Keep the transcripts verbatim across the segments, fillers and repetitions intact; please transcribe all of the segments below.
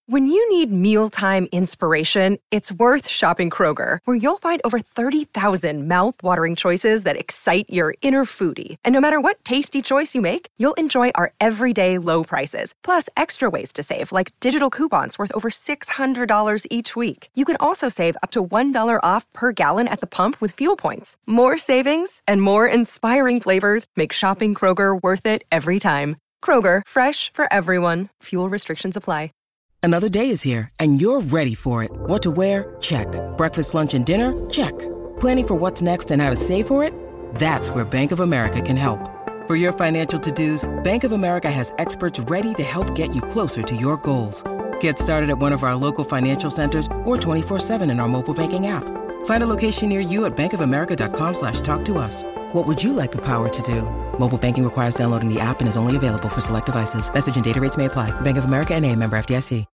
When you need mealtime inspiration, it's worth shopping Kroger, where you'll find over thirty thousand mouth-watering choices that excite your inner foodie. And no matter what tasty choice you make, you'll enjoy our everyday low prices, plus extra ways to save, like digital coupons worth over six hundred dollars each week. You can also save up to one dollar off per gallon at the pump with fuel points. More savings and more inspiring flavors make shopping Kroger worth it every time. Kroger, fresh for everyone. Fuel restrictions apply. Another day is here, and you're ready for it. What to wear? Check. Breakfast, lunch, and dinner? Check. Planning for what's next and how to save for it? That's where Bank of America can help. For your financial to-dos, Bank of America has experts ready to help get you closer to your goals. Get started at one of our local financial centers or twenty-four seven in our mobile banking app. Find a location near you at bankofamerica.com slash talk to us. What would you like the power to do? Mobile banking requires downloading the app and is only available for select devices. Message and data rates may apply. Bank of America N A, member F D I C.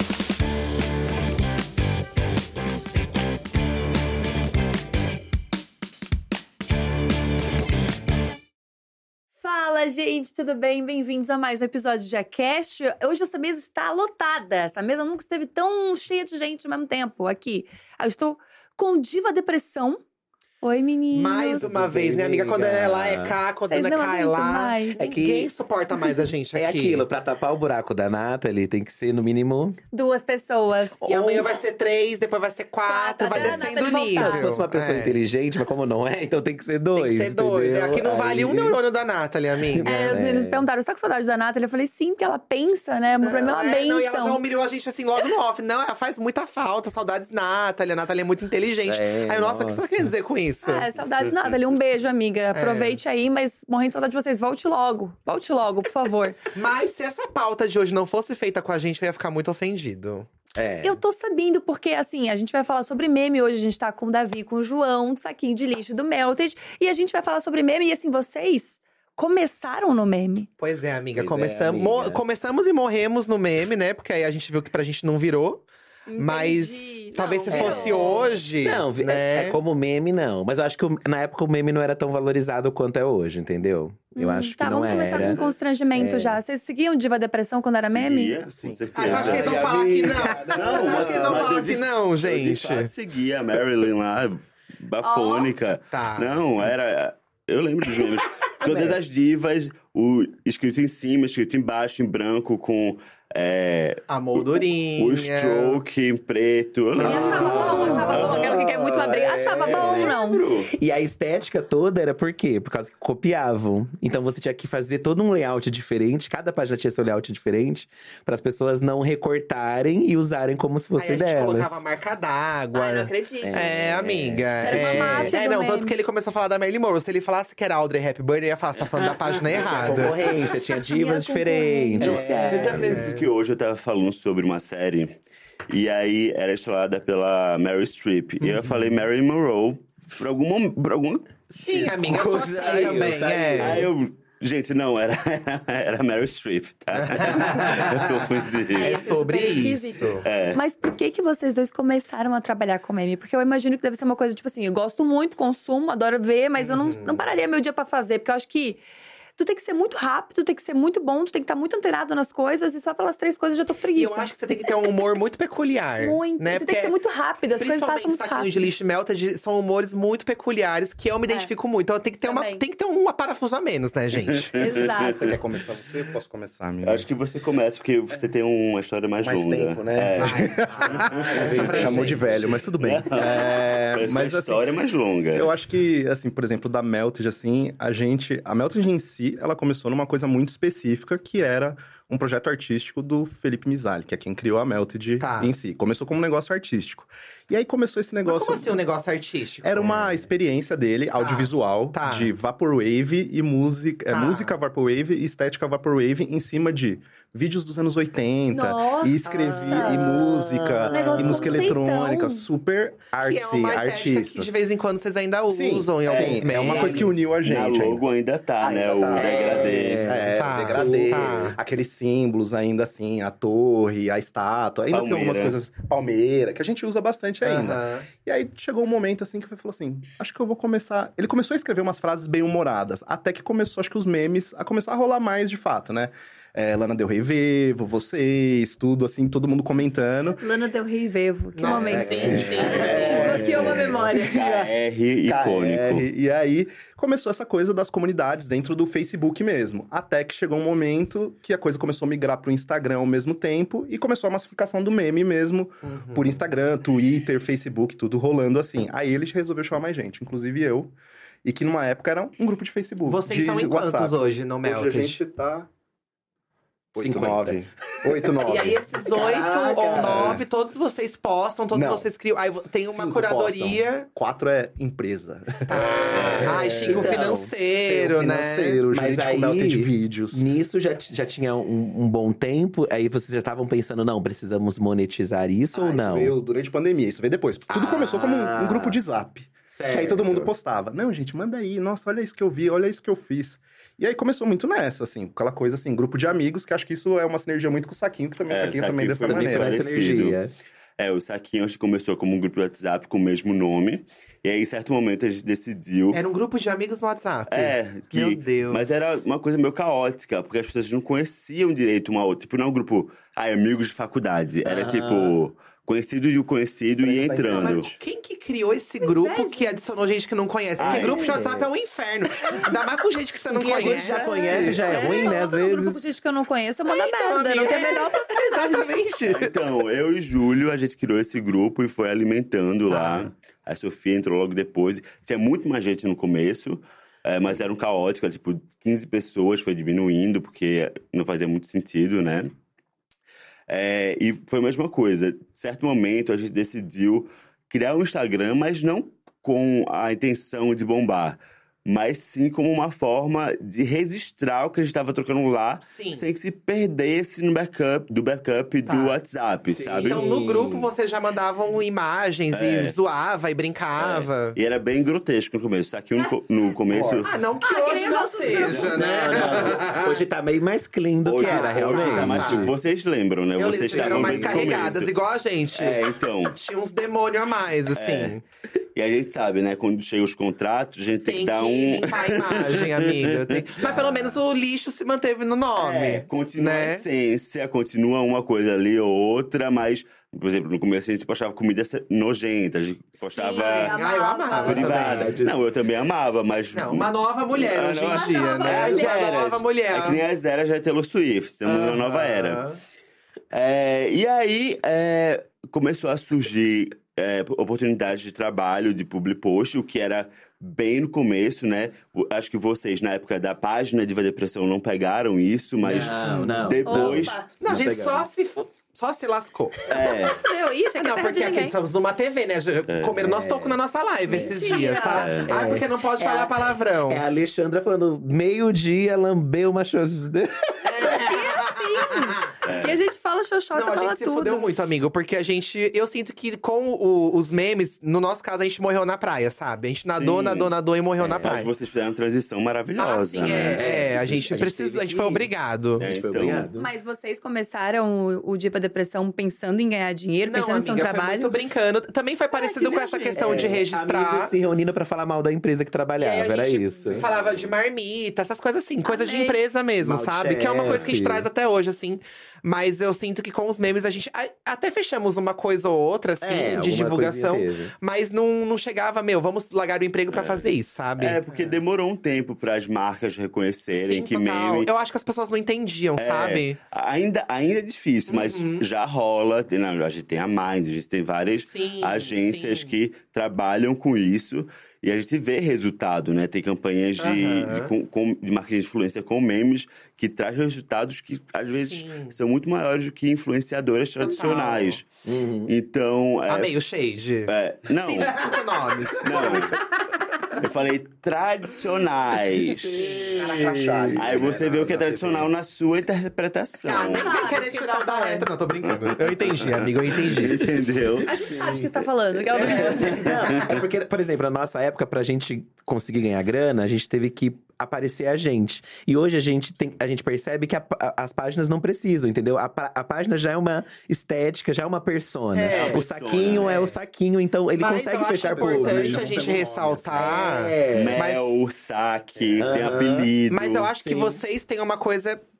Fala, gente, tudo bem? Bem-vindos a mais um episódio de Jackass. Hoje essa mesa está lotada. Essa mesa nunca esteve tão cheia de gente ao mesmo tempo aqui. Eu estou com Diva Depressão. Oi, meninas. Mais uma vez, né, amiga? Quando é lá, é cá. Quando Vocês é não cá, é aguentam lá. mais. É que ninguém suporta mais a gente aqui. É aquilo, pra tapar o buraco da Nathalie, tem que ser no mínimo… Duas pessoas. E amanhã vai ser três, depois vai ser quatro, Quatro, vai até a descendo o Nathalie nível. voltar. Se fosse uma pessoa É. inteligente, mas como não é, então tem que ser dois. Tem que ser dois. entendeu? Aqui não vale Aí- um neurônio da Nathalie, amiga. É, os meninos perguntaram, você tá com saudade da Nathalie? Eu falei, sim, porque ela pensa, né? Pra mim é uma É, benção. não, e ela já humilhou a gente assim logo no off. Não, ela faz muita falta, saudades Nathalie. A Nathalie é muito inteligente. É, aí, nossa, o que você nossa. quer dizer com isso? É, saudades Nathalie. Um beijo, amiga. Aproveite aí, mas morrendo de saudade de vocês. Volte logo. Volte logo, por favor. Mas se essa pauta de hoje não fosse feita com a gente, eu ia ficar muito ofendido. É. Eu tô sabendo, porque assim, a gente vai falar sobre meme hoje. A gente tá com o Davi, com o João, do Saquinho de Lixo do Melted. E a gente vai falar sobre meme. E assim, vocês começaram no meme. Pois é, amiga. Pois é, Começamos, amiga. mo- começamos e morremos no meme, né? Porque aí a gente viu que pra gente não virou. Mas Entendi. talvez se Não, fosse virou. hoje, Não, vi- né? é, é como meme, não. Mas eu acho que o- na época o meme não era tão valorizado quanto é hoje, entendeu? Eu Hum, acho que tá, não vamos começar era. com constrangimento É. já. Vocês seguiam Diva Depressão quando era meme? Seguia, com certeza. Ah, eu acho que eles vão falar que não. Não, Você acha que eles vão mas falar eu que de- não, Eu de gente? fato seguia a Marilyn lá, bafônica. Tá. Não, era… Eu lembro dos memes. Todas as divas, o escrito em cima, escrito embaixo, em branco, com… É, A moldurinha. o stroke em preto. Eu E lembro. achava bom, achava bom. Aquela que quer muito madrinha. Achava bom, não. Lembro. E a estética toda era por quê? Por causa que copiavam. Então você tinha que fazer todo um layout diferente, cada página tinha seu layout diferente, para as pessoas não recortarem e usarem como se Aí fosse a gente delas. colocava a marca d'água. Ai, não acredito. É, amiga. Era é, uma máfia é do não, meme. tanto que ele começou a falar da Marilyn Monroe. Se ele falasse que era Audrey Hepburn, ele ia falar, você tá falando da página Tinha errada. concorrência, tinha Tinha divas diferentes. concorrência. É. Vocês acreditam que hoje eu tava falando sobre uma série e aí era estrelada pela Meryl Streep. E eu falei Marilyn Monroe por algum momento. Por algum… Sim, amiga, eu sou assim Saiu, também. saiu. É. Aí eu… Gente, não, era, era Meryl Streep, tá? Eu confundi. É, É esse sobre super isso. esquisito. É. Mas por que que vocês dois começaram a trabalhar com meme? Porque eu imagino que deve ser uma coisa, tipo assim, eu gosto muito, consumo, adoro ver, mas eu não, não pararia meu dia pra fazer. Porque eu acho que tu tem que ser muito rápido, tem que ser muito bom, tu tem que estar muito antenado nas coisas. E só pelas três coisas eu já tô com E preguiça. eu acho que você tem que ter um humor muito peculiar. Muito. Né? Tu tem que ser muito rápido, as coisas passam Principalmente muito Saquinho rápido. de Lixo e Melted são humores muito peculiares que eu me identifico muito. Então tem que ter, uma, Também. tem que ter um parafuso a menos, né, gente? Exato. Você quer começar você? Eu posso começar, amigo? Acho que você começa, porque você tem uma história mais, Mais longa. tempo, né? É. Pra Chamou gente. de velho, mas tudo bem. É, Parece mas uma assim, história mais longa. eu acho que, assim, por exemplo, da Melted, assim, a gente… A Melted em si, ela começou numa coisa muito específica, que era um projeto artístico do Felipe Mizali, que é quem criou a Melted Tá. em si. Começou como um negócio artístico. E aí começou esse Mas negócio… como assim um negócio artístico? Era uma experiência dele, audiovisual, Tá. de Vaporwave e música… Tá. É, música Vaporwave e estética Vaporwave em cima de vídeos dos anos oitenta. Nossa! E escrevia, e música, Um negócio e música conceitão. eletrônica, super Que artsy, é uma estética artista. que de vez em quando vocês ainda Sim, usam em sim, alguns é memes. uma coisa que uniu a Na gente. logo ainda tá, né? O tá. degradê. É, Tá, o degradê, tá. aqueles símbolos ainda assim, a torre, a estátua, ainda Palmeira. tem algumas coisas, palmeira, que a gente usa bastante ainda. Aham. E aí chegou um momento assim que ele falou assim, acho que eu vou começar… Ele começou a escrever umas frases bem humoradas, até que começou, acho que os memes, a começar a rolar mais de fato, né? é, Lana Del Rey Vevo, vocês, tudo assim, todo mundo comentando. Lana Del Rey Vevo, que Nossa, momento. sim, sim. É. Desbloqueou uma memória. K R K R, icônico. e aí começou essa coisa das comunidades dentro do Facebook mesmo. Até que chegou um momento que a coisa começou a migrar pro Instagram ao mesmo tempo e começou a massificação do meme mesmo Uhum. por Instagram, Twitter, Facebook, tudo rolando assim. Aí ele resolveu chamar mais gente, inclusive eu. E que numa época era um grupo de Facebook. Vocês de são em quantos WhatsApp. hoje no Melted? Hoje a gente tá... Oito, cinquenta. nove. Oito, nove. E aí, esses oito ou nove, todos vocês postam, todos Não. vocês criam. Aí tem uma Cinco curadoria. postam. Quatro é empresa. Tá. Ai, Chico Então, financeiro, Tem o né? financeiro, Mas gente aí- com Melted Vídeos. Nisso já, t- já tinha um, um bom tempo, aí vocês já estavam pensando, não, precisamos monetizar isso Ah, ou não? Isso veio durante a pandemia, isso veio depois. Tudo Ah. começou como um, um grupo de zap. Certo. Que aí todo mundo postava. Não, gente, manda aí. Nossa, olha isso que eu vi, olha isso que eu fiz. E aí começou muito nessa, assim, aquela coisa assim, grupo de amigos, que acho que isso é uma sinergia muito com o Saquinho, que também É, o Saquinho o também Saquinho dessa foi Também foi maneira. essa parecido. energia. É, o Saquinho acho que começou como um grupo de WhatsApp com o mesmo nome. E aí, em certo momento, a gente decidiu. Era um grupo de amigos no WhatsApp. É, que, Meu Deus. mas era uma coisa meio caótica, porque as pessoas não conheciam direito uma outra. Tipo, não é um grupo, ah, amigos de faculdade. Era Aham. tipo, conhecido de um conhecido e Estranho pra entrando. Mas quem que criou esse Pois grupo é, que adicionou gente que não conhece? Porque Ai, grupo de é. WhatsApp é um inferno. Ainda mais com gente que você não Quem a conhece. gente já conhece já é ruim, né? Às Coloca no grupo com vezes. gente que eu não conheço, eu mando a Então, merda. amiga, Não tem a é. melhor possibilidade. Exatamente. Então, eu e Júlio, a gente criou esse grupo e foi alimentando Tá. lá. A Sofia entrou logo depois. Tinha muito mais gente no começo, é, mas era um caótico, era, tipo, quinze pessoas, foi diminuindo, porque não fazia muito sentido, né? É, e foi a mesma coisa. Em certo momento, a gente decidiu criar um Instagram, mas não com a intenção de bombar, mas sim como uma forma de registrar o que a gente estava trocando lá, Sim. sem que se perdesse no backup, do backup Tá. do WhatsApp, Sim. sabe? Então, no grupo, vocês já mandavam imagens É. e zoava e brincava. E era bem grotesco no começo. Só que no, co- no começo. Ah, não que Ah, que hoje nem não os nossos seja, grupos. né? Não, não. Hoje tá meio mais clean do Hoje, que era, hoje realmente. tá mais- Tá. vocês lembram, né? Eu vocês eram estavam mais bem no carregadas, começo. igual a gente. É, então. Tinha uns demônios a mais, assim. E a gente sabe, né? Quando chega os contratos, a gente tem, Tem que dar que um. limpar a imagem, amiga. Tem- Mas pelo menos o lixo se manteve no nome. É, continua a né? essência, continua uma coisa ali ou outra, mas, por exemplo, no começo a gente postava comida se- nojenta, a gente postava Sim, ah, eu amava privada. também. Não, eu também amava, mas. Não, uma nova mulher Ah, hoje não, em dia, nova né? É as mulher. eras. Uma nova mulher. É que nem as eras da Taylor Swift, estamos numa nova era. É, e aí é, começou a surgir é, oportunidades de trabalho de public post, o que era bem no começo, né? O- Acho que vocês, na época da página Diva Depressão, não pegaram isso, mas Não, não. depois. Opa. Não, a Não gente pegaram. só se, fu- só se lascou. É, Fudeu, ih, tinha que Não, terra porque de aqui ninguém. estamos numa T V, né? Já Comeram nosso toco na nossa live esses Mentira. dias, tá? É. Ai, porque não pode É falar a- palavrão. É a Alexandra falando, meio-dia, lambeu uma chance. E a gente fala xoxota, Não, a fala gente se tudo. fudeu muito, amigo, porque a gente. Eu sinto que com o- os memes, no nosso caso, a gente morreu na praia, sabe? A gente nadou, Sim. nadou, nadou e morreu na mas praia. vocês fizeram uma transição maravilhosa, Ah, sim, né? é, é. A A gente gente precisa. teve A gente foi que- obrigado. A gente foi então. obrigado. Mas vocês começaram o, o Diva Depressão pensando em ganhar dinheiro, Não, pensando no amiga, seu foi trabalho? muito brincando. Também foi parecido com essa questão de registrar. Amigos se reunindo pra falar mal da empresa que E trabalhava, aí a era gente isso. falava de marmita, essas coisas assim, coisa de Amei. empresa mesmo, Mal de sabe? Que é uma coisa que a gente chefe. traz até hoje, assim. Mas eu sinto que com os memes a gente a- até fechamos uma coisa ou outra, assim, É, de alguma divulgação. coisinha teve. Mas não, não chegava, meu, vamos largar o emprego pra fazer isso, sabe? É, porque demorou um tempo para as marcas reconhecerem Sim, que total. meme. Eu acho que as pessoas não entendiam, É, sabe? Ainda, ainda é difícil, mas Uhum. já rola. Tem, não, a gente tem a Mind, a gente tem várias Sim, agências sim. que trabalham com isso. E a gente vê resultado, né? Tem campanhas de, Aham. de, com- com- de marketing de influência com memes que traz resultados que, às vezes, Sim. são muito maiores do que influenciadoras tradicionais. Uhum. Então, é, Amei o shade. é, não, Cite cinco nomes. não. Eu falei tradicionais. Aí você vê o que é tradicional na sua interpretação. Ah, nem vai querer tirar o da reta. Não, tô brincando. Eu entendi, amigo, eu entendi. Entendeu? A gente sabe o que você tá falando. Que é o Não, é porque, por exemplo, na nossa época, pra gente conseguir ganhar grana, a gente teve que aparecer a gente. E hoje a gente, tem, a gente percebe que a- a- as páginas não precisam, entendeu? A, pá- a página já é uma estética, já é uma persona. É, o persona, saquinho é. é. o saquinho, então ele Mas eu consegue acho fechar por importante a gente ressaltar. É. Mel, Mas- saque, tem Aham. apelido. Mas eu acho que Sim. vocês têm uma coisa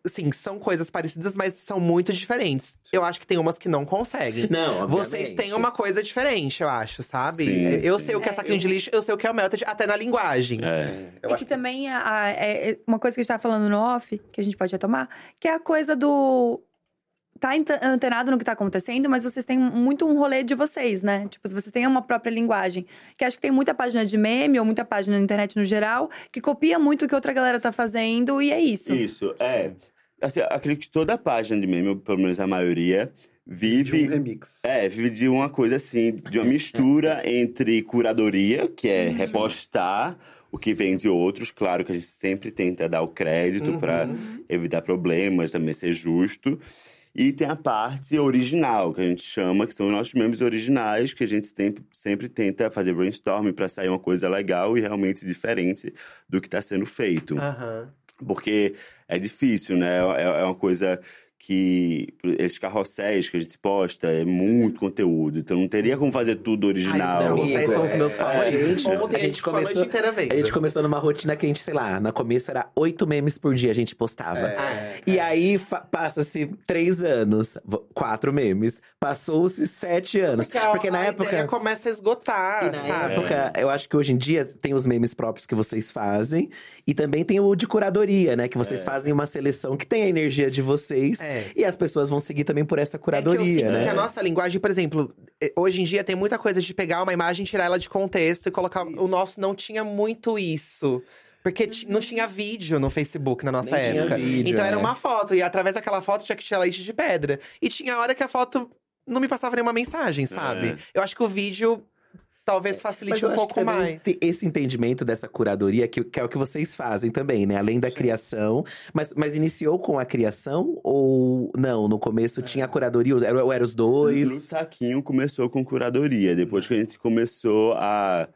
Sim, são coisas parecidas, mas são muito diferentes. Eu acho que tem umas que não conseguem. Não, obviamente. Vocês têm uma coisa diferente, eu acho, sabe? Sim, eu sim. sei o que é, É, saquinho eu- de lixo, eu sei o que é o Melted, até na linguagem. É. Eu E acho que também, a, a- é é uma coisa que a gente tava falando no off, que a gente pode retomar, que é a coisa do… Tá ante- antenado no que tá acontecendo, mas vocês têm muito um rolê de vocês, né? Tipo, vocês têm uma própria linguagem. Que acho que tem muita página de meme, ou muita página na internet no geral, que copia muito o que outra galera tá fazendo, e é isso. Isso, é. Assim, acredito que toda página de meme, ou pelo menos a maioria, vive… de um remix. É, vive de uma coisa assim, de uma mistura entre curadoria, que é repostar o que vem de outros. Claro que a gente sempre tenta dar o crédito Uhum. pra evitar problemas, também ser justo. E tem a parte original, que a gente chama, que são os nossos memes originais, que a gente sempre, sempre tenta fazer brainstorming pra sair uma coisa legal e realmente diferente do que tá sendo feito. Aham. Porque é difícil, né? É, é uma coisa que… Esses carrosséis que a gente posta é muito conteúdo. Então não teria como fazer tudo original. Ai, os carrosséis são os meus É, favoritos. gente, Ontem a gente ficou a noite começou- inteira vendo. A gente começou numa rotina que a gente, sei lá, no começo era oito memes por dia a gente postava. É. E aí fa- passa-se três anos, v- quatro memes. Passou-se sete anos. Porque, a- Porque na a época. ideia começa a esgotar, E na sabe? época, eu acho que hoje em dia tem os memes próprios que vocês fazem. E também tem o de curadoria, né? Que vocês fazem uma seleção que tem a energia de vocês. É. E as pessoas vão seguir também por essa É que eu curadoria, sinto né? que a nossa linguagem, por exemplo, eh, hoje em dia tem muita coisa de pegar uma imagem, tirar ela de contexto e colocar. O nosso não tinha muito isso. Porque ti- não tinha vídeo no Facebook na nossa Nem tinha época. vídeo, então era é. uma foto, e através daquela foto tinha que tirar leite de pedra. E tinha hora que a foto não me passava nenhuma mensagem, sabe? É. Eu acho que o vídeo talvez Mas facilite eu um acho pouco que também mais. tem esse entendimento dessa curadoria, que, que é o que vocês fazem também, né? Além da criação. Mas, mas iniciou com a criação ou não? No começo tinha a curadoria, era, ou eram os No dois? Saquinho começou com curadoria. Depois que a gente começou a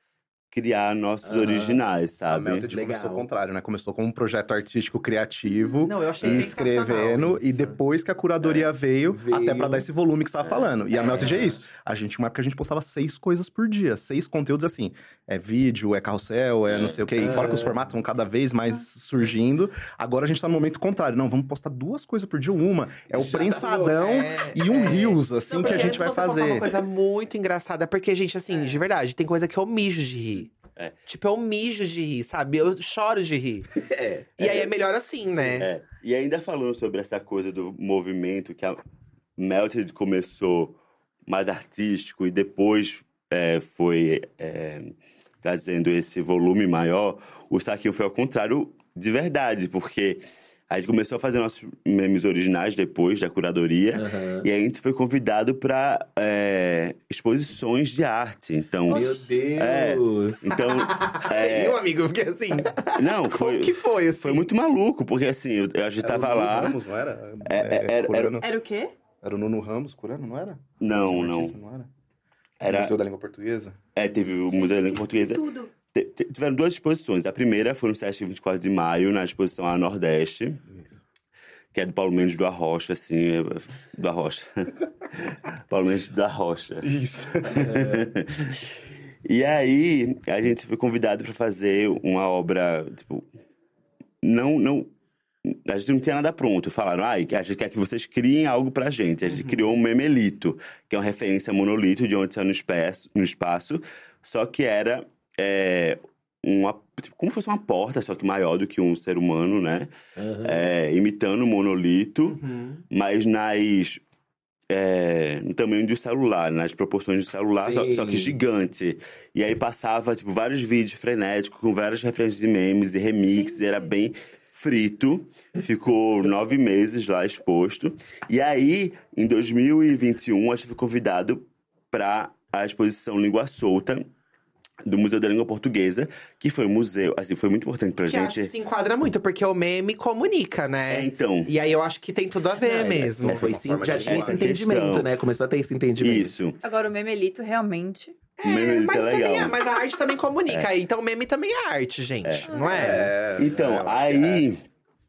criar nossos Aham. originais, A sabe? Melted Legal. começou ao contrário, né? Começou como um projeto artístico criativo. Não, eu achei E sensacional escrevendo, e isso. depois que a curadoria veio, Veio. até pra dar esse volume que você tava falando. E a Melted é isso. A gente, uma época, a gente postava seis coisas por dia. Seis conteúdos assim. É vídeo, é carrossel, é não sei o quê. E fora que os formatos vão cada vez mais surgindo. Agora a gente tá no momento contrário. Não, vamos postar duas coisas por dia. Uma é o Já prensadão é, e um é. Reels, assim, Não, que a porque gente vai antes você postava fazer. uma coisa muito engraçada, porque, gente, assim, de verdade, tem coisa que eu mijo de rir. É. Tipo, eu mijo de rir, sabe? Eu choro de rir. É. E aí é melhor assim, né? É. E ainda falando sobre essa coisa do movimento, que a Melted começou mais artístico e depois é, foi é, trazendo esse volume maior, o Saquinho foi ao contrário de verdade, porque a gente começou a fazer nossos memes originais depois da curadoria, Aham. e a gente foi convidado para exposições de arte. Então, Meu Deus! então Você é, viu, amigo? Porque assim, não, foi, como que foi, assim? foi muito maluco, porque assim, eu, a gente Era o tava Nuno lá. Ramos, não era? É, é, era- curando. Era o quê? Era o Nuno Ramos curando, não era? Não, Um não. artista, não era? Era, Museu da Língua Portuguesa? é, teve o Museu da Língua Portuguesa. Tudo. Te- te- Tiveram duas exposições. A primeira foi no sete e vinte e quatro de maio, na exposição A Nordeste, que é do Paulo Mendes do Arrocha, assim, é- do Arrocha. Paulo Mendes do Arrocha. Isso. E aí, a gente foi convidado para fazer uma obra, tipo, não, não, a gente não tinha nada pronto. Falaram, ah, a gente quer que vocês criem algo pra gente. A gente criou um memelito, que é uma referência a monolito de onde saiu no espaço, no espaço, só que era é, uma, tipo, como se fosse uma porta, só que maior do que um ser humano, né? É, imitando um monolito, mas nas… É, no tamanho do celular, nas proporções do celular, só, Sim. só que gigante. E aí passava, tipo, vários vídeos frenéticos, com várias referências de memes e remixes, e era bem frito. Ficou nove meses lá exposto. E aí, em dois mil e vinte e um, a gente foi convidado para a exposição Língua Solta, do Museu da Língua Portuguesa, que foi um museu, assim, foi muito importante pra Que gente. acho que se enquadra muito, porque o meme comunica, né? É, então. E aí eu acho que tem tudo a ver É, mesmo. é, foi uma sim, forma já de tinha esse linguagem. entendimento, Questão. né? Começou a ter esse entendimento. Isso. Agora, o memelito realmente… O meme mas, é também legal. é, mas a arte também comunica. Então, meme também é arte, gente, não é? É, Então, eu acho que aí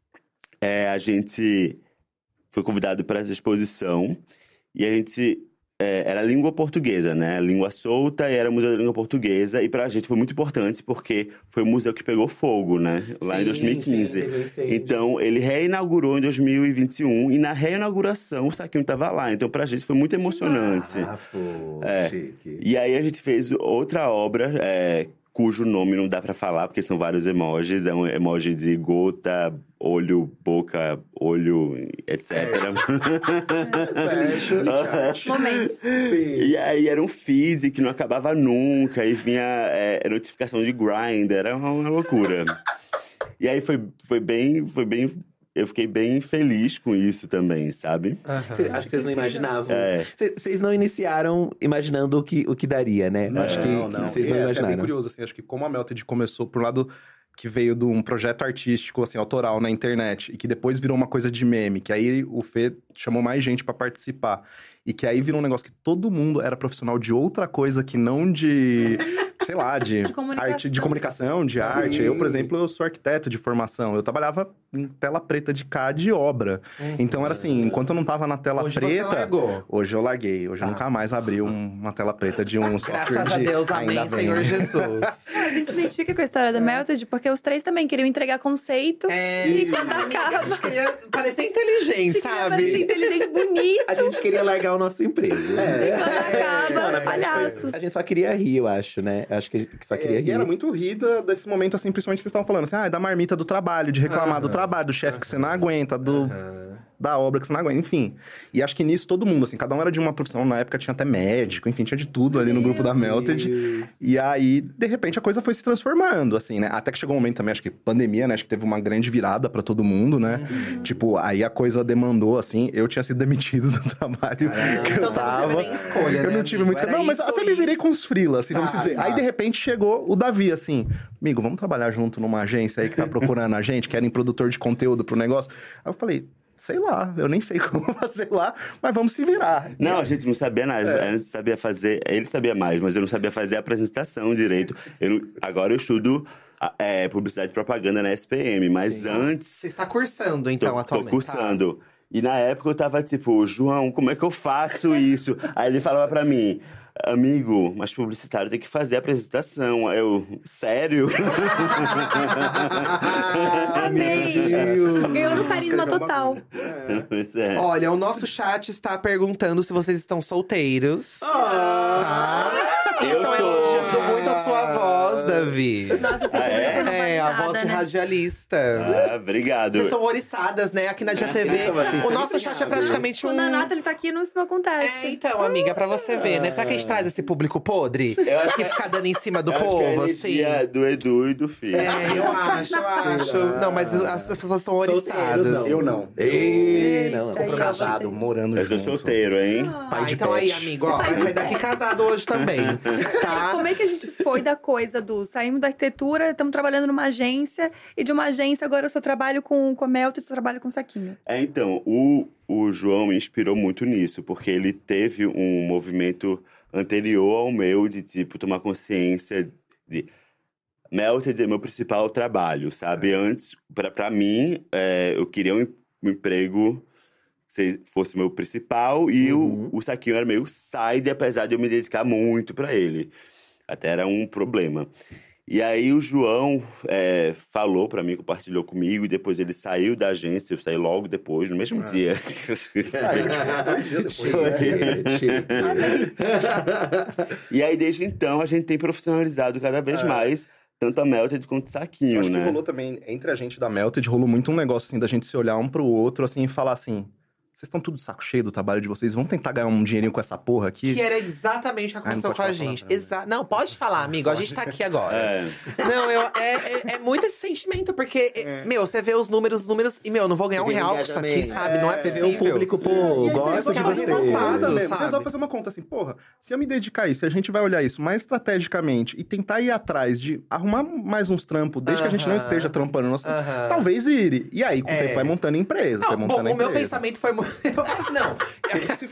é, a gente foi convidado para essa exposição e a gente é, era língua portuguesa, né? Língua solta e era Museu da Língua Portuguesa. E pra gente foi muito importante, porque foi o museu que pegou fogo, né? Lá Sim, em dois mil e quinze. sim, teve um incêndio. Então, ele reinaugurou em dois mil e vinte e um. E na reinauguração, o Saquinho tava lá. Então, pra gente foi muito emocionante. Ah, pô, É. chique. E aí, a gente fez outra obra, é, cujo nome não dá pra falar, porque são vários emojis. É um emoji de gota, olho, boca, olho, etcétera. Momentos. E aí era um feed que não acabava nunca, e vinha é, notificação de Grindr, era uma, uma loucura. E aí foi, foi bem, foi bem, eu fiquei bem feliz com isso também, sabe? Cê- acho que vocês não imaginavam. É. Vocês não iniciaram imaginando o que, o que daria, né? Acho que Não, que não. vocês E não é, é imaginaram. bem curioso, assim, acho que como a Melted começou por um lado que veio de um projeto artístico, assim, autoral na internet, e que depois virou uma coisa de meme, que aí o Fê chamou mais gente pra participar. E que aí virou um negócio que todo mundo era profissional de outra coisa que não de, sei lá, de, De comunicação. arte, de comunicação, de arte. Eu, por exemplo, eu sou arquiteto de formação. Eu trabalhava em tela preta de C A D e obra. Então era assim, enquanto eu não tava na tela Hoje você preta, largou. hoje eu larguei. Hoje eu Tá. nunca mais abri um- uma tela preta de um software Graças a de... Deus, Ainda amém, bem. Senhor Jesus. A gente se identifica com a história da Melted, porque os três também queriam entregar conceito. É, E quando amiga, acaba- a gente queria parecer inteligente, Parecer sabe? inteligente, bonito. A gente queria largar o nosso emprego. E quando acaba, Mano, a gente palhaços. foi- A gente só queria rir, eu acho, né? Acho que que só queria É, rir. e era muito rida desse momento, assim, principalmente que vocês estavam falando, assim, ah, é da marmita do trabalho, de reclamar do Aham. trabalho, do chefe que você não aguenta, do... da obra que você não aguenta, enfim. E acho que nisso todo mundo, assim, cada um era de uma profissão, na época tinha até médico, enfim, tinha de tudo ali no grupo da Melted. Deus. E aí, de repente, a coisa foi se transformando, assim, né? Até que chegou um momento também, acho que pandemia, né? Acho que teve uma grande virada pra todo mundo, né? Tipo, aí a coisa demandou, assim, eu tinha sido demitido do trabalho que eu Então você não tava. teve nem escolha, Eu né, não tive amigo? muito... Era Não, mas isso até ou me virei isso? com os freela, assim, vamos Tá, dizer. tá. Aí, de repente, chegou o Davi, assim, amigo, vamos trabalhar junto numa agência aí que tá procurando a gente, querem produtor de conteúdo pro negócio. Aí eu falei, sei lá, eu nem sei como fazer lá, mas vamos se virar. Não, a gente não sabia nada. É. A gente sabia fazer. Ele sabia mais, mas eu não sabia fazer a apresentação direito. Eu não- agora eu estudo é, publicidade e propaganda na S P M, mas Sim. antes. Você está cursando, então, tô, tô atualmente. cursando. E na época eu tava tipo, João, como é que eu faço isso? Aí ele falava pra mim, amigo, mas publicitário tem que fazer a apresentação. Aí eu, sério? Amei. Ganhou no carisma total. Pois é. Olha, o nosso chat está perguntando se vocês estão solteiros. Tá? Eu Estão tô. elogiando muito a sua voz, Davi. Nossa, você Ah, é? é? não É, a voz de né? radialista. Ah, obrigado. Vocês são oriçadas, né? Aqui na Dia T V. assim, O nosso chat é praticamente um. Quando a Nathalie tá aqui, não, isso não acontece. É, então, amiga, pra você ver, né? Será que a gente traz esse público podre? Eu acho Que fica dando em cima do Eu acho que é a povo, assim? energia do Edu e do filho. É, eu acho, eu acho. Não, mas as as pessoas estão Solteiros, oriçadas. não. Eu não. Ei, não, Eita, não. aí, ó, Casado, vocês. morando Eu sou junto. solteiro, hein? Pai Ah, de então pet. aí, amigo, ó, vai sair daqui casado hoje também, tá? Como é que a gente foi da coisa do saímos da arquitetura, estamos trabalhando numa agência, e de uma agência agora eu só trabalho com, com a Melted, eu trabalho com Saquinho. É, então, o, o João me inspirou muito nisso, porque ele teve um movimento anterior ao meu de, tipo, tomar consciência de... Melted é meu principal trabalho, sabe? Antes, pra, pra mim, é, eu queria um, um emprego que fosse meu principal e Uhum. o, o Saquinho era meio side, apesar de eu me dedicar muito pra ele. Até era um problema. E aí o João é, falou pra mim, compartilhou comigo, e depois ele saiu da agência, eu saí logo depois, no mesmo dia. Saiu, tipo, dois dias depois, né? Chique. E aí, desde então, a gente tem profissionalizado cada vez É. mais, tanto a Melted quanto o Eu Saquinho, acho né? que rolou também, entre a gente da Melted, rolou muito um negócio, assim, da gente se olhar um pro outro, assim, e falar assim... Vocês estão tudo de saco cheio do trabalho de vocês, vamos tentar ganhar um dinheirinho com essa porra aqui? Que era exatamente o que Ai, não aconteceu pode com a falar gente. palavrão, né? Exa Não, pode falar, amigo. A gente tá aqui agora. É. Não, eu, é, é, é muito esse sentimento, porque, é, meu, você vê os números, os números, e, meu, eu não vou ganhar Você um vê real com isso aqui, engajamento. sabe? Não é Você vê possível. o público, pô, E aí você gosta de resolve você. fazer uma conta sabe? mesmo. Você resolve fazer uma conta assim, porra, se eu me dedicar a isso, a gente vai olhar isso mais estrategicamente e tentar ir atrás de arrumar mais uns trampos, desde que a gente não Aham. esteja trampando, nossa, Aham. talvez vire. E aí, com o É. tempo, vai montando empresa, vai Não, montando bom, a o meu empresa. pensamento foi... mu- Eu falei assim, não, Tem que se fuder muito.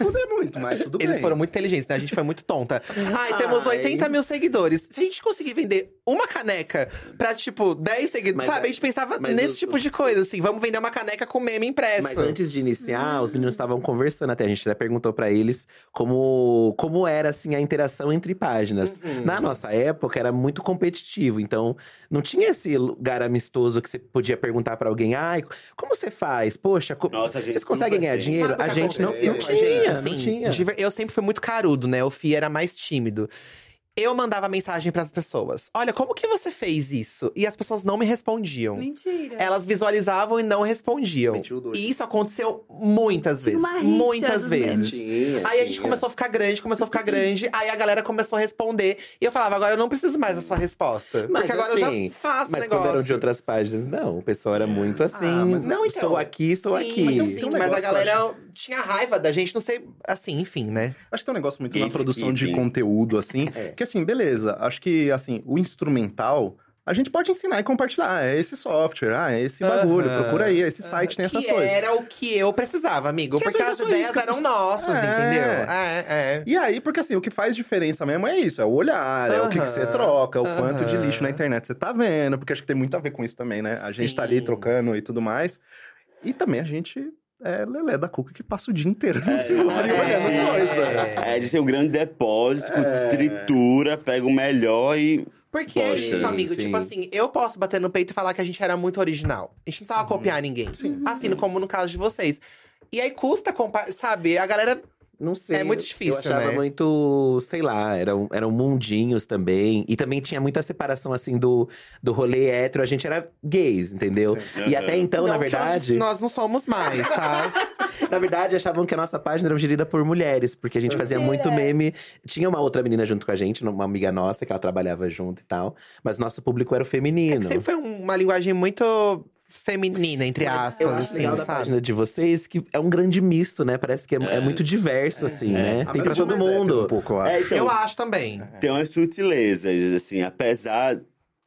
muito, mas tudo bem. Eles foram muito inteligentes, né? A gente foi muito tonta. Ai, temos Ai. oitenta mil seguidores. Se a gente conseguir vender uma caneca pra, tipo, dez seguidores, Mas sabe? é- A gente pensava mas nesse o- tipo de coisa, assim. Vamos vender uma caneca com meme impresso. Mas antes de iniciar, os meninos estavam conversando até. A gente até perguntou pra eles como, como era, assim, a interação entre páginas. Uhum. Na nossa época, era muito competitivo. Então, não tinha esse lugar amistoso que você podia perguntar pra alguém. Ai, como você faz? Poxa, co- Nossa, a gente vocês conseguem super ganhar tem. dinheiro? Sabe o A que gente não, aconteceu não com a tinha, gente, não assim, tinha. de ver- Eu sempre fui muito carudo, né? O Fih era mais tímido. Eu mandava mensagem pras pessoas. Olha, como que você fez isso? E as pessoas não me respondiam. Mentira. Elas visualizavam e não respondiam. Mentiu doido. E isso aconteceu muitas Tinha vezes. uma rixa Muitas dos vezes. memes. Tinha, Aí a gente tinha. começou a ficar grande, começou a ficar grande. Aí a galera começou a responder. E eu falava, agora eu não preciso mais da sua resposta. Mas porque agora assim, eu já faço Mas negócio. quando eram de outras páginas, não. O pessoal era muito assim. mas Não, então. Sou aqui, estou Sim, aqui. Mas, sim, Tem um mas a negócio que eu galera tinha raiva da gente, não sei. Assim, enfim, né? Acho que tem um negócio muito na produção de Gatekeeping. conteúdo, assim. É. Que assim, beleza. Acho que, assim, o instrumental… A gente pode ensinar e compartilhar. Ah, é esse software, ah, é esse bagulho. Aham. Procura aí, esse site tem essas que coisas. era o que eu precisava, amigo. Que às porque vezes as é só isso ideias que as eram pessoas- nossas, É. entendeu? É, é. E aí, porque assim, o que faz diferença mesmo é isso, é o olhar, é o que, que você Aham, troca, o quanto de aham. lixo na internet você tá vendo, porque acho que tem muito a ver com isso também, né? A gente tá ali Sim. trocando e tudo mais. E também a gente é lelé da cuca que passa o dia inteiro no celular e é, olhando é. coisa. É, a gente tem um grande depósito, tritura, pega o melhor e… Porque é Poxa, isso, amigo. sim. Tipo assim, eu posso bater no peito e falar que a gente era muito original. A gente não precisava copiar ninguém. Assim, como no caso de vocês. E aí custa compartilhar, sabe? A galera… Não sei. É muito difícil, Eu achava né? muito, sei lá, eram, eram mundinhos também. E também tinha muita separação, assim, do, do rolê hétero. A gente era gays, entendeu? E Uhum. até então, não, na que hoje verdade… nós não somos mais, tá? Na verdade, achavam que a nossa página era gerida por mulheres. Porque a gente fazia muito Mentira. meme. Tinha uma outra menina junto com a gente, uma amiga nossa, que ela trabalhava junto e tal. Mas nosso público era o É feminino. que sempre foi um- uma linguagem muito feminina, entre aspas, Eu acho assim, legal da sabe? página de vocês que é um grande misto, né? Parece que é, é muito diverso, assim, né? Ah, Tem mas pra eu sou todo mais hétero mundo. Um pouco, eu acho. É, então, Eu acho também. tem umas sutilezas, assim, apesar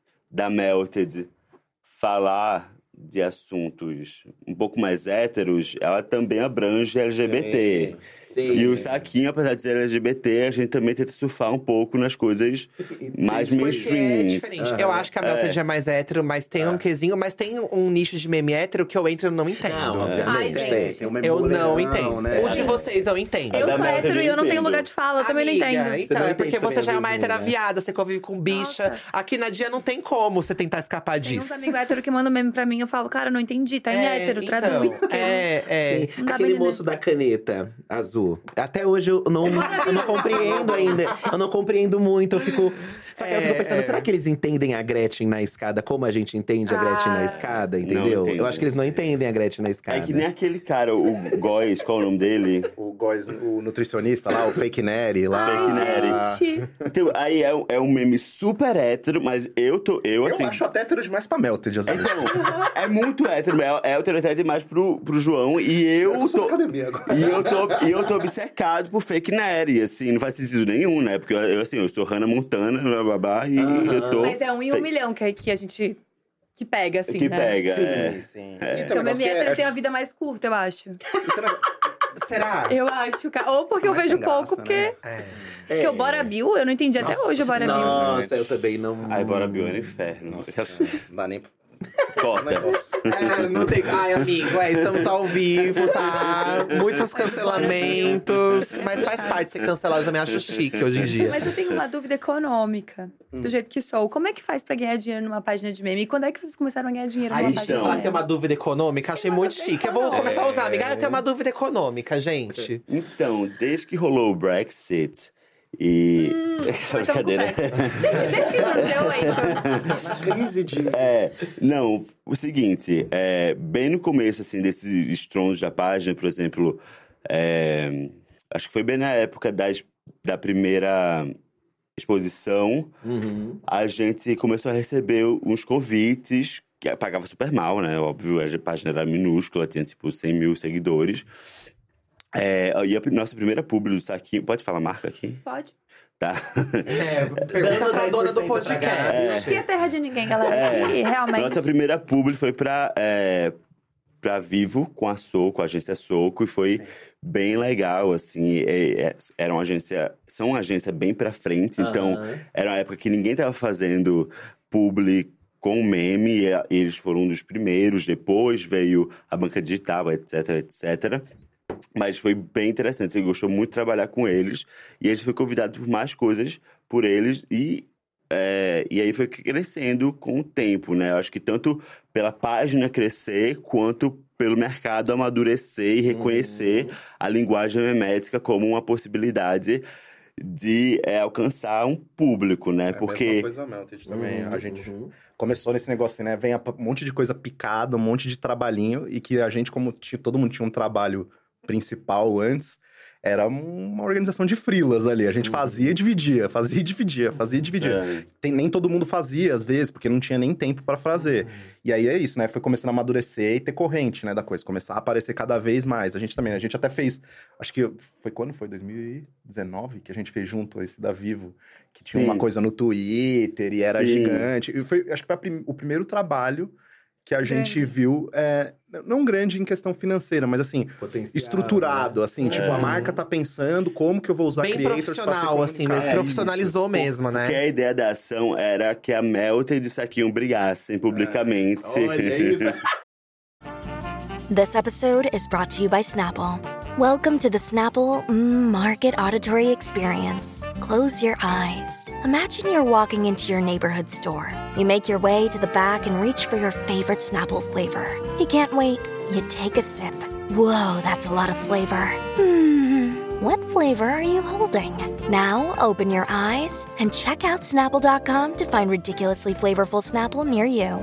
da Melted falar de assuntos um pouco mais héteros, ela também abrange L G B T. Sim. E o Saquinho, apesar de ser L G B T, a gente também tenta surfar um pouco nas coisas mais Porque é mainstream. diferente. Eu acho que a Melted é. mais hétero, mas tem um quesinho, mas tem um nicho de meme hétero que eu entro e não entendo. Não, Ai, obviamente. gente. Tem um meme Eu não boleirão, entendo. né? O de vocês eu entendo. Eu da sou Melted hétero e eu eu não tenho entendo. lugar de fala, eu também não Amiga, entendo. Então, não é porque entende você também, já é às uma vezes, hétera né? viada, você convive com bicha. Nossa. Aqui na dia não tem como você tentar escapar Tem uns disso. amigos héteros que mandam meme pra mim, eu falo, cara, não entendi, tá em É, hétero, então, traduz. Porque É, é. Sim. Não dá Aquele pra moço da caneta azul. Até hoje eu não, eu não compreendo ainda. Eu não compreendo muito. Eu fico. Só que eu fico É, pensando, é. será que eles entendem a Gretchen na escada como a gente entende a Gretchen na Ah. escada, Não entendeu? entendem. Eu acho que eles não entendem a Gretchen na escada. É que nem aquele cara, o Góis, qual é o nome dele? O Góis, o nutricionista lá, o Fake Nery lá. Fake Nery. Ah, gente, Então, aí é, um- é um meme super hétero, mas eu tô. Eu, Eu assim. acho até hétero demais pra Melted, às vezes. Então, é muito hétero, é, é hétero até demais pro, pro João, e eu Eu sou tô. da academia agora. E eu tô, e eu tô obcecado por fake Nery, assim, não faz sentido nenhum, né? Porque eu, eu, assim, eu sou Hannah Montana, blá, blá, blá, e eu tô. mas é um em um fake- milhão que, que a gente… Que pega, assim, que né? pega. Sim, é. sim. É. E tem Porque um o negócio meme que hétero é- tem uma vida mais curta, eu acho. Será? Eu acho, cara. Ou porque eu Mais vejo sem graça, pouco, porque… né? É. Porque o Bora Bill, eu não entendi até Nossa hoje o Bora Bill. Nossa, eu também não. Ai, bora, Bill, é um inferno. Não dá nem pra… Corta. É, não tem… Ai, amigo, é, estamos ao vivo, tá? Muitos cancelamentos. Mas faz parte ser cancelado, eu também acho chique hoje em dia. Mas eu tenho uma dúvida econômica, Hum. do jeito que sou. Como é que faz pra ganhar dinheiro numa página de meme? E quando é que vocês começaram a ganhar dinheiro numa Aí, página então. de falar meme? que tem uma dúvida econômica, achei Tem uma muito dúvida chique. Eu vou econômica. começar a usar, amiga. Ah, eu tenho uma dúvida econômica, gente. Então, desde que rolou o Brexit e. Começamos com Brincadeira. Brexit. Gente, desde que surgiu o Heitor. Na crise de… É, não, o seguinte, é, bem no começo, assim, desses estrons da página, por exemplo, é, acho que foi bem na época das, da primeira exposição, Uhum. a gente começou a receber uns convites, que pagava super mal, né, óbvio, a página era minúscula, tinha, tipo, cem mil seguidores. É, e a nossa primeira publi do Saquinho, pode falar marca aqui? Pode. Tá. É, pergunta pra dona do podcast. Aqui é terra de ninguém, galera. É. Aqui, realmente. Nossa primeira publi foi pra, é, pra Vivo com a Soco, a agência Soco, e foi bem legal, assim. É, é, era uma agência, são uma agência bem pra frente, então Aham. era uma época que ninguém tava fazendo publi com meme, e eles foram um dos primeiros, depois veio a banca digital, etc, etcétera. Mas foi bem interessante, eu gostou muito de trabalhar com eles, e a gente foi convidado por mais coisas por eles, e, é, e aí foi crescendo com o tempo, né? Eu acho que tanto pela página crescer, quanto pelo mercado amadurecer e reconhecer Uhum. a linguagem memética como uma possibilidade de é, alcançar um público, né? É a Porque... mesma coisa Melted também. Uhum, A gente uhum. começou nesse negócio assim, né? Vem a- um monte de coisa picada, um monte de trabalhinho. E que a gente, como ti- todo mundo tinha um trabalho principal antes, era uma organização de freelas ali. A gente fazia e dividia, fazia e dividia, fazia e dividia. É. Tem, nem todo mundo fazia, às vezes, porque não tinha nem tempo pra fazer. E aí é isso, né? Foi começando a amadurecer e ter corrente, né, da coisa. Começar a aparecer cada vez mais. A gente também, a gente até fez... Acho que foi quando? Foi dois mil e dezenove que a gente fez junto esse da Vivo. Que tinha Sim. uma coisa no Twitter e era Sim. gigante. E foi, acho que foi a prim- o primeiro trabalho que a gente Grande. viu... É, não grande em questão financeira, mas assim... Potencial, Estruturado, né? assim. Tipo, a marca tá pensando como que eu vou usar Bem creators pra ser profissional, assim, comunicado. mesmo, profissionalizou mesmo, né? Porque a ideia da ação era que a Melted e o Saquinho brigassem publicamente. Olha isso. This episode is brought to you by Snapple. Welcome to the Snapple mm, Market Auditory Experience. Close your eyes. Imagine you're walking into your neighborhood store. You make your way to the back and reach for your favorite Snapple flavor. You can't wait. You take a sip. Whoa, that's a lot of flavor. Hmm. What flavor are you holding? Now open your eyes and check out Snapple dot com to find ridiculously flavorful Snapple near you.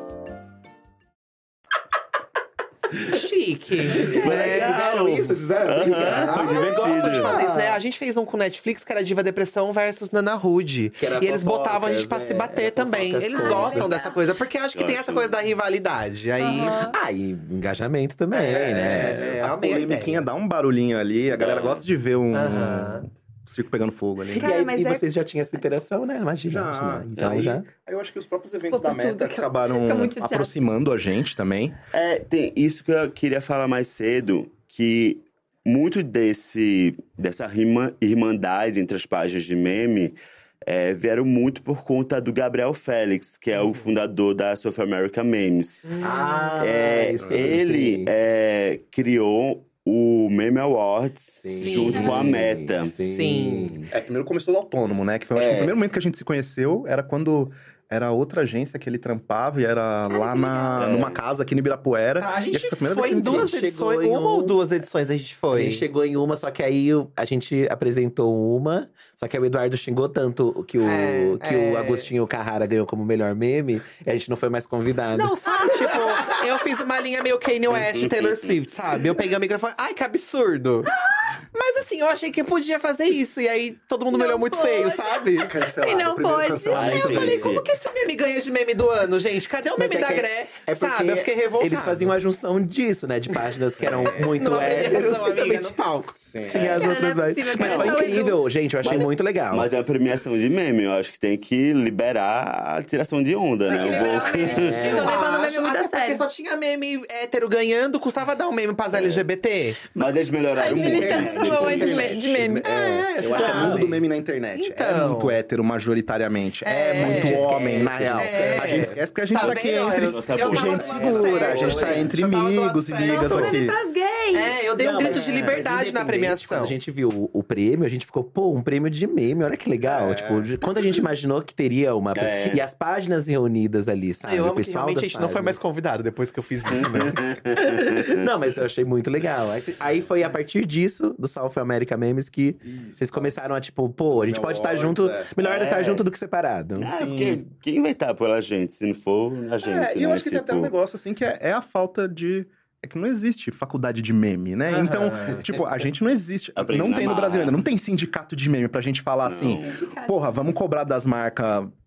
Chique. Foi né? legal. Fizeram isso? Fizeram? Aham, Fizeram? foi Eles gostam de divertido. fazer isso, né? A gente fez um com Netflix que era Diva Depressão versus Nana Rude. Que era E eles fofocas, botavam a gente pra é, se bater era também. fofocas Eles todas. gostam dessa coisa, porque eu acho que tem essa Gosto. coisa da rivalidade. Aí. Aham. Ah, e engajamento também, né? É, a amei a polemiquinha ideia. dá um barulhinho ali, a galera gosta de ver um, Aham. um circo pegando fogo ali. Cara, e aí, mas e é- vocês já tinham essa interação, né? Imagina. Já. imagina. Então Aí, já. aí eu acho que os próprios eventos Ficou da por tudo, Meta que eu- acabaram fica muito chateada. aproximando a gente também. É, tem isso que eu queria falar mais cedo, que muito desse, dessa rima, irmandade entre as páginas de meme é, vieram muito por conta do Gabriel Félix, que é o fundador da South America Memes. Ah, É, sim, ele sim. é, criou o Meme Awards Sim. junto com a Meta. Sim. É, primeiro começou do Autônomo, né? Que foi, eu acho É. que o primeiro momento que a gente se conheceu era quando era outra agência que ele trampava e era lá na, É. numa casa aqui no Ibirapuera. A E gente acho que a primeira foi vez em que a gente duas se chegou edições. em Uma um- ou duas edições a gente A foi. gente chegou em uma, só que aí o- a gente apresentou uma, só que aí o Eduardo xingou tanto que o, É, que o é. Agostinho Carrara ganhou como melhor meme, e a gente não foi mais convidado. Não, sabe? Tipo, eu fiz uma linha meio Kanye West e Taylor Swift, sabe? Eu peguei o microfone. Ai, que absurdo! Mas assim, eu achei que podia fazer isso. E aí todo mundo me olhou muito feio, sabe? Cancelado, E não o primeiro pôde. cancelamento Ai, Eu falei, gente. como que esse meme ganha de meme do ano, gente? Cadê o Mas meme é da que- Gré? É porque sabe? Eu fiquei revoltada. eles faziam a junção disso, né? De páginas que eram muito Numa héteros. premiação, e amiga, também no palco. tinha as Cara, outras não é mais. possível, Mas cara, foi só o Edu. incrível, gente. Eu achei Mas- muito legal. Mas é a premiação de meme, eu acho que tem que liberar a tiração de onda, né? Um pouco. É. Estão levando o meme Acho, muito até a porque sério. só tinha meme hétero ganhando, custava dar um meme pras L G B T. Mas eles melhoraram A muito. Julie né? transformou Eles- de me- de meme. É, Eu acho que o mundo sabe? do meme na internet é Então. muito hétero majoritariamente. É, É. muito Esquece, homem, na real. é. A gente esquece porque a gente Tá tá, aqui vendo? entre Eu- eu tava do gente lado segura, certo, a gente tá gente. entre Eu tava do lado amigos e certo. amigas Soltou aqui. meme pras gays. É, eu dei um Não, grito mas- de mas liberdade na independente, premiação. Quando a gente viu o, o prêmio, a gente ficou, pô, um prêmio de meme, olha que legal. É. Tipo, de- quando a gente imaginou que teria uma. É. E as páginas reunidas ali, sabe? Eu o amo que pessoal realmente a das gente não foi mais páginas. convidado depois que eu fiz isso, né? Não, mas eu achei muito legal. Aí, aí foi a partir disso, do South America Memes, que vocês começaram a, tipo, pô, a gente pode estar Awards, junto. é. Melhor é estar É. junto do que separado. Ah, porque quem vai estar pela gente, se não for a gente, É, e eu né? acho que tem até um Tipo, negócio assim que é, é a falta de. É que não existe faculdade de meme, né? Aham. Então, tipo, a gente não existe. Aprende não na tem no marra. Brasil ainda. Não tem sindicato de meme pra gente falar assim. Porra, vamos cobrar das marcas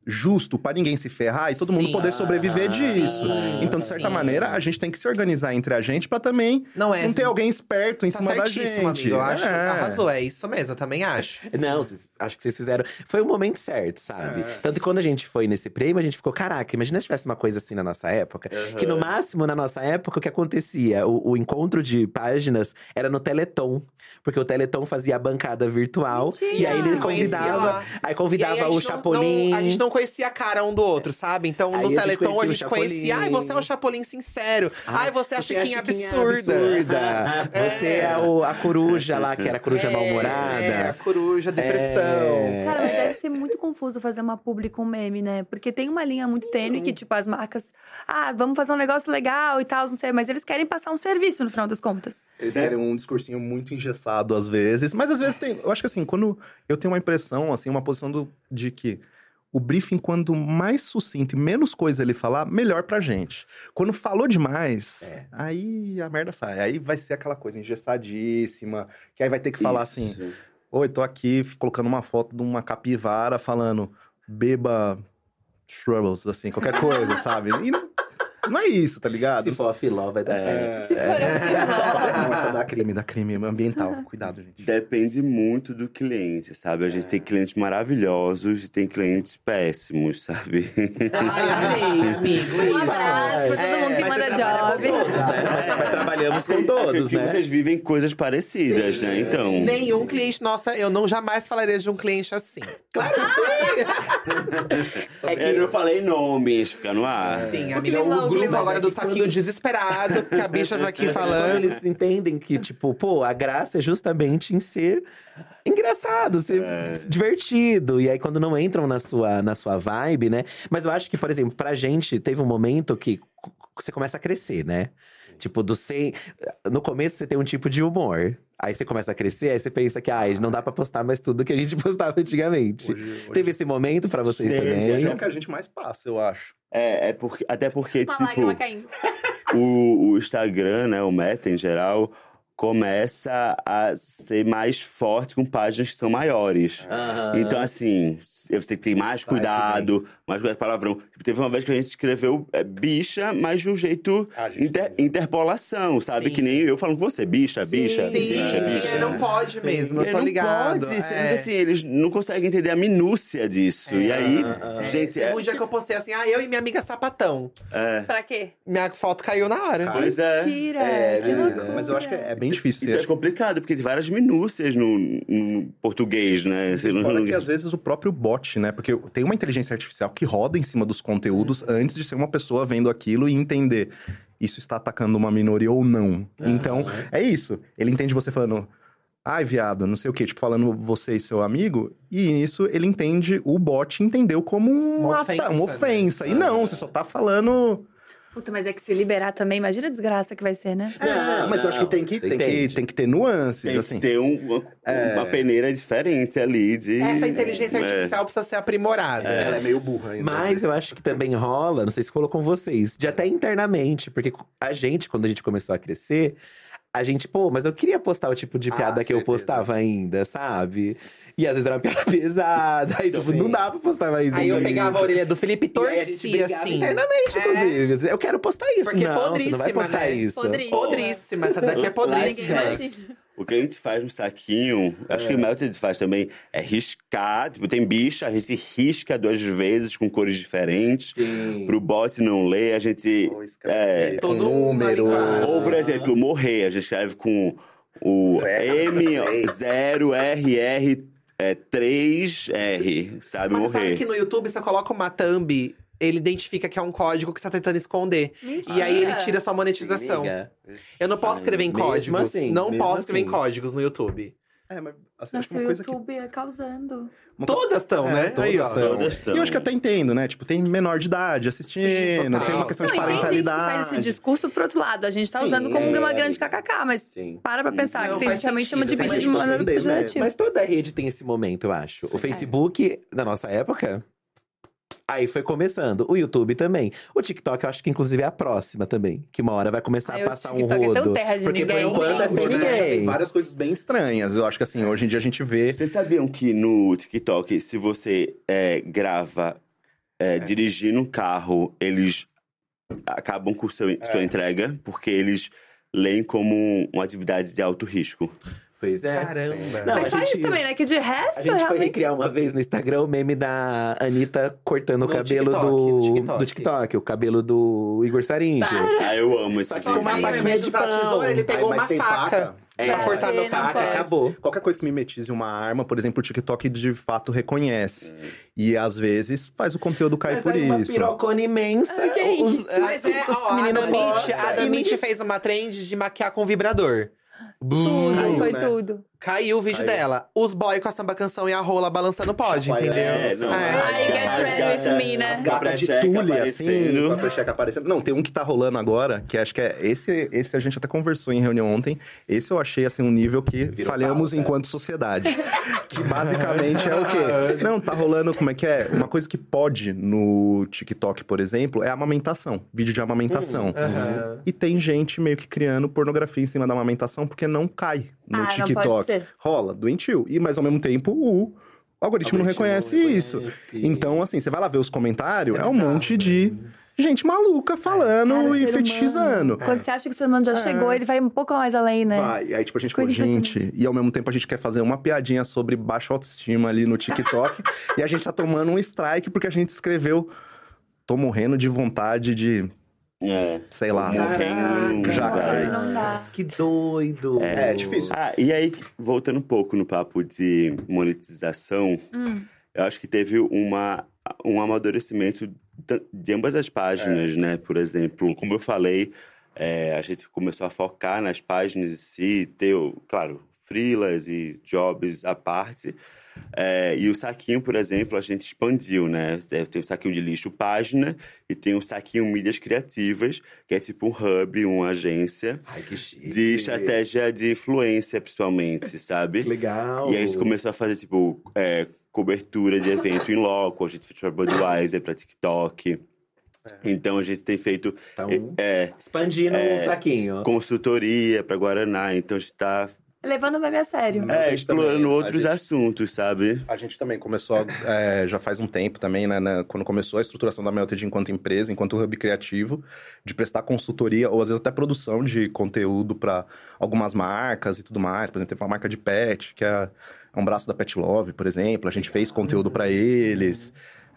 justo pra ninguém se ferrar e todo mundo Sim. poder sobreviver Ah, disso. sim, Então, de certa sim. maneira, a gente tem que se organizar entre a gente pra também Não é. não ter alguém esperto em Tá cima da certíssimo, gente. amigo. Eu acho. É. Arrasou, é isso mesmo, eu também acho. Não, vocês- acho que vocês fizeram. Foi o momento certo, sabe? Tanto que quando a gente foi nesse prêmio, a gente ficou, caraca, imagina se tivesse uma coisa assim na nossa época. Que no máximo, na nossa época, o que acontecia? O, o encontro de páginas era no Teleton. Porque o Teleton fazia a bancada virtual. E aí ele Se conhecia convidava. lá. Aí E convidava aí, a o gente não- Chapolin. não- a gente não conhecia a cara um do outro, sabe? Então, Aí no a gente Teleton, a conhecia o gente conhecia. Chapolin. Ai, você é o Chapolin sincero. Ai, você é a Chiquinha Chiquinha absurda. absurda. Você é o- a coruja lá, que era a coruja É, mal-humorada. É, a coruja, depressão. É. Cara, mas deve ser muito confuso fazer uma publi com meme, né? Porque tem uma linha muito tênue que, tipo, as marcas… Ah, vamos fazer um negócio legal e tal, não sei. Mas eles querem passar um serviço, no final das contas. Eles querem um discursinho muito engessado às vezes. Mas às vezes tem… Eu acho que assim, quando eu tenho uma impressão, assim, uma posição do, de que… O briefing, quanto mais sucinto e menos coisa ele falar, melhor pra gente. Quando falou demais, aí a merda sai. Aí vai ser aquela coisa engessadíssima, que aí vai ter que falar assim… Isso. Oi, tô aqui colocando uma foto de uma capivara falando beba shrubbles, assim, qualquer coisa, sabe? E não, não é isso, tá ligado? Se for a filó, vai dar certo. Se for assim, Não, essa dá crime, dá crime ambiental. Cuidado, gente. Depende muito do cliente, sabe? A gente tem clientes maravilhosos e tem clientes péssimos, sabe? Ai, amei, amigo. Um isso. abraço pra todo mundo que Mas manda você trabalha job. com todos, né? Mas, mas trabalhamos com todos, Porque né? vocês vivem coisas parecidas, né? Então. Nenhum cliente, nossa, eu não jamais falaria de um cliente assim. É que eu não falei nomes, fica no ar. Sim, O amiga, climão, o o grupo climão. agora do saquinho desesperado, que a bicha tá aqui Quando falando. eles entendem que, tipo, pô, a graça é justamente em ser engraçado, ser divertido. E aí, quando não entram na sua, na sua vibe, né? Mas eu acho que, por exemplo, pra gente, teve um momento que você começa a crescer, né? Tipo, do cem… No começo, você tem um tipo de humor. Aí você começa a crescer, aí você pensa que, ai, não dá pra postar mais tudo que a gente postava antigamente. Hoje- hoje- Teve esse momento pra vocês Sim, também? É o que a gente mais passa, eu acho. É, é porque, até porque, Uma tipo, lágrima caindo. o, o Instagram, né, o Meta em geral, começa a ser mais forte com páginas que são maiores. Aham. Então, assim, você tem que ter mais Destaque, cuidado, mais cuidado com palavrão. Tipo, teve uma vez que a gente escreveu é, bicha, mas de um jeito Ah, gente, inter- interpolação, sabe? Sim. que nem eu falando com você, bicha, bicha, Sim, bicha, bicha. sim, não pode mesmo, eu E tô não ligado. pode, sendo é. que, assim, eles não conseguem entender a minúcia disso. E aí, gente, Teve é, um dia que eu postei assim, ah, eu e minha amiga sapatão. é, Pra quê? Minha foto caiu na hora. Cara, pois é. Mentira! É, que menina. loucura. Mas eu acho que é bem difícil. Então Você é complicado, porque tem várias minúcias no, no português, né? Você não- Fora que às vezes o próprio bot, né? Porque tem uma inteligência artificial que roda em cima dos conteúdos antes de ser uma pessoa vendo aquilo e entender isso está atacando uma minoria ou não. Então, é isso. Ele entende você falando, ai, viado, não sei o quê, tipo, falando você e seu amigo, e nisso ele entende, o bot entendeu como um Uma ata- ofensa, uma ofensa. E não, você só tá falando. Puta, mas é que se liberar também, imagina a desgraça que vai ser, né? Não, mas eu acho que não, tem que, você tem que, entende. tem que ter nuances, Tem assim. que ter um- uma, uma peneira diferente ali de… Essa inteligência É. artificial precisa ser aprimorada. Ela é meio burra ainda. Mas eu acho que também rola, não sei se rolou com vocês, de até internamente, porque a gente, quando a gente começou a crescer, a gente, pô, mas eu queria postar o tipo de Ah, piada que eu certeza. postava ainda, sabe? E às vezes era uma piada pesada, aí tipo, Sim. não dá pra postar mais Aí eu isso. pegava a orelha do Felipe e E aí a gente torcia, brigava assim. internamente, É. inclusive. Eu quero postar isso. Porque não, você não vai podríssima, postar né? isso. Podríssima. Podríssima, essa daqui é Ninguém podríssima. imagina. O que a gente faz no saquinho, acho que o Melted faz também, é riscar. Tipo, tem bicha, a gente risca duas vezes com cores diferentes. Sim. Pro bot não ler, a gente… Ou escreve É, com Todo número. uma ou, por exemplo, morrer, a gente escreve com o M zero R R três R, sabe? Mas você morrer. sabe que no YouTube, você coloca uma thumb, ele identifica que é um código que você tá tentando esconder. Mentira. E aí ele tira a sua monetização. Se liga. Eu não posso escrever em Mesmo códigos. assim, não mesmo posso escrever em assim. códigos no YouTube. É, mas assim, acho que Nossa, o uma coisa que. YouTube é causando. uma coisa- Todas estão, É, né? todas Aí, ó. estão. Todas estão. E eu acho que até entendo, né? Tipo, tem menor de idade assistindo, Sim, total. tem uma questão Não, de e tem gente que faz parentalidade. esse discurso pro outro lado. A gente tá Sim, usando como é, uma grande amiga. kkk, mas Sim. para pra pensar Não, que tem faz gente que realmente chama de sentido, bicho faz de sentido. maneira Mas- pejorativa. Mas toda rede tem esse momento, eu acho. O Facebook, na nossa época, aí foi começando. O YouTube também. O TikTok, eu acho que inclusive é a próxima também. Que uma hora vai começar Ai, a o passar um TikTok é tão rodo. terra de Porque por ninguém. enquanto é sem Hoje, né, Tem ninguém. várias coisas bem estranhas. Eu acho que assim, hoje em dia a gente vê. Vocês sabiam que no TikTok, se você é, grava é, dirigindo um carro, eles acabam com seu, É. sua entrega, porque eles leem como uma atividade de alto risco. Pois é. Caramba. Não, Mas a só gente- isso também, né? Que de resto, A gente foi realmente... recriar uma vez no Instagram o meme da Anitta cortando o No cabelo TikTok, do, no TikTok. do TikTok, o cabelo do Igor Saringe. Ah, eu amo esse Só que vídeo. uma aí, ao faquinha invés de de usar pão. tesoura, ele pegou Aí, mas uma tem faca. faca. É, Pra cortar Porque no não faca, pode. acabou. Qualquer coisa que mimetize uma arma, por exemplo, o TikTok de fato reconhece. E às vezes faz o conteúdo cair Mas por aí uma isso. pirocona imensa. Ai, que os, isso? Mas é, os ó, a meninos Adamite, postam, a e Adamite ninguém- fez uma trend de maquiar com vibrador. Tudo, Caiu, foi né? tudo. Caiu o vídeo Caiu. dela. Os boy com a samba canção e a rola balançando pode, Chacoalhando. entendeu? É, não, É. Ai, get ready with me, né? As gatas de Brecheca tule, assim, aparecendo. com a brecheca aparecendo. Não, tem um que tá rolando agora, que acho que é esse, esse a gente até conversou em reunião ontem. Esse eu achei, assim, um nível que Virou falhamos pauta. enquanto sociedade. Que basicamente é o quê? Não, tá rolando, como é que é? Uma coisa que pode no TikTok, por exemplo, é a amamentação. Vídeo de amamentação. Aham. E tem gente meio que criando pornografia em cima da amamentação porque não cai no Ah, não TikTok. pode ser. Rola, doentio. E, mas ao mesmo tempo, o algoritmo não reconhece isso. Então, assim, você vai lá ver os comentários, é, um bizarro, monte de gente maluca falando Cara, o e ser fetichizando. humano. Quando você acha que o ser humano já chegou, ele vai um pouco mais além, né? Vai. E aí, tipo, a gente Coisa falou, gente, e ao mesmo tempo a gente quer fazer uma piadinha sobre baixa autoestima ali no TikTok. E a gente tá tomando um strike porque a gente escreveu: tô morrendo de vontade de, É. sei lá. Morrendo, já vai. cai. Não dá. Que doido. É, é difícil. Ah, e aí, voltando um pouco no papo de monetização, Hum. eu acho que teve uma, um amadurecimento da- de ambas as páginas, É. né? Por exemplo, como eu falei, é, a gente começou a focar nas páginas em si, ter, o- claro, freelas e jobs à parte. É, e o saquinho, por exemplo, a gente expandiu, né? É, Tem o saquinho de lixo página e tem o saquinho mídias criativas, que é tipo um hub, uma agência Ai, que chique. de estratégia de influência, principalmente, sabe? Que legal. E aí a gente começou a fazer, tipo, é, cobertura de evento em loco. A gente fez pra Budweiser, pra TikTok. Então a gente tem feito Então, é, expandindo é, o saquinho. consultoria pra Guaraná. Então a gente tá Levando o meme a sério. é, gente explorando também, a outros gente- assuntos, sabe? A gente também começou, a- é, já faz um tempo também, né, né, quando começou a estruturação da Melted enquanto empresa, enquanto hub criativo, de prestar consultoria, ou às vezes até produção de conteúdo para algumas marcas e tudo mais. Por exemplo, teve uma marca de pet, que é, é um braço da Pet Love, por exemplo, a gente fez conteúdo para eles.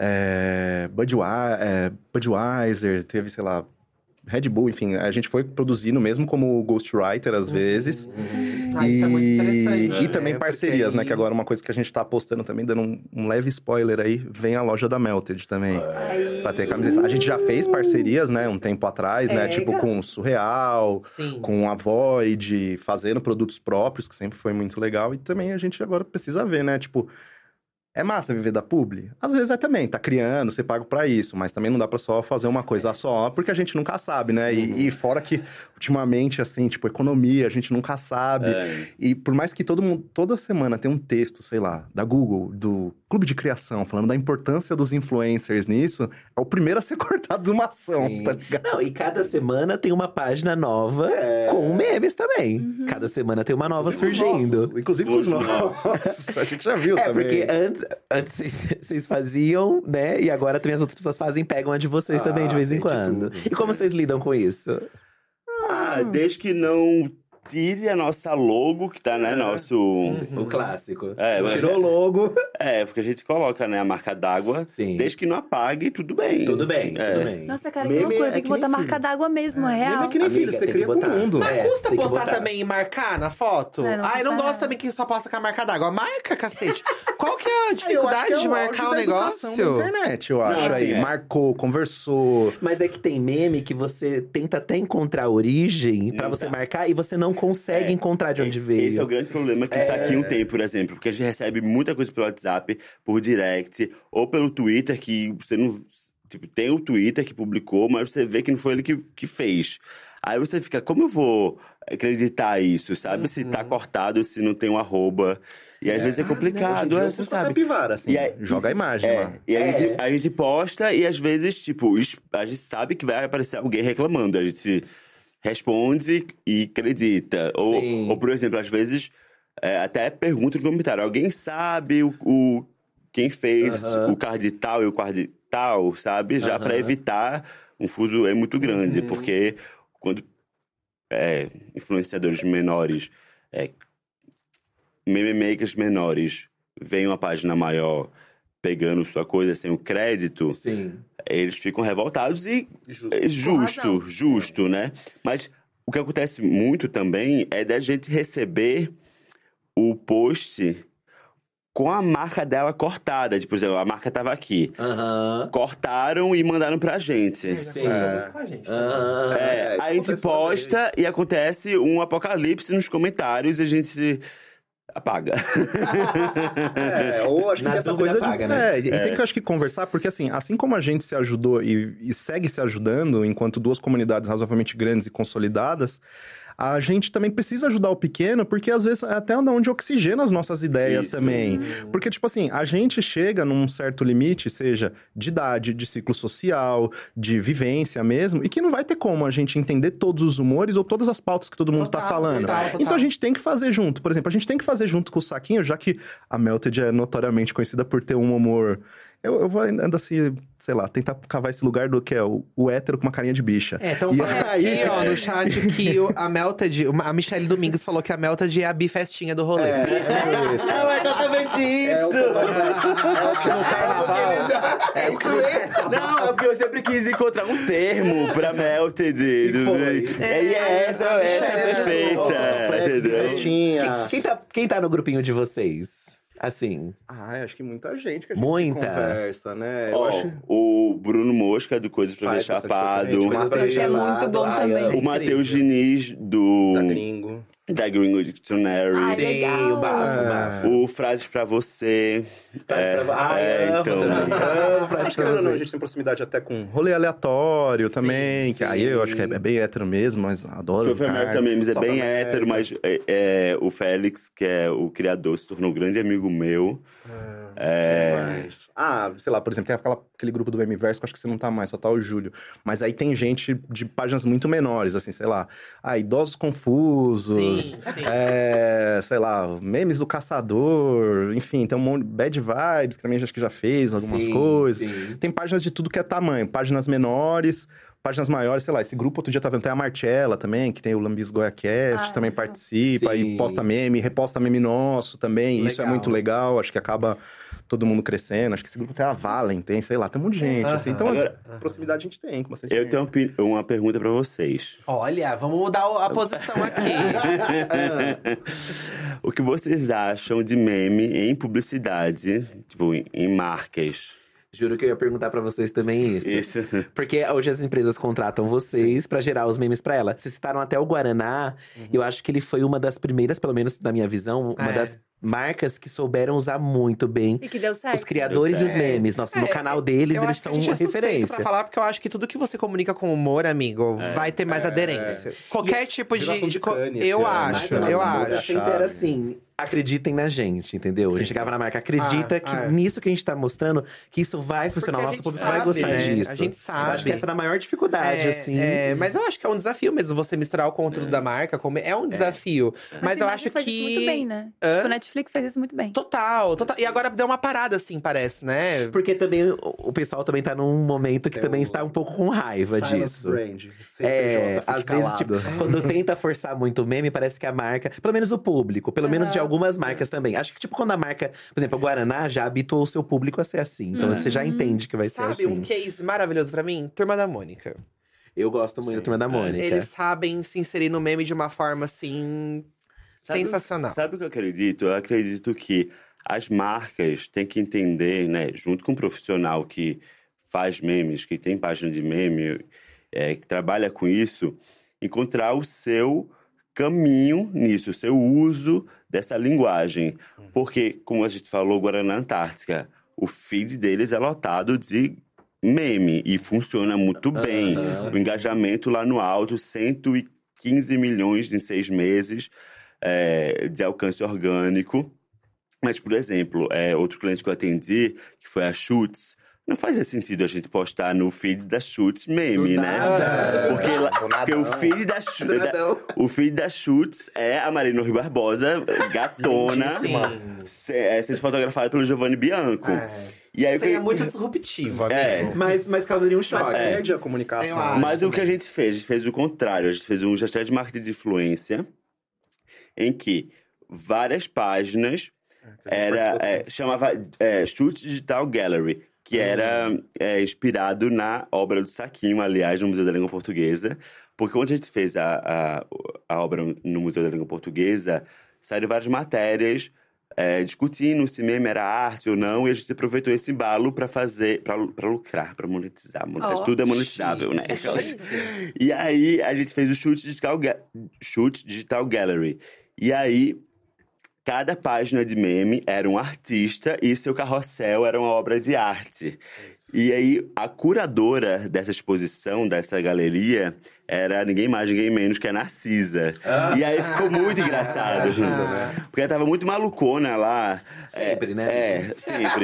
É, Budweiser, é, Budweiser, teve, sei lá, Red Bull, enfim, a gente foi produzindo mesmo como ghostwriter às vezes. Ah, isso é muito interessante. E também né? parcerias, Porque né? aí- Que agora é uma coisa que a gente tá apostando também, dando um, um leve spoiler aí, vem a loja da Melted também. Aí... Pra ter camiseta. A gente já fez parcerias, né? Um tempo atrás, né? É, Tipo legal. com o Surreal, Sim. com a Void, fazendo produtos próprios, que sempre foi muito legal. E também a gente agora precisa ver, né? Tipo, é massa viver da publi? Às vezes é também, tá criando, você paga pra isso, mas também não dá pra só fazer uma coisa só, porque a gente nunca sabe, né? E, e fora que, ultimamente, assim, tipo, economia, a gente nunca sabe. É. E por mais que todo mundo, toda semana tem um texto, sei lá, da Google, do Clube de Criação, falando da importância dos influencers nisso, é o primeiro a ser cortado de uma ação, Sim. tá ligado? Não, e cada semana tem uma página nova É. com memes também. Uhum. Cada semana tem uma nova Inclusive os surgindo. nossos, Inclusive com os Os nossos. A gente já viu É, também. porque antes, antes vocês, vocês faziam, né? E agora também as outras pessoas fazem, pegam a de vocês Ah, também de vez em tem de quando. tudo. E como vocês lidam com isso? Ah, desde que não tire a nossa logo, que tá, né, nosso... O clássico. É, mas- Tirou o logo. É, porque a gente coloca, né, a marca d'água. Sim. Desde que não apague, tudo bem. Tudo bem, É. tudo bem. Nossa, cara, que Meme loucura. é Tem que que nem botar filho. marca d'água mesmo, é real. Meme é que nem Amiga, filho, você tem que cria pro botar. mundo. Mas É, custa tem que postar botar. também e marcar na foto? É, não Ai, não custa gosto nada. também que só posta com a marca d'água. Marca, cacete. Qual que é a Eu acho dificuldade que é de o marcar auge o da educação negócio? da internet, eu acho. Não, aí, assim, é. marcou, conversou. Mas é que tem meme que você tenta até encontrar a origem pra Não você dá. marcar e você não consegue É. encontrar de onde veio. Esse é o grande problema que o Saquinho tem, por exemplo. Porque a gente recebe muita coisa pelo WhatsApp, por direct, ou pelo Twitter, que você não... Tipo, tem o Twitter que publicou, mas você vê que não foi ele que, que fez. Aí você fica, como eu vou acreditar isso, sabe? Se tá cortado, se não tem um arroba. E às vezes é complicado, é, você sabe. Capivara, assim. E aí- joga a imagem lá. É, e a, É. gente, a gente posta e às vezes, tipo, es- a gente sabe que vai aparecer alguém reclamando. A gente responde e acredita. Ou, Sim. ou por exemplo, às vezes é, até pergunta no comentário: alguém sabe o, o- quem fez Aham. o card tal e o card tal, sabe? Já Aham. para evitar um fuso é muito grande, Uhum. porque quando é, influenciadores menores, é, meme makers menores, veem uma página maior pegando sua coisa sem o crédito, Sim. eles ficam revoltados e Justo. é justo, razão. justo, né? Mas o que acontece muito também é da gente receber o post com a marca dela cortada. Tipo, por exemplo, a marca tava aqui. Aham. Cortaram e mandaram pra gente. Sim. É, Aham. É, isso aí a gente acontece uma posta e acontece um apocalipse nos comentários e a gente se apaga. É, ou acho que Na tem essa dúvida coisa paga, de. né? É, e tem que, eu acho que, conversar, porque assim, assim como a gente se ajudou e, e segue se ajudando enquanto duas comunidades razoavelmente grandes e consolidadas, a gente também precisa ajudar o pequeno, porque às vezes é até onde oxigena as nossas ideias Isso. também. Porque, tipo assim, a gente chega num certo limite, seja de idade, de ciclo social, de vivência mesmo, e que não vai ter como a gente entender todos os humores ou todas as pautas que todo mundo tá Total, falando. total, total. Então a gente tem que fazer junto. Por exemplo, a gente tem que fazer junto com o Saquinho, já que a Melted é notoriamente conhecida por ter um humor. Eu, eu vou ainda assim, sei lá, tentar cavar esse lugar do que é o, o hétero com uma carinha de bicha. É, então E falando aí- aqui, ó, no chat que o- a Melted, uma- a Michelle Domingos falou que a Melted é a bifestinha do rolê. É, Não, é totalmente isso! É o que no carnaval. É isso mesmo. Não, é porque eu sempre quis encontrar um termo pra Melted. E foi. É, e é essa, a essa é Michelle perfeita. Flex, Entendeu? festinha. Quem tá, quem tá no grupinho de vocês? Assim. Ah, acho que muita gente que a gente Muita? se conversa, né? Eu Ó, acho... o Bruno Mosca, do Coisas pra Ver Faz bastante Chapado. coisa, Coisas pra Esse é ver muito bom gelado. também. Ai, é O Matheus incrível. Diniz, do Da gringo. da Gringo Dictionary. Ai, Sim, legal. o bafo, o É. bafo. O Frases pra Você. Frases É, pra vo- Ai, é, amo então. também. Amo frases Acho que pra não, não, a você. gente tem proximidade até com rolê aleatório também. Que sim. aí eu acho que é, é bem hétero mesmo, mas adoro. South Ricardo. American Memes é South bem America. hétero, mas é, é, o Félix, que é o criador, se tornou um grande amigo meu. É, Mas- Ah, sei lá, por exemplo, tem aquela- aquele grupo do Memiverso que eu acho que você não tá mais, só tá o Júlio. Mas aí tem gente de páginas muito menores, assim, sei lá. Ah, idosos confusos. Sim, sim. É, sei lá, memes do caçador. Enfim, tem um monte. Bad Vibes, que também acho que já fez algumas Sim, coisas. sim. Tem páginas de tudo que é tamanho. Páginas menores, páginas maiores, sei lá. Esse grupo outro dia tá vendo, tem a Marcella também, que tem o Lambis Goiacast, Ah, também legal. participa Sim. e posta meme, reposta meme nosso também. e Isso é Legal. muito legal, acho que acaba todo mundo crescendo. Acho que esse grupo tem a Valen, tem, sei lá, tem um monte de gente. Aham. assim. Então, Agora- proximidade a gente tem com bastante eu gente. tenho uma pi- uma pergunta pra vocês. Olha, vamos mudar o- a posição aqui. O que vocês acham de meme em publicidade, tipo, em, em marcas? Juro que eu ia perguntar pra vocês também isso. Isso. Porque hoje as empresas contratam vocês pra gerar os memes pra ela. Vocês citaram até o Guaraná. Eu acho que ele foi uma das primeiras, pelo menos na minha visão, uma É. das marcas que souberam usar muito bem E que deu certo. os criadores e os certo. memes. Nossa, no É, canal deles, Eu eles acho que são a gente uma é suspeito referência. pra falar, porque eu acho que tudo que você comunica com humor, amigo, vai ter mais aderência. Qualquer tipo virou de. assunto de de co- Cannes eu esse ano, acho, Mas a nossa eu moda acho. sempre era assim. Acreditem na gente, entendeu? A gente chegava na marca, acredita Ah, que ah. nisso que a gente tá mostrando, que isso vai funcionar. Porque O a nosso gente público vai sabe, gostar né? disso. A gente Eu acho sabe. que essa é a maior dificuldade, É, assim. é, mas eu acho que é um desafio mesmo você misturar o conteúdo da marca. com- É um desafio. Mas, eu a acho Netflix faz que. isso muito bem, né? Hã? Tipo, a Netflix faz isso muito bem. Total, total. E agora deu uma parada, assim, parece, né? Porque também o o pessoal também tá num momento que É também o- está um pouco com raiva Silence disso. Brand. Sem É, P J, às fica vezes, tipo, calado. quando tenta forçar muito o meme, parece que a marca, pelo menos o público, pelo menos de Aham. algumas marcas também. Acho que, tipo, quando a marca, por exemplo, a Guaraná já habituou o seu público a ser assim. Então você já entende que vai Sabe ser assim. um case maravilhoso pra mim? Turma da Mônica. Eu gosto muito da Turma da Mônica. Eles sabem se inserir no meme de uma forma, assim, Sabe- sensacional. Sabe o que eu acredito? Eu acredito que as marcas têm que entender, né, junto com um profissional que faz memes, que tem página de meme, é, que trabalha com isso, encontrar o seu caminho nisso, o seu uso dessa linguagem. Porque, como a gente falou, Guaraná Antártica, o feed deles é lotado de meme e funciona muito bem. O engajamento lá no alto, cento e quinze milhões em seis meses é, de alcance orgânico. Mas, por exemplo, é, outro cliente que eu atendi, que foi a Schutz, não fazia sentido a gente postar no feed da Schutz meme, Do né? nada. Porque, lá- Do porque o feed da, Schutz- Do da- nadão. o feed da Schutz é a Marina Rui Barbosa, gatona, se- é, sendo fotografada pelo Giovanni Bianco. É. E aí, o Seria que- muito disruptivo, amigo. É. Mas, mas causaria um choque. É. Perde a comunicação. Eu acho. Mas o que a gente fez? A gente fez o contrário. A gente fez um hashtag de marketing de influência, em que várias páginas era, é, chamava é, Schutz Digital Gallery, que era é, inspirado na obra do Saquinho, aliás, no Museu da Língua Portuguesa. Porque quando a gente fez a, a, a obra no Museu da Língua Portuguesa, saíram várias matérias é, discutindo se meme era arte ou não, e a gente aproveitou esse embalo para fazer, para lucrar, para monetizar. Monetizar. Oh, Tudo é monetizável, né? chique. E aí, a gente fez o Schutz Digital, Ga- Schutz Digital Gallery. E aí, cada página de meme era um artista e seu carrossel era uma obra de arte. E aí, a curadora dessa exposição, dessa galeria, era ninguém mais, ninguém menos que a Narcisa. E aí, ficou muito engraçado. Porque ela tava muito malucona lá. Sempre, é, né? É, sempre.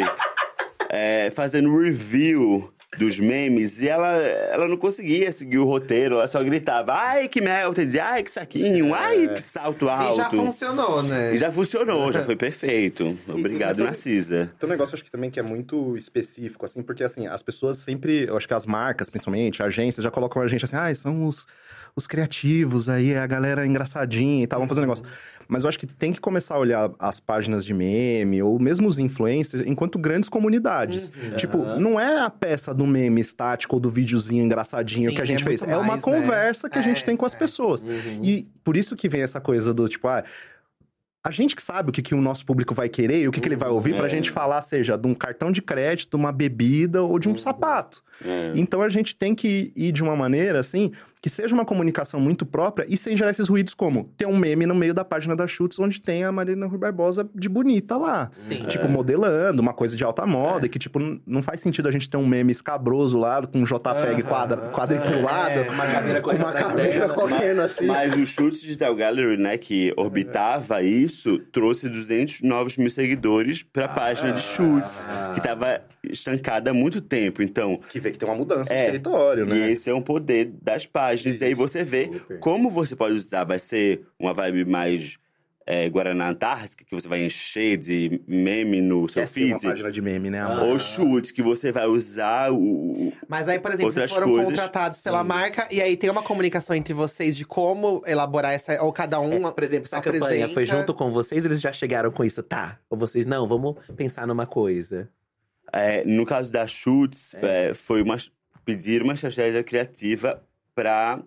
É, fazendo review dos memes, e ela, ela não conseguia seguir o roteiro, ela só gritava, ai, que mel, dizia, ai, que saquinho, ai, que salto alto. E já funcionou, né? E já funcionou, já foi perfeito. Obrigado, tem- Narcisa. Tem um negócio, acho que também, que é muito específico, assim, porque, assim, as pessoas sempre, eu acho que as marcas, principalmente, agências, já colocam a gente assim, ah, são os, os criativos, aí é a galera engraçadinha e tal, vamos fazer um negócio. Mas eu acho que tem que começar a olhar as páginas de meme, ou mesmo os influencers, enquanto grandes comunidades. Tipo, não é a peça do meme estático ou do videozinho engraçadinho Sim, que a gente é fez. muito É uma mais, né? conversa que a gente É, tem com as é. pessoas. E por isso que vem essa coisa do, tipo, ah, a gente que sabe o que, que o nosso público vai querer e o que, que ele vai ouvir pra É. gente falar, seja de um cartão de crédito, uma bebida ou de um sapato. É. Então a gente tem que ir de uma maneira, assim, que seja uma comunicação muito própria e sem gerar esses ruídos como ter um meme no meio da página da Schutz onde tem a Marina Rui Barbosa de bonita lá. Sim. Tipo, modelando, uma coisa de alta moda, e que, tipo, n- não faz sentido a gente ter um meme escabroso lá, com um JPEG quadra, quadriculado, É, uma caveira com correndo uma atrás caveira dela. correndo assim. Mas o Schutz Digital Gallery, né, que orbitava isso, trouxe duzentos novos mil seguidores pra página de Schutz, que tava estancada há muito tempo. Então, Que vê que tem uma mudança É, de território, né? e esse é um poder das páginas. E aí você vê super. como você pode usar. Vai ser uma vibe mais é, Guaraná Antártica, que você vai encher de meme no seu Quer ser uma feed. página de meme, né, amor? Ou Schutz, que você vai usar o... o- Mas aí, por exemplo, Outras vocês foram coisas. contratados pela marca e aí tem uma comunicação entre vocês de como elaborar essa. Ou cada um. É, por exemplo, se a apresenta. campanha foi junto com vocês, eles já chegaram com isso, tá? Ou vocês, não, vamos pensar numa coisa. É, no caso da Schutz, é, foi uma, pedir uma estratégia criativa para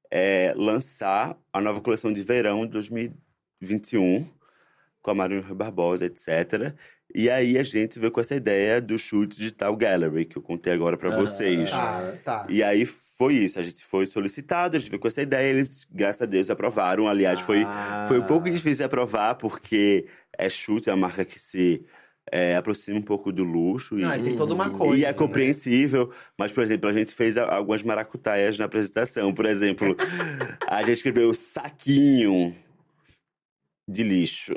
lançar a nova coleção de verão de dois mil e vinte e um, com a Marina Rui Barbosa, etcétera. E aí a gente veio com essa ideia do Schutz Digital Gallery, que eu contei agora para vocês. Tá, tá. E aí foi isso, a gente foi solicitado, a gente veio com essa ideia, eles, graças a Deus, aprovaram. Aliás, foi, Ah. foi um pouco difícil de aprovar, porque é Schutz, é uma marca que se é, aproxima um pouco do luxo. Não, e, e tem toda uma coisa. e é né? compreensível, mas, por exemplo, a gente fez a- algumas maracutaias na apresentação. Por exemplo, a gente escreveu saquinho de lixo.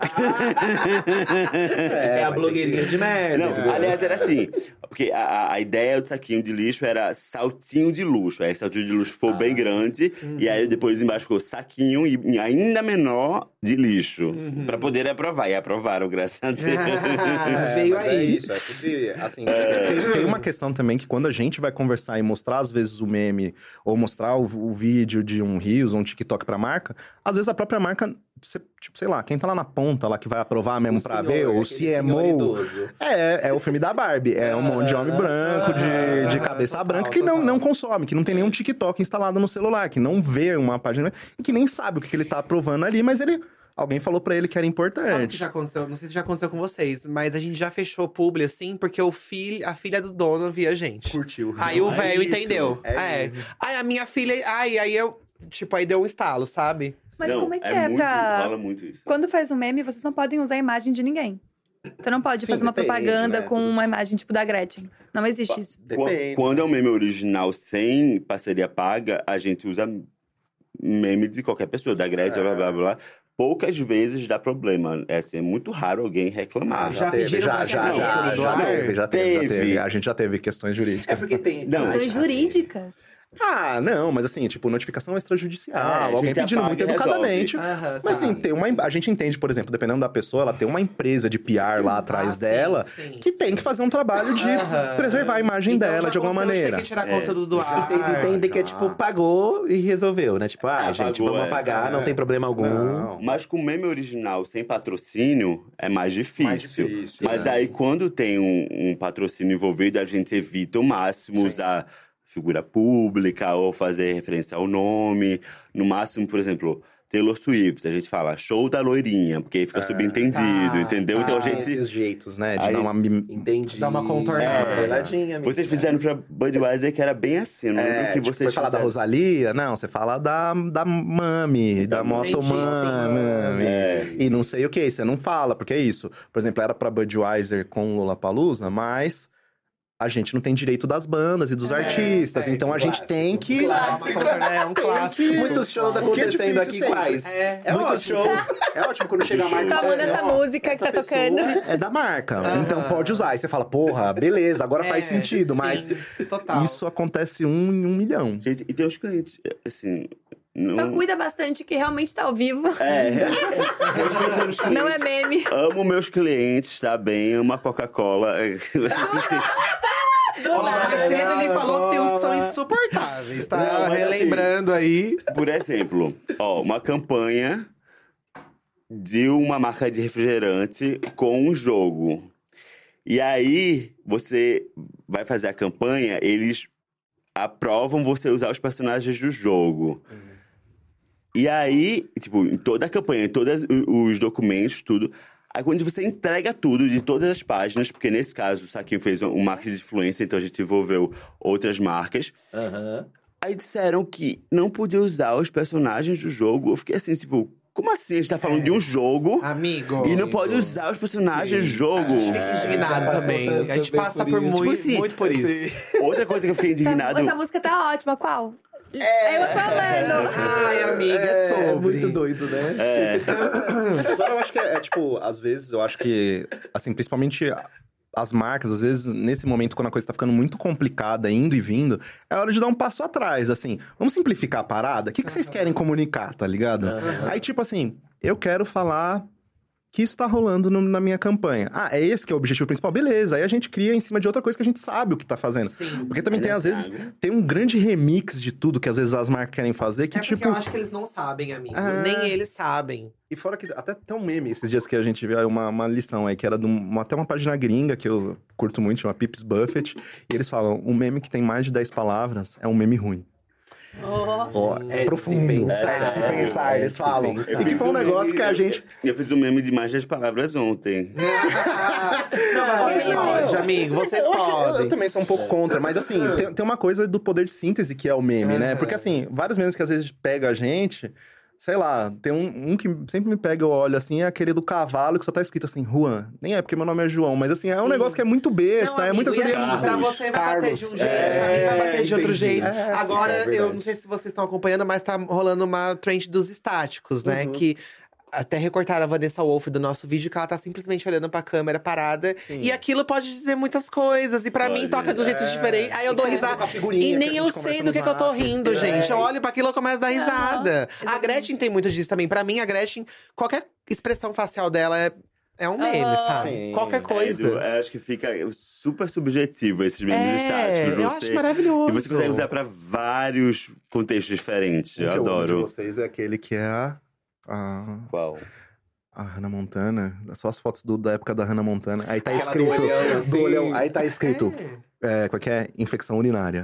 É, a blogueirinha de merda. Não, entendeu? aliás, era assim. Porque a, a- a ideia do saquinho de lixo era saltinho de luxo. Aí, saltinho de luxo ficou bem grande. E aí, depois embaixo ficou saquinho e e ainda menor de lixo. Pra poder aprovar. E aprovaram, graças a Deus. É, Veio mas aí. É isso, é sempre, assim, tem, tem uma questão também que quando a gente vai conversar e mostrar, às vezes, o meme, ou mostrar o, o vídeo de um Reels ou um TikTok pra marca, às vezes a própria marca, cê- tipo, sei lá, quem tá lá na ponta, lá que vai aprovar mesmo O pra senhor, ver, ou o aquele senhor C M O. idoso. É, é o filme da Barbie. É um monte de homem branco, de, de cabeça total, branca, que não, total. não consome, que não tem nenhum TikTok instalado no celular, que não vê uma página, e que nem sabe o que que ele tá aprovando ali, mas ele. Alguém falou pra ele que era Sabe o que importante. já aconteceu? Não sei se já aconteceu com vocês, mas a gente já fechou publi, assim, porque o filho, a filha do dono via a gente. Curtiu. Aí o É velho isso, entendeu. É, É. Aí a minha filha. Ai, aí eu. Tipo, aí deu um estalo, sabe? Mas Não, como é que é, muito, pra. Fala muito isso. Quando faz um meme, vocês não podem usar a imagem de ninguém. Você não pode Sim, fazer uma depende, propaganda né? com Tudo- uma imagem tipo da Gretchen. Não existe isso. Qua- Depende. Quando é um meme original sem parceria paga, a gente usa meme de qualquer pessoa, da Gretchen, blá blá blá. poucas vezes dá problema. É, assim, é muito raro alguém reclamar. Já teve, pediram já, pra já, quebrar já, o já, celular? teve, já teve, já Teve. teve. A gente já teve questões jurídicas. É porque tem. Não, Questões jurídicas. Ah, não, mas assim, tipo, notificação extrajudicial, É, a alguém gente pedindo apaga muito e resolve. educadamente. Aham, Mas assim, sabe? tem uma, a gente entende, por exemplo, dependendo da pessoa, ela tem uma empresa de P R lá atrás Ah, sim, dela sim, que tem que fazer um trabalho de Aham. preservar a imagem Então, dela já de alguma aconteceu maneira. Tem que tirar É. conta do ar. E vocês entendem que é tipo, pagou e resolveu, né? Tipo, ah, Ah, gente, pagou, vamos é. apagar, não tem problema algum. Não. Mas com meme original sem patrocínio é mais difícil. Mais difícil, Mas né? aí, quando tem um, um patrocínio envolvido, a gente evita ao máximo usar figura pública ou fazer referência ao nome. No máximo, por exemplo, Taylor Swift, a gente fala show da loirinha, porque aí fica subentendido, tá, entendeu? tá. Então a Tem gente. esses jeitos, né? De Aí- dar uma... mim- Entendi. Dá uma contornada. É, boladinha, amiga. Vocês fizeram pra Budweiser que era bem assim, não lembro É, que tipo, vocês vai falar da fizeram. Rosalia? Não, você fala da, da Mami, da, Da Motomami. É. E não sei o que, você não fala, porque é isso. Por exemplo, era pra Budweiser com Lollapalooza, mas a gente não tem direito das bandas e dos É, artistas. certo, então a gente tem que... Clássico. É um clássico. Muitos shows O que é acontecendo difícil aqui, sempre. quais? É, É Muitos ótimo. shows. É ótimo quando chega a marca. Tá falando é, dessa ó, música que tá essa tocando. pessoa é da marca, Aham. então pode usar. Aí você fala, porra, beleza, agora faz É, sentido. Mas sim, total. isso acontece um em um milhão. Gente, e tem uns clientes, assim. Não... Só cuida bastante que realmente tá ao vivo. É, respeitando os Não é clientes. meme. Amo meus clientes, tá bem? Amo a Coca-Cola. Olha, mais cedo ele falou que tem uns que são insuportáveis, tá? Não, mas Relembrando aí. Por exemplo, ó, uma campanha de uma marca de refrigerante com um jogo. E aí, você vai fazer a campanha, eles aprovam você usar os personagens do jogo. E aí, tipo, em toda a campanha, em todos os documentos, tudo. Aí quando você entrega tudo de todas as páginas, porque nesse caso o Saquinho fez um marketing de influência, então a gente envolveu outras marcas. Aham. Aí disseram que não podia usar os personagens do jogo. Eu fiquei assim, tipo, como assim? A gente tá falando de um jogo Amigo. e não pode usar os personagens do A jogo. gente fica indignado passou também. tanto A gente também passa por por isso. muito, Tipo assim, muito por isso. Outra coisa que eu fiquei indignado. Essa, essa música tá ótima. Qual? É, eu tô lendo. Ai, amiga, é sobre. É muito doido, né? Só eu acho que é, é, tipo, às vezes eu acho que, assim, principalmente as marcas, às vezes, nesse momento, quando a coisa tá ficando muito complicada, indo e vindo, é hora de dar um passo atrás, assim. Vamos simplificar a parada? O que, que vocês querem comunicar, tá ligado? Aí, tipo assim, eu quero falar que isso tá rolando no- na minha campanha. Ah, é esse que é o objetivo principal? Beleza. Aí a gente cria em cima de outra coisa que a gente sabe o que tá fazendo. Sim. Porque também Mas tem, é às vezes, claro. tem um grande remix de tudo que às vezes as marcas querem fazer, que É porque tipo... eu acho que eles não sabem, amigo. É. Nem eles sabem. E fora que até tem um meme esses dias que a gente viu aí uma, uma lição aí, que era de uma, até uma página gringa que eu curto muito, chama Pips Buffett. E eles falam, um meme que tem mais de dez palavras é um meme ruim. Ó, é, É profundo, de se pensar, é de se pensar, é de eles se falam. pensar. E que foi um negócio que a gente... Eu fiz um meme de mais das palavras ontem. Não, mas vocês podem, amigo. Vocês eu, acho- eu- podem. eu também sou um pouco contra, mas assim, tem, tem uma coisa do poder de síntese que é o meme, né? Porque assim, vários memes que às vezes pega a gente, sei lá, tem um, um que sempre me pega, eu olho assim, é aquele do cavalo que só tá escrito assim, Juan. Nem é porque meu nome é João, mas assim, é um Sim. negócio que é muito besta, Não, é muito amigo, e sobre... assim, pra você vai bater de um Carlos. jeito, É, pra mim vai bater de outro entendi. jeito. É, Agora, isso é eu verdade. não sei se vocês estão acompanhando, mas tá rolando uma trend dos estáticos, né? Que até recortaram a Vanessa Wolff do nosso vídeo, que ela tá simplesmente olhando pra câmera parada. Sim. E aquilo pode dizer mutas coisas. E pra Pode, mim toca de um jeito é. diferente. Aí eu dou E risada. com a figurinha E que nem a eu gente sei conversa do no que, que eu tô zap. rindo, É. gente. Eu olho pra aquilo e começo a dar risada. A exatamente. Gretchen tem muito disso também. Pra mim, a Gretchen, qualquer expressão facial dela é, é um meme, Ah. sabe? Sim. Qualquer É, do- coisa. eu acho que fica super subjetivo esses memes É, estáticos. eu Você- acho maravilhoso. E você consegue usar pra vários contextos diferentes. Eu O que amo de adoro. vocês é aquele que é a... a... Qual? A Hannah Montana, só as fotos do- da época da Hannah Montana. Aí tá Aquela escrito. do olhão, do assim. olhão, aí tá escrito. É. É, qual que é? Infecção urinária.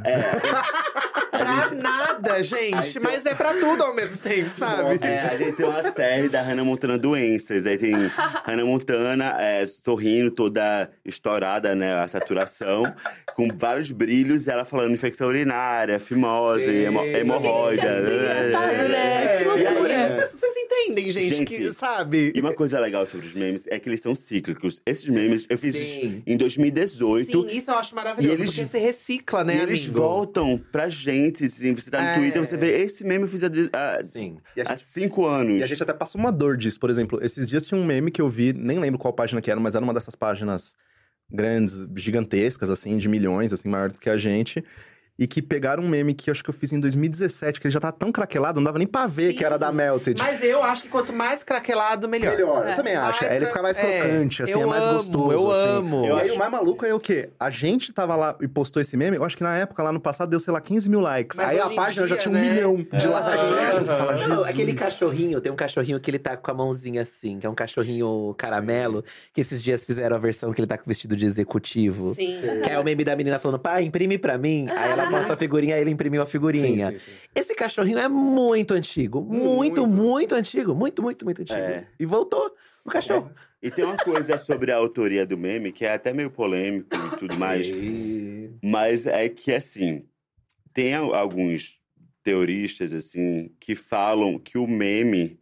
Pra nada, gente. Aí tem- Mas é pra tudo ao mesmo tempo, sabe? É, a gente tem uma série da Hannah Montana Doenças. Aí tem Hannah Montana é, sorrindo, toda estourada, né? A saturação, com vários brilhos, e ela falando infecção urinária, fimose, Sim, hemo- sim. hemorroida. Gente, é assim, engraçado, né? Que E aí, loucura. as pessoas, vocês entendem entendem, gente, Gente, que, sabe? E uma coisa legal sobre os memes é que eles são cíclicos. Esses memes eu fiz Sim. em dois mil e dezoito. Sim, isso eu acho maravilhoso, E eles- porque você recicla, né, E eles amigo? voltam pra gente, assim, você tá no É. Twitter, você vê, esse meme eu fiz há, há, Sim. E a há gente- cinco anos. E a gente até passa uma dor disso. Por exemplo, esses dias tinha um meme que eu vi, nem lembro qual página que era, mas era uma dessas páginas grandes, gigantescas, assim, de milhões, assim, maiores que a gente. E que pegaram um meme que eu acho que eu fiz em dois mil e dezessete, que ele já tá tão craquelado, não dava nem pra ver Sim. que era da Melted. Mas eu acho que quanto mais craquelado, melhor. Melhor, É. eu também acho. Mais Aí ele cra- fica mais é, crocante, assim, eu é mais amo, gostoso. eu assim. amo. E Eu aí acho- o mais maluco é o quê? A gente tava lá e postou esse meme, eu acho que na época, lá no passado, deu, sei lá, quinze mil likes. Mas aí a hoje em página já dia, tinha um né? milhão de É. likes. Você fala, Não, Jesus. aquele cachorrinho, tem um cachorrinho que ele tá com a mãozinha assim, que é um cachorrinho caramelo, que esses dias fizeram a versão que ele tá com vestido de executivo. Sim. Que é o meme da menina falando, pai, imprime pra mim. Aí ela posta a figurinha, aí ele imprimiu a figurinha. Sim, sim, sim. Esse cachorrinho é muito antigo. Muito, muito, Muito. antigo. Muito, muito, muito antigo. É. E voltou o cachorro. E tem uma coisa sobre a autoria do meme, que é até meio polêmico e tudo mais. E- Mas é que, assim, tem a- alguns teoristas, assim, que falam que o meme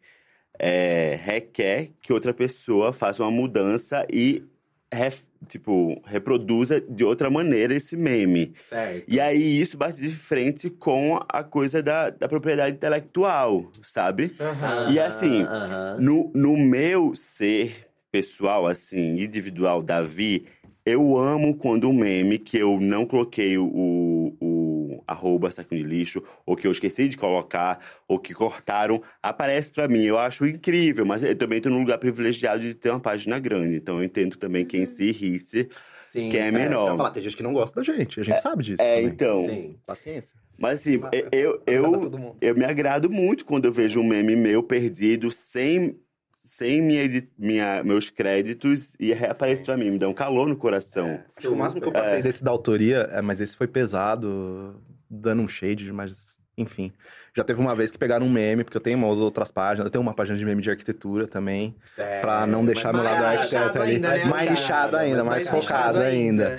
é, requer que outra pessoa faça uma mudança e, ref- tipo, reproduza de outra maneira esse meme. Certo. E aí, isso bate de frente com a coisa da, da propriedade intelectual, sabe? Aham. E assim, Aham. no, no meu ser pessoal, assim, individual, Davi, eu amo quando um meme que eu não coloquei o, o, o arroba saquinho de lixo, ou que eu esqueci de colocar, ou que cortaram, aparece pra mim. Eu acho incrível, mas eu também tô num lugar privilegiado de ter uma página grande. Então eu entendo também quem se irrite, Sim, que é certo. menor. Vai falar, tem gente que não gosta da gente, a gente sabe disso. É, também. então. Sim. Paciência. Mas assim, Vai, eu, vai eu, agradar todo mundo. eu me agrado muito quando eu vejo um meme meu perdido, sem, sem minha, edi- minha, meus créditos, e reaparece pra mim, me dá um calor no coração. Acho que o máximo que eu passei desse da autoria, é, mas esse foi pesado, dando um shade, mas enfim. Já teve uma vez que pegaram um meme, porque eu tenho umas outras páginas, eu tenho uma página de meme de arquitetura também, Certo. pra não deixar meu mais lado nichado arquiteto ali. ainda, né, mais cara? nichado ainda, Mas mais, mais focado nichado ainda.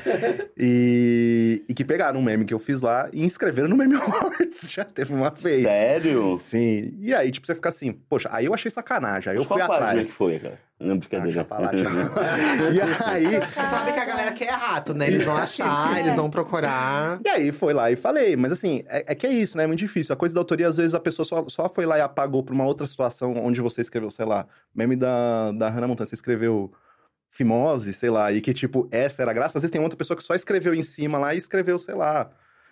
E, e que pegaram um meme que eu fiz lá e inscreveram no Meme Awards. Já teve uma vez. Sério? Sim. E aí, tipo, você fica assim, poxa, aí eu achei sacanagem, aí eu Mas qual fui página atrás. que foi, cara? Não, Ah, brincadeira. deixa pra lá, deixa pra lá. E aí, Você sabe que a galera quer rato, né? Eles vão achar, eles vão procurar. E aí, foi lá e falei. Mas assim, é, é que é isso, né? É muito difícil. A coisa da autoria, às vezes, a pessoa só, só foi lá e apagou pra uma outra situação onde você escreveu, sei lá, meme da, da Hannah Montana. Você escreveu fimose, sei lá, e que, tipo, essa era a graça. Às vezes tem outra pessoa que só escreveu em cima lá e escreveu, sei lá,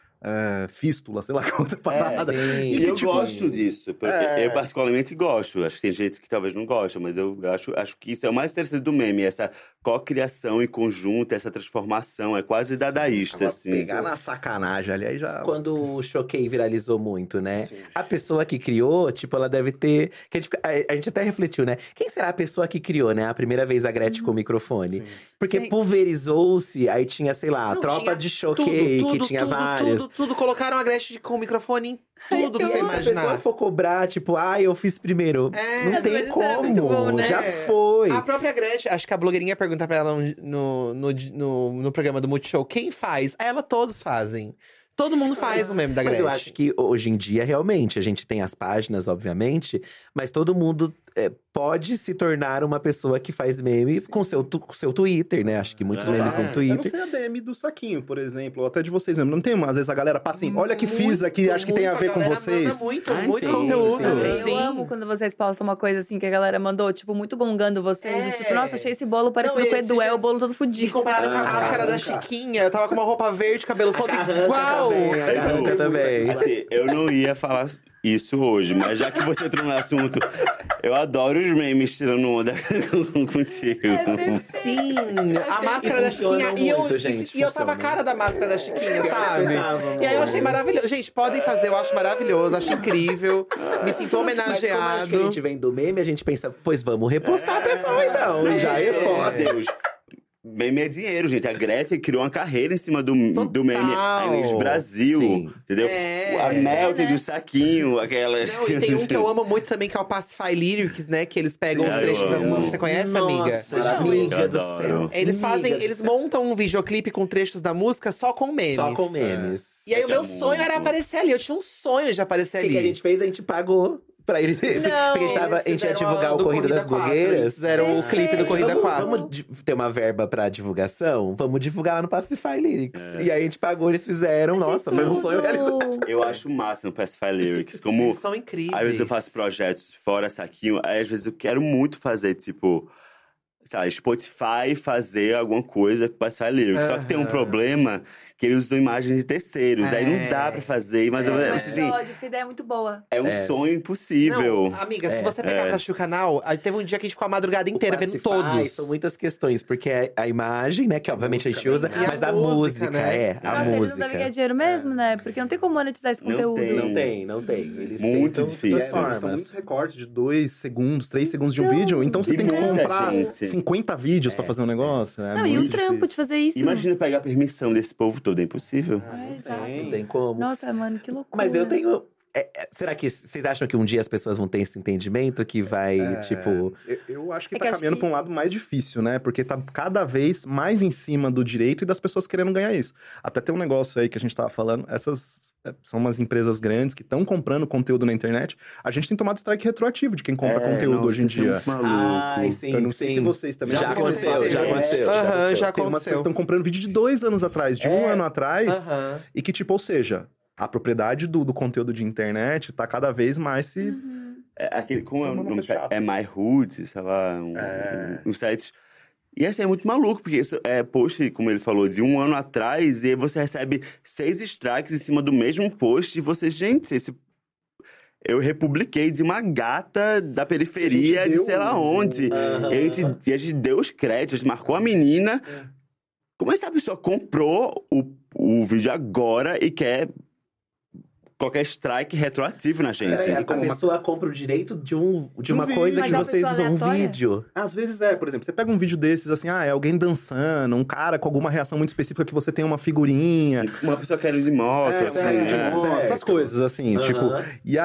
é, fístula, sei lá, que outra parada. sim. E que, eu tipo, gosto disso, porque é. eu particularmente gosto. Acho que tem gente que talvez não gosta, mas eu acho, acho que isso é o mais interessante do meme, essa cocriação em conjunto, essa transformação, é quase dadaísta, Agora, assim. pegar na sacanagem ali, aí já... Quando o Choquei viralizou muito, né? Sim. A pessoa que criou, tipo, ela deve ter… Que a, gente, fica- a- a gente até refletiu, né? Quem será a pessoa que criou, né? A primeira vez a Gretchen com o microfone. Sim. Porque Gente. pulverizou-se, aí tinha, sei lá, a Não, tropa tinha de Choquei, tudo, que tudo, tinha tudo, várias. Tudo, tudo, Colocaram a Gretchen com o microfone em tudo que E você aí, se a imaginar. pessoa for cobrar, tipo, ah, eu fiz primeiro. É. Não Às tem vezes como. era muito bom, né? Já É. foi. A própria Gretchen, acho que a blogueirinha pergunta pra ela no, no, no, no programa do Multishow, quem faz? Ela, todos fazem. Todo mundo faz o meme da Mas Gretchen. eu acho que hoje em dia, realmente, a gente tem as páginas, obviamente, mas todo mundo é, pode se tornar uma pessoa que faz meme com seu, tu- com seu Twitter, né? Acho que muitos Ah, memes é. no Eu não Twitter. sei a D M do Saquinho, por exemplo, ou até de vocês mesmo. Não tem uma, às vezes a galera passa assim, olha que fiz aqui, acho que tem a muito, ver com galera vocês. manda muito, Ai, muito sim, conteúdo. sim, Eu amo quando vocês postam uma coisa assim que a galera mandou, tipo, muito gongando vocês. É. E, tipo, nossa, achei esse bolo parecido Não, com o esses Edu, é o dias bolo todo Me fudido. compararam com a Ah, máscara da Carranca. Chiquinha. Eu tava com uma roupa verde, cabelo solto Carranca igual. também, a Carranca também. Assim, eu não ia falar isso hoje, mas já que você entrou no assunto, eu adoro os memes tirando onda contigo. Sim, a máscara E da funciona Chiquinha. E eu, muito, e- gente, e eu tava a funciona. cara da máscara da Chiquinha, Você sabe? tava, E aí eu amor. achei maravilhoso. Gente, podem fazer, eu acho maravilhoso, acho incrível. Me sinto Mas como acho que a homenageado. gente vem do meme, a gente pensa, pois vamos repostar a pessoa então. E já É, responde. Deus. Meme é dinheiro, gente. A Gretchen criou uma carreira em cima do, do meme. A Inês Brasil, Sim. entendeu? É. A Melty né? do saquinho, aquelas… Não, e tem um que eu amo muito também, que é o Pacify Lyrics, né? Que eles pegam Sim, os eu trechos das amo. músicas. Você conhece, amiga? Nossa, Maravilhoso. amiga do Eu céu. adoro. Eles fazem, Amiga do eles céu. montam um videoclipe com trechos da música só com memes. Só com memes. E aí o meu Muito. sonho era aparecer ali. Eu tinha um sonho de O aparecer que, ali. que a gente fez? A gente pagou Pra ele. Porque a gente, tava, a gente ia divulgar o Corrida das Blogueiras. Fizeram o clipe do Corrida Vamos, quatro. vamos di- ter uma verba pra divulgação? Vamos divulgar lá no Pacify Lyrics. E aí a gente pagou, eles fizeram. Achei Nossa, foi um tudo. sonho realizado. Eu acho o máximo o Pacify Lyrics. Como Eles são incríveis. às vezes eu faço projetos fora saquinho, aí às vezes eu quero muito fazer, tipo, sei lá, Spotify fazer alguma coisa com o Pacify Lyrics. Só que tem um Aham. problema que eles usam imagens de terceiros. Aí não dá pra fazer. Mas, eu, Mas assim, pode, porque a ideia é muito boa. é um sonho impossível. Não, amiga, se É, você pegar é. pra assistir o canal, aí teve um dia que a gente ficou a madrugada inteira O vendo Pacify todos. São muitas questões, porque é a imagem, né? Que obviamente a gente usa, E a mas a música, música, né? é. A Nossa, eles não música. devem ganhar dinheiro mesmo, né? Porque não tem como monetizar esse Não conteúdo. tem. Não tem, não tem. Eles Muito tentam difícil. de É, formas. são muitos recortes de dois segundos, três segundos de um Então, vídeo. Então você e tem que muita comprar gente. cinquenta vídeos pra fazer um negócio. É Não, e um muito trampo difícil. de fazer isso. Imagina pegar a permissão desse povo todo, é impossível. É, exato. Não tem como. Nossa, mano, que loucura. Mas eu tenho. é, é, será que vocês acham que um dia as pessoas vão ter esse entendimento que vai, É, tipo. Eu, eu acho que É tá que acho caminhando que- pra um lado mais difícil, né? Porque tá cada vez mais em cima do direito e das pessoas querendo ganhar isso. Até tem um negócio aí que a gente tava falando, essas é, são umas empresas grandes que estão comprando conteúdo na internet. A gente tem tomado strike retroativo de quem compra É, conteúdo nossa, hoje em isso é dia. muito maluco. Ai, sim, Eu não sei sim. se vocês também Já porque vocês aconteceu, já fazem- aconteceu. Aham, já aconteceu. já Tem umas pessoas aconteceu. que estão comprando vídeo de dois anos atrás, de um É. ano atrás. Aham. E que, tipo, ou seja, a propriedade do, do conteúdo de internet tá cada vez mais se. Uhum. É, aquele, como é o Foi uma nome do coisa site? chata. É My Hood, sei lá, um, É. um, um site. E assim, é muito maluco, porque isso é post, como ele falou, de um ano atrás, e aí você recebe seis strikes em cima do mesmo post, e você, gente, esse. Eu republiquei de uma gata da periferia A gente de deu sei lá um- onde. Aham. E, a gente, e a gente deu os créditos, a gente marcou a menina. Como essa pessoa comprou o, o vídeo agora e quer qualquer strike retroativo na gente? É, a como uma- pessoa compra o direito de, um, de, De um uma vídeo. coisa Mas que é uma vocês pessoa usam um aleatória? vídeo. Às vezes é, por exemplo, você pega um vídeo desses, assim, ah, é alguém dançando, um cara com alguma reação muito específica que você tem uma figurinha. Uma pessoa querendo de moto, É, assim, sério, né? tipo, certo. essas coisas, assim, Aham. tipo. E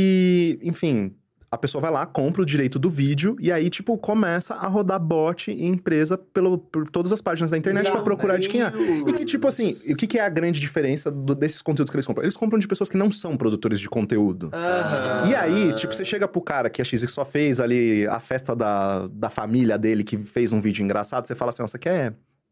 aí, enfim, a pessoa vai lá, compra o direito do vídeo, e aí, tipo, começa a rodar bot e empresa pelo, por todas as páginas da internet pra procurar de quem é. E que, tipo assim, o que, que é a grande diferença do- desses conteúdos que eles compram? Eles compram de pessoas que não são produtores de conteúdo. Aham. E aí, tipo, você chega pro cara que a X só fez ali a festa da, da família dele, que fez um vídeo engraçado, você fala assim, ó, você quer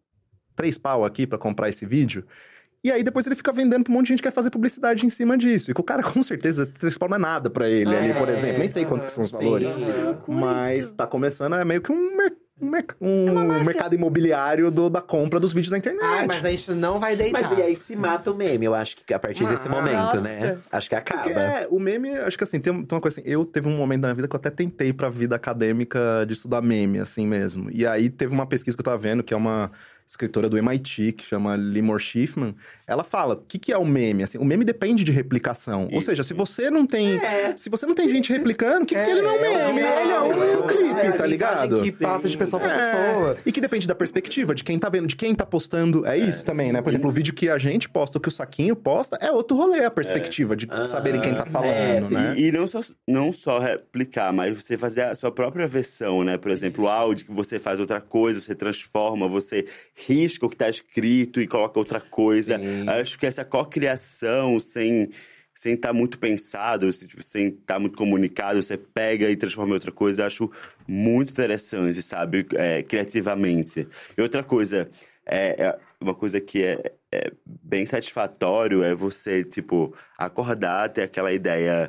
três pau aqui pra comprar esse vídeo? E aí depois ele fica vendendo pra um monte de gente que quer fazer publicidade em cima disso. E que o cara, com certeza, três pau não é nada pra ele ali, por exemplo. Nem sei quanto que são os Sim. valores. Sim. Que loucura Mas isso. tá começando, é meio que um, mer- um, mer- um uma máfia. mercado imobiliário do- da compra dos vídeos na internet. Ai, mas a gente não vai deitar. Mas e aí se mata o meme, eu acho que a partir desse Nossa. momento, né? Acho que acaba. Porque, é, o meme, acho que assim, tem, tem uma coisa assim, eu teve um momento da minha vida que eu até tentei pra vida acadêmica de estudar meme, assim mesmo. E aí teve uma pesquisa que eu tava vendo, que é uma escritora do M I T, que chama Limor Schiffman, ela fala, o que, que é o meme? Assim, o meme depende de replicação. Ou Isso. seja, se você não tem. É. Se você não tem gente replicando, o que, que ele não é um meme? é, Ele é um, é, é, clipe, é a tá mensagem ligado? que passa de pessoa pra É, pessoa. E que depende da perspectiva, de quem tá vendo, de quem tá postando. É isso também, né? Por exemplo, o vídeo que a gente posta, o que o Saquinho posta, é outro rolê a perspectiva de Ah, saberem quem tá falando, é, sim. né? E, e não, só, não só replicar, mas você fazer a sua própria versão, né? Por exemplo, o áudio que você faz outra coisa, você transforma, você risca o que tá escrito e coloca outra coisa. Sim. Acho que essa cocriação, sem sem estar muito pensado, se, tipo, sem estar muito comunicado, você pega e transforma em outra coisa, eu acho muito interessante, sabe? É, criativamente. E outra coisa, é, é uma coisa que é, é bem satisfatório é você, tipo, acordar, ter aquela ideia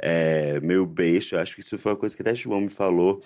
é, meio besta. Acho que isso foi uma coisa que até João me falou.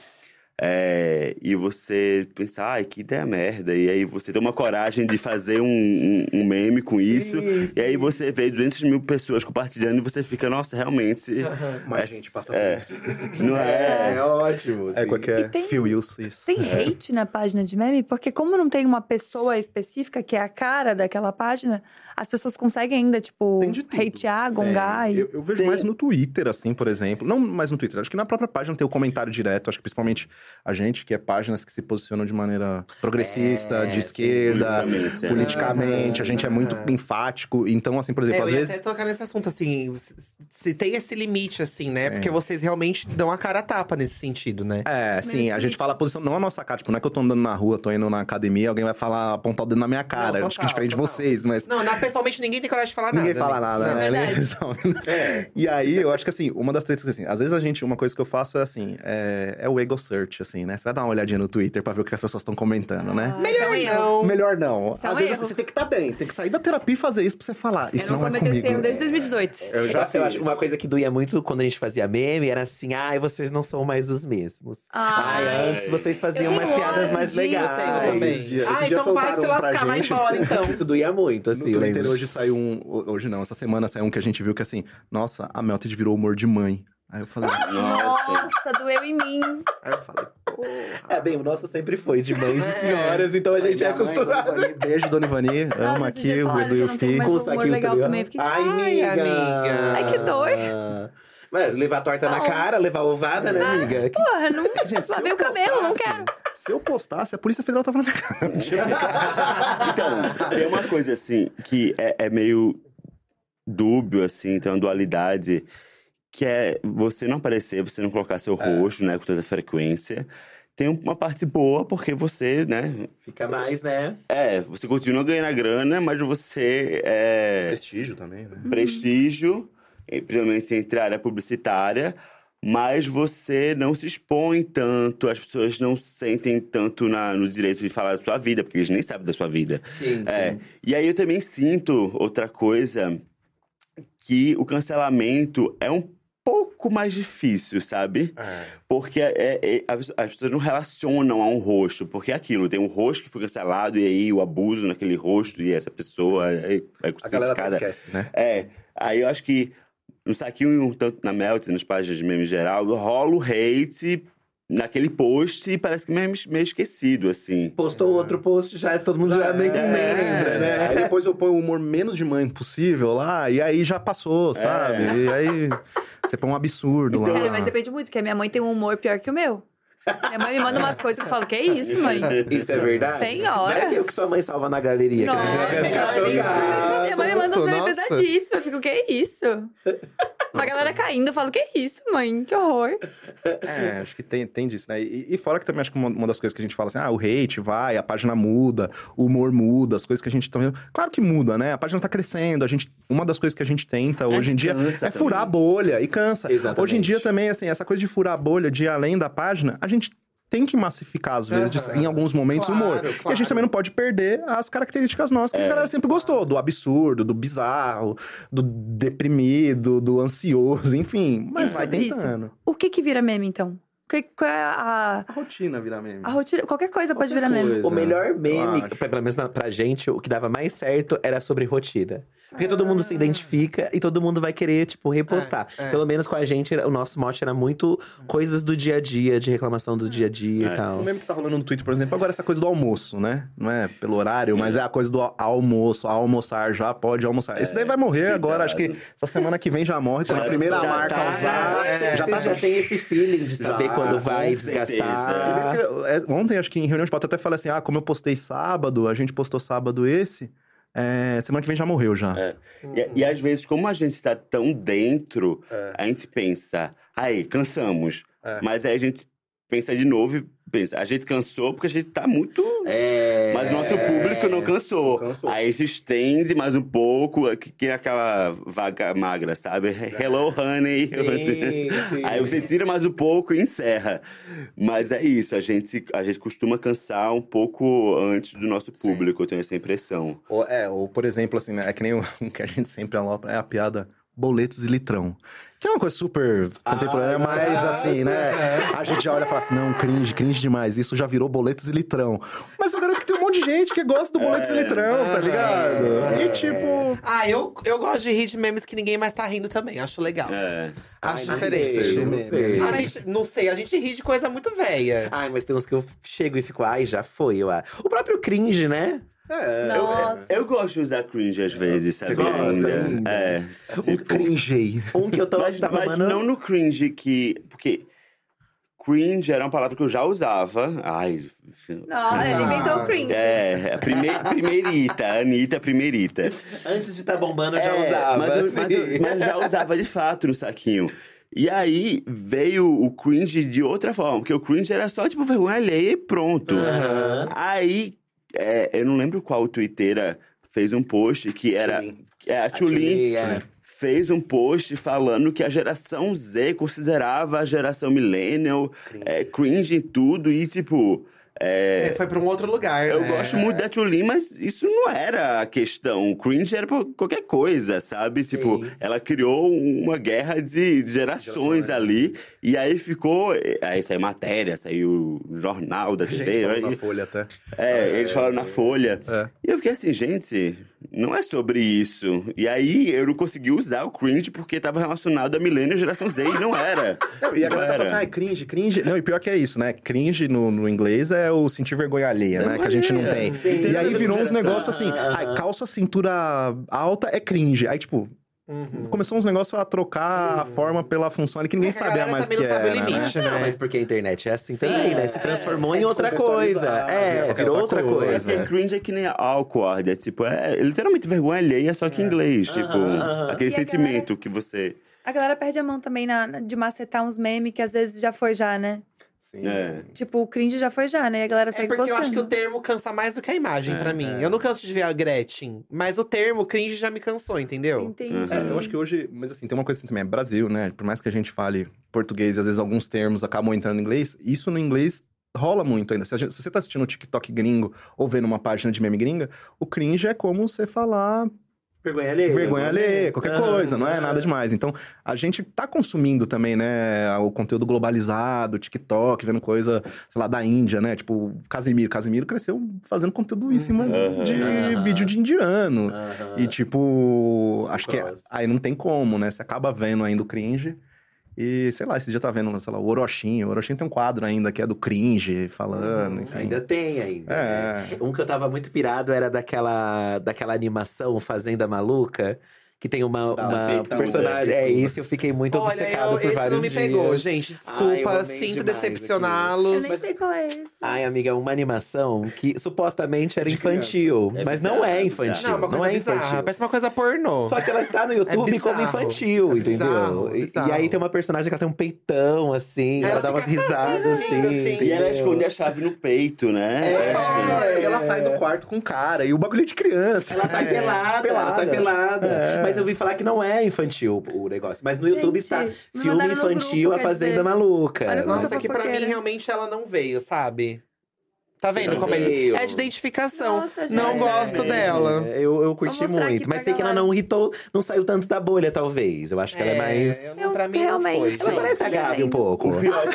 É, e você pensar, ai, que ideia merda. E aí você tem uma coragem de fazer um, um, um meme com isso. E aí você vê duzentas mil pessoas compartilhando e você fica, nossa, realmente. Mais é- gente passa é, por isso. Não é? É ótimo. É assim. qualquer E tem- feel use isso. Tem hate na página de meme? Porque como não tem uma pessoa específica que é a cara daquela página, as pessoas conseguem ainda, tipo, Tem de tudo. hatear, gongar e... Eu, eu vejo Tem- mais no Twitter, assim, por exemplo. Não mais no Twitter, acho que na própria página tem o comentário direto. Acho que principalmente a gente, que é páginas que se posicionam de maneira progressista, É, de sim, esquerda, politicamente, é. politicamente. A gente é muito enfático. Então, assim, por exemplo, É, às eu ia vezes. até tocar nesse assunto, assim, se, se tem esse limite, assim, né? Porque vocês realmente dão a cara a tapa nesse sentido, né? É, sim, a gente fala a posição, não a nossa cara, tipo, não é que eu tô andando na rua, tô indo na academia, alguém vai falar, apontar o dedo na minha cara. Não, Acho que total, diferente total. de vocês, mas. Não, na, pessoalmente ninguém tem coragem de falar Ninguém nada. fala nada, Não. né? Verdade. É. E aí, eu acho que assim, uma das tretas, assim, às vezes a gente, uma coisa que eu faço é assim, é, é o ego search, assim, né? Você vai dar uma olhadinha no Twitter pra ver o que as pessoas estão comentando, né? Ah, isso é um erro. Não. Melhor não. Isso é um Às vezes erro. você tem que estar bem, tem que sair da terapia e fazer isso pra você falar. Isso Eu não não, é cometo esse comigo. erro desde dois mil e dezoito. Eu já Eu acho fiz. uma coisa que doía muito quando a gente fazia meme era assim, ai, vocês não são mais os mesmos. Ai. Ai, antes vocês faziam Eu umas tenho piadas ódio mais disso. legais. Eu tenho também. Esses dias- Ah, esses dias então vai soltaram se um pra lascar, vai gente. embora então. Isso doía muito, assim. No eu Twitter lembro. hoje saiu um. Hoje não, essa semana saiu um que a gente viu que assim, nossa, a Melted virou humor de mãe. Aí eu falei. Nossa, doeu em mim. Aí eu falei, porra. É, bem, o nosso sempre foi de mães e senhoras, então a gente é Minha mãe, acostumado. Dona Ivani, beijo, Dona Ivani. Amo Nossa, esses aqui dias o falaram Edu que e eu o não tenho Fih. mais Com o um humor saquinho legal tá também. Fiquei, Ai, Ai, amiga. amiga. Ai, que dor. Mas levar torta na Não. cara, levar ovada, né, amiga? Que- Porra, não. Gente, se Lavei eu o cabelo, não postasse- quero. Se eu postasse, a Polícia Federal tava na minha cara. Então, tem uma coisa assim que é, é meio dúbio, assim, tem uma dualidade, que é você não aparecer, você não colocar seu rosto, né, com tanta frequência. Tem uma parte boa, porque você, né, Fica mais, né? é, você continua ganhando grana, mas você é Prestígio também, né? prestígio, eh, principalmente entre a área publicitária, mas você não se expõe tanto, as pessoas não se sentem tanto na, no direito de falar da sua vida, porque eles nem sabem da sua vida. Sim, É, sim. e aí eu também sinto outra coisa, que o cancelamento é um pouco mais difícil, sabe? Porque é, é, as, as pessoas não relacionam a um rosto, porque é aquilo, tem um rosto que foi cancelado e aí o abuso naquele rosto e essa pessoa é, é A galera até crucificada. esquece, né? É, aí eu acho que no Saquinho e um tanto na Melt, nas páginas de meme geral, rola o hate naquele post e parece que meio, meio esquecido, assim. Postou outro post, já todo mundo já nem, nem lembra, né? Aí depois eu ponho o humor menos de mãe possível lá, e aí já passou, sabe? E aí você põe um absurdo lá. Cara, mas depende muito, porque a minha mãe tem um humor pior que o meu. Minha mãe me manda umas coisas que eu falo, que isso, mãe? Isso é verdade? Senhora. Não é o que sua mãe salva na galeria, que Nossa, às vezes vai ficar amiga. chocada. Minha mãe me manda uns memes Nossa. pesadíssimos. Eu fico, que isso? Uma galera caindo, eu falo, que isso, mãe? Que horror. É, acho que tem, tem disso, né? E, e fora que também acho que uma, uma das coisas que a gente fala assim, ah, o hate vai, a página muda, o humor muda, as coisas que a gente tá vendo. Claro que muda, né? A página tá crescendo, a gente, uma das coisas que a gente tenta hoje em dia cansa é furar a também. bolha e cansa. Exatamente. Hoje em dia também, assim, essa coisa de furar a bolha, de ir além da página, a gente tem que massificar, às vezes, de- Aham. em alguns momentos, o Claro, humor. E a claro. gente também não pode perder as características nossas que a galera sempre gostou. Do absurdo, do bizarro, do deprimido, do ansioso, enfim. Mas Isso, vai isso. tentando. O que que vira meme, então? Que- Qual é a, A rotina vira meme. a rotina? Qualquer coisa pode Qualquer virar meme. coisa. O melhor meme, Eu acho. pelo menos na- pra gente, o que dava mais certo era sobre rotina. Porque todo mundo se identifica e todo mundo vai querer, tipo, repostar. É, é. Pelo menos com a gente, o nosso mote era muito coisas do dia a dia, de reclamação do dia a dia É. e tal. O meme que tá rolando no Twitter, por exemplo, agora essa coisa do almoço, né? Não é pelo horário, mas é a coisa do al- almoço, almoçar, já pode almoçar. Esse daí vai morrer agora, acho que essa semana que vem já morre, quando a primeira já marca tá, usar. É, já você tá já tem esse feeling de saber Já, quando com vai certeza. Tem desgastar. vezes que eu- é, ontem, acho que em reunião de pauta, eu até falei assim: ah, como eu postei sábado, a gente postou sábado esse, é, semana que vem já morreu já. É. E, e às vezes, como a gente tá tão dentro, a gente pensa, aí, cansamos. Mas aí a gente pensa de novo e pensa, a gente cansou porque a gente tá muito... É... Mas o nosso público não cansou. Não cansou. Aí se estende mais um pouco, que, que é aquela vaga magra, sabe? Hello, honey. Sim, sim. Aí você tira mais um pouco e encerra. Mas é isso, a gente, a gente costuma cansar um pouco antes do nosso público, eu tenho essa impressão. Ou, é, ou por exemplo, assim, né? É que nem o que a gente sempre alopra, é a piada boletos e litrão. Que é uma coisa super contemporânea, Ah, mas nossa, assim, né? A gente já olha e fala assim, não, cringe, cringe demais. Isso já virou boletos e litrão. Mas eu garanto que tem um monte de gente que gosta do boletos e litrão, tá ligado? E tipo... Ah, eu, eu gosto de rir de memes que ninguém mais tá rindo também. Acho legal. É. Acho não diferente. sei, não sei. A gente, não sei, a gente ri de coisa muito velha. Ai, mas tem uns que eu chego e fico, ai, já foi. Eu, ah. O próprio cringe, né? É, Nossa. Eu gosto de usar cringe às vezes, sabe? gosta ainda? ainda? É. o cringei. Um que eu tava, Mas, tava mas mandando... não no cringe que... Porque cringe era uma palavra que eu já usava. Ai… Não, ele inventou o cringe. É, a prime, primeirita, a Anitta primeirita. Antes de estar tá bombando, eu já É, usava. Mas, eu, mas, eu, mas já usava de fato no saquinho. E aí, veio o cringe de outra forma. Porque o cringe era só, tipo, vergonha alheia e pronto. Uhum. Aí, é, eu não lembro qual twitteira fez um post que era… É, a Tchulin é. fez um post falando que a geração Z considerava a geração millennial cringe, é, cringe em tudo. E, tipo… É, É, foi pra um outro lugar, eu né? gosto muito da Tchulin, mas isso não era a questão. O cringe era pra qualquer coisa, sabe? Sim. Tipo, ela criou uma guerra de gerações Gerações, ali. E aí ficou… Aí saiu matéria, saiu jornal da A T gente V. falou aí- na Folha até. é, eles falaram na Folha. É. E eu fiquei assim, gente, não é sobre isso. E aí eu não consegui usar o cringe porque tava relacionado a milênio e geração Z, e não era. Não, e a Não galera tá era. falando assim, ai, cringe, cringe. Não, e pior que é isso, né? Cringe no, no inglês é o sentir vergonha alheia, né? Que a gente não tem. Sim, e aí sim. virou uns Geração. negócios assim, ai, calça cintura alta é cringe. Aí, tipo, Uhum. começou uns negócios a trocar a forma pela função ali que ninguém É que a sabia galera mais o também que não sabe o era, né? limite, né? Não, mas porque a internet é assim também, né? Se transformou em outra coisa. descontextualizar, É, vira virou outra outra coisa. É porque cringe é que nem awkward, é tipo, é literalmente vergonha alheia, só que em inglês. Tipo, aham. aquele E a sentimento que você… A galera perde a mão também na, na- de macetar uns memes que às vezes já foi já, né? Sim. É. Tipo, o cringe já foi já, né? E a galera É segue porque eu postando. acho que o termo cansa mais do que a imagem pra mim. Eu não canso de ver a Gretchen, mas o termo cringe já me cansou, entendeu? Entendi. É, eu acho que hoje, mas assim, tem uma coisa assim também, é Brasil, né? Por mais que a gente fale português e às vezes alguns termos acabam entrando em inglês, isso no inglês rola muito ainda. Se, a gente- se você tá assistindo o TikTok gringo ou vendo uma página de meme gringa, o cringe é como você falar Vergonha alheia. vergonha alheia, qualquer Aham, coisa, não é aham. nada demais. Então, a gente tá consumindo também, né, o conteúdo globalizado, TikTok, vendo coisa, sei lá, da Índia, né? Tipo, Casimiro. Casimiro cresceu fazendo conteúdo em cima Uhum. de Aham. vídeo de indiano. Aham. E, tipo, acho que é- Cross. aí não tem como, né? Você acaba vendo ainda o cringe. E, sei lá, esse dia tá vendo, sei lá, o Orochinho. O Orochinho tem um quadro ainda que é do cringe, falando, enfim. Ainda tem, ainda. É. né? Um que eu tava muito pirado era daquela, daquela animação Fazenda Maluca, que tem uma, Da uma peituda, personagem. É peituda. isso, eu fiquei muito Olha, obcecado eu, por esse vários não me dias. pegou, gente. Ai, eu Desculpa, amei sinto demais decepcioná-los. Eu nem sei qual é esse. Ai, amiga, uma animação que supostamente era De infantil, É mas bizarro, não é é infantil. bizarro. Não, uma coisa não é bizarra. infantil. Parece uma coisa pornô. Só que ela está no YouTube bizarro. como infantil, É entendeu? bizarro, E- bizarro. E aí tem uma personagem que ela tem um peitão, assim, ela, Ela dá umas fica risadas, assim. assim. E ela entendeu? esconde a chave no peito, né? É, Acho que- e ela sai do quarto com o cara. E o bagulho é de criança. Ela sai É. pelada, ela sai pelada. É. Mas eu vi falar que não é infantil o negócio. Mas no Gente, YouTube está me filme mandaram no infantil grupo, A quer Fazenda dizer, Maluca. olha como Nossa, sou que pra mim fofoqueira. realmente ela não veio, sabe? Tá vendo Não como é? veio. É de identificação. Nossa, gente. não É, gosto É, dela. Eu, eu curti Vou mostrar aqui muito. pra Mas sei que ela galera. não irritou, não saiu tanto da bolha, talvez. Eu acho que ela é mais. eu não- pra mim não realmente- foi. Ela gente. parece a Gabi um pouco. O pior,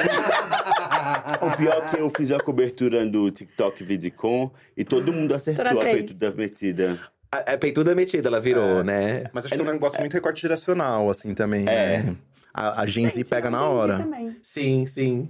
que... o pior que eu fiz a cobertura do TikTok Vidicon e todo mundo acertou Tô na a três. peito da metida. A, a peituda metida, ela virou, né? Mas acho que tem um negócio muito recorte geracional, assim, também, É. né? A, a Gen Z Gente, pega eu na entendi hora. também. Sim, sim.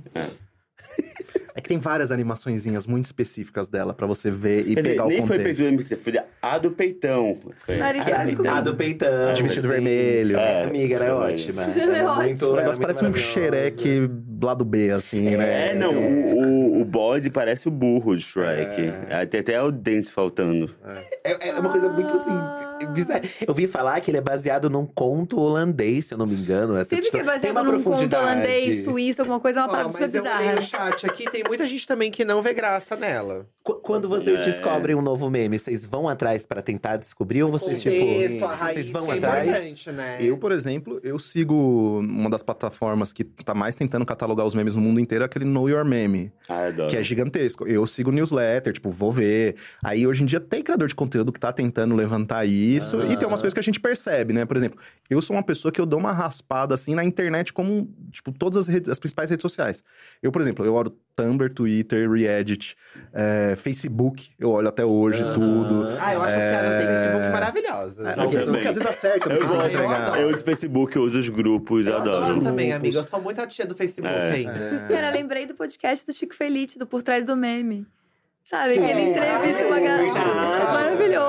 É que tem várias animaçõezinhas muito específicas dela pra você ver e Quer dizer, pegar o nem foi contexto. peito da metida, foi a do peitão. Foi Nariz a de do A do peitão. De vestido assim. vermelho. É. Amiga, era Vermelho. ótima. Ela é Era ótima. muito, O era negócio muito parece um maravilhosa. xereque lado B, assim, né? É, não, o, o, o bode parece o burro de Shrek. É. Tem até o dente faltando. É, é uma coisa muito assim, bizarra. Eu vi falar que ele é baseado num conto holandês, se eu não me engano. Essa Sempre que é história- tem baseado uma num conto profundidade. holandês, suíço, alguma coisa, é uma Ó, parada super mas eu olhei bizarra. o chat aqui, tem muita gente também que não vê graça nela. Qu- Quando vocês É. descobrem um novo meme, vocês vão atrás pra tentar descobrir? Ou vocês, Contexto, tipo, a raiz, vocês vão isso é atrás? importante, né? Eu, por exemplo, eu sigo uma das plataformas que tá mais tentando catalogar os memes no mundo inteiro, é aquele Know Your Meme, Ah, adoro. que é gigantesco. Eu sigo newsletter, tipo, vou ver. Aí, hoje em dia, tem criador de conteúdo que tá tentando levantar isso. E tem umas coisas que a gente percebe, né? Por exemplo, eu sou uma pessoa que eu dou uma raspada, assim, na internet como, tipo, todas as, redes, as principais redes sociais. Eu, por exemplo, eu olho Tumblr, Twitter, Reddit, é, Facebook, eu olho até hoje tudo. Ah, eu acho as piadas do Facebook maravilhosas. É, Eu não, também. Facebook às vezes acerta, Eu não precisa gosto. entregar. Eu uso Facebook, eu uso os grupos, eu, Eu adoro adoro. também, Grupos. amiga. Eu sou muito a tia do Facebook É. ainda. Cara, lembrei do podcast do Chico Felite, do Por Trás do Meme. Sabe? Sim. Que ele entrevista uma galera. Verdade. Maravilhoso. Que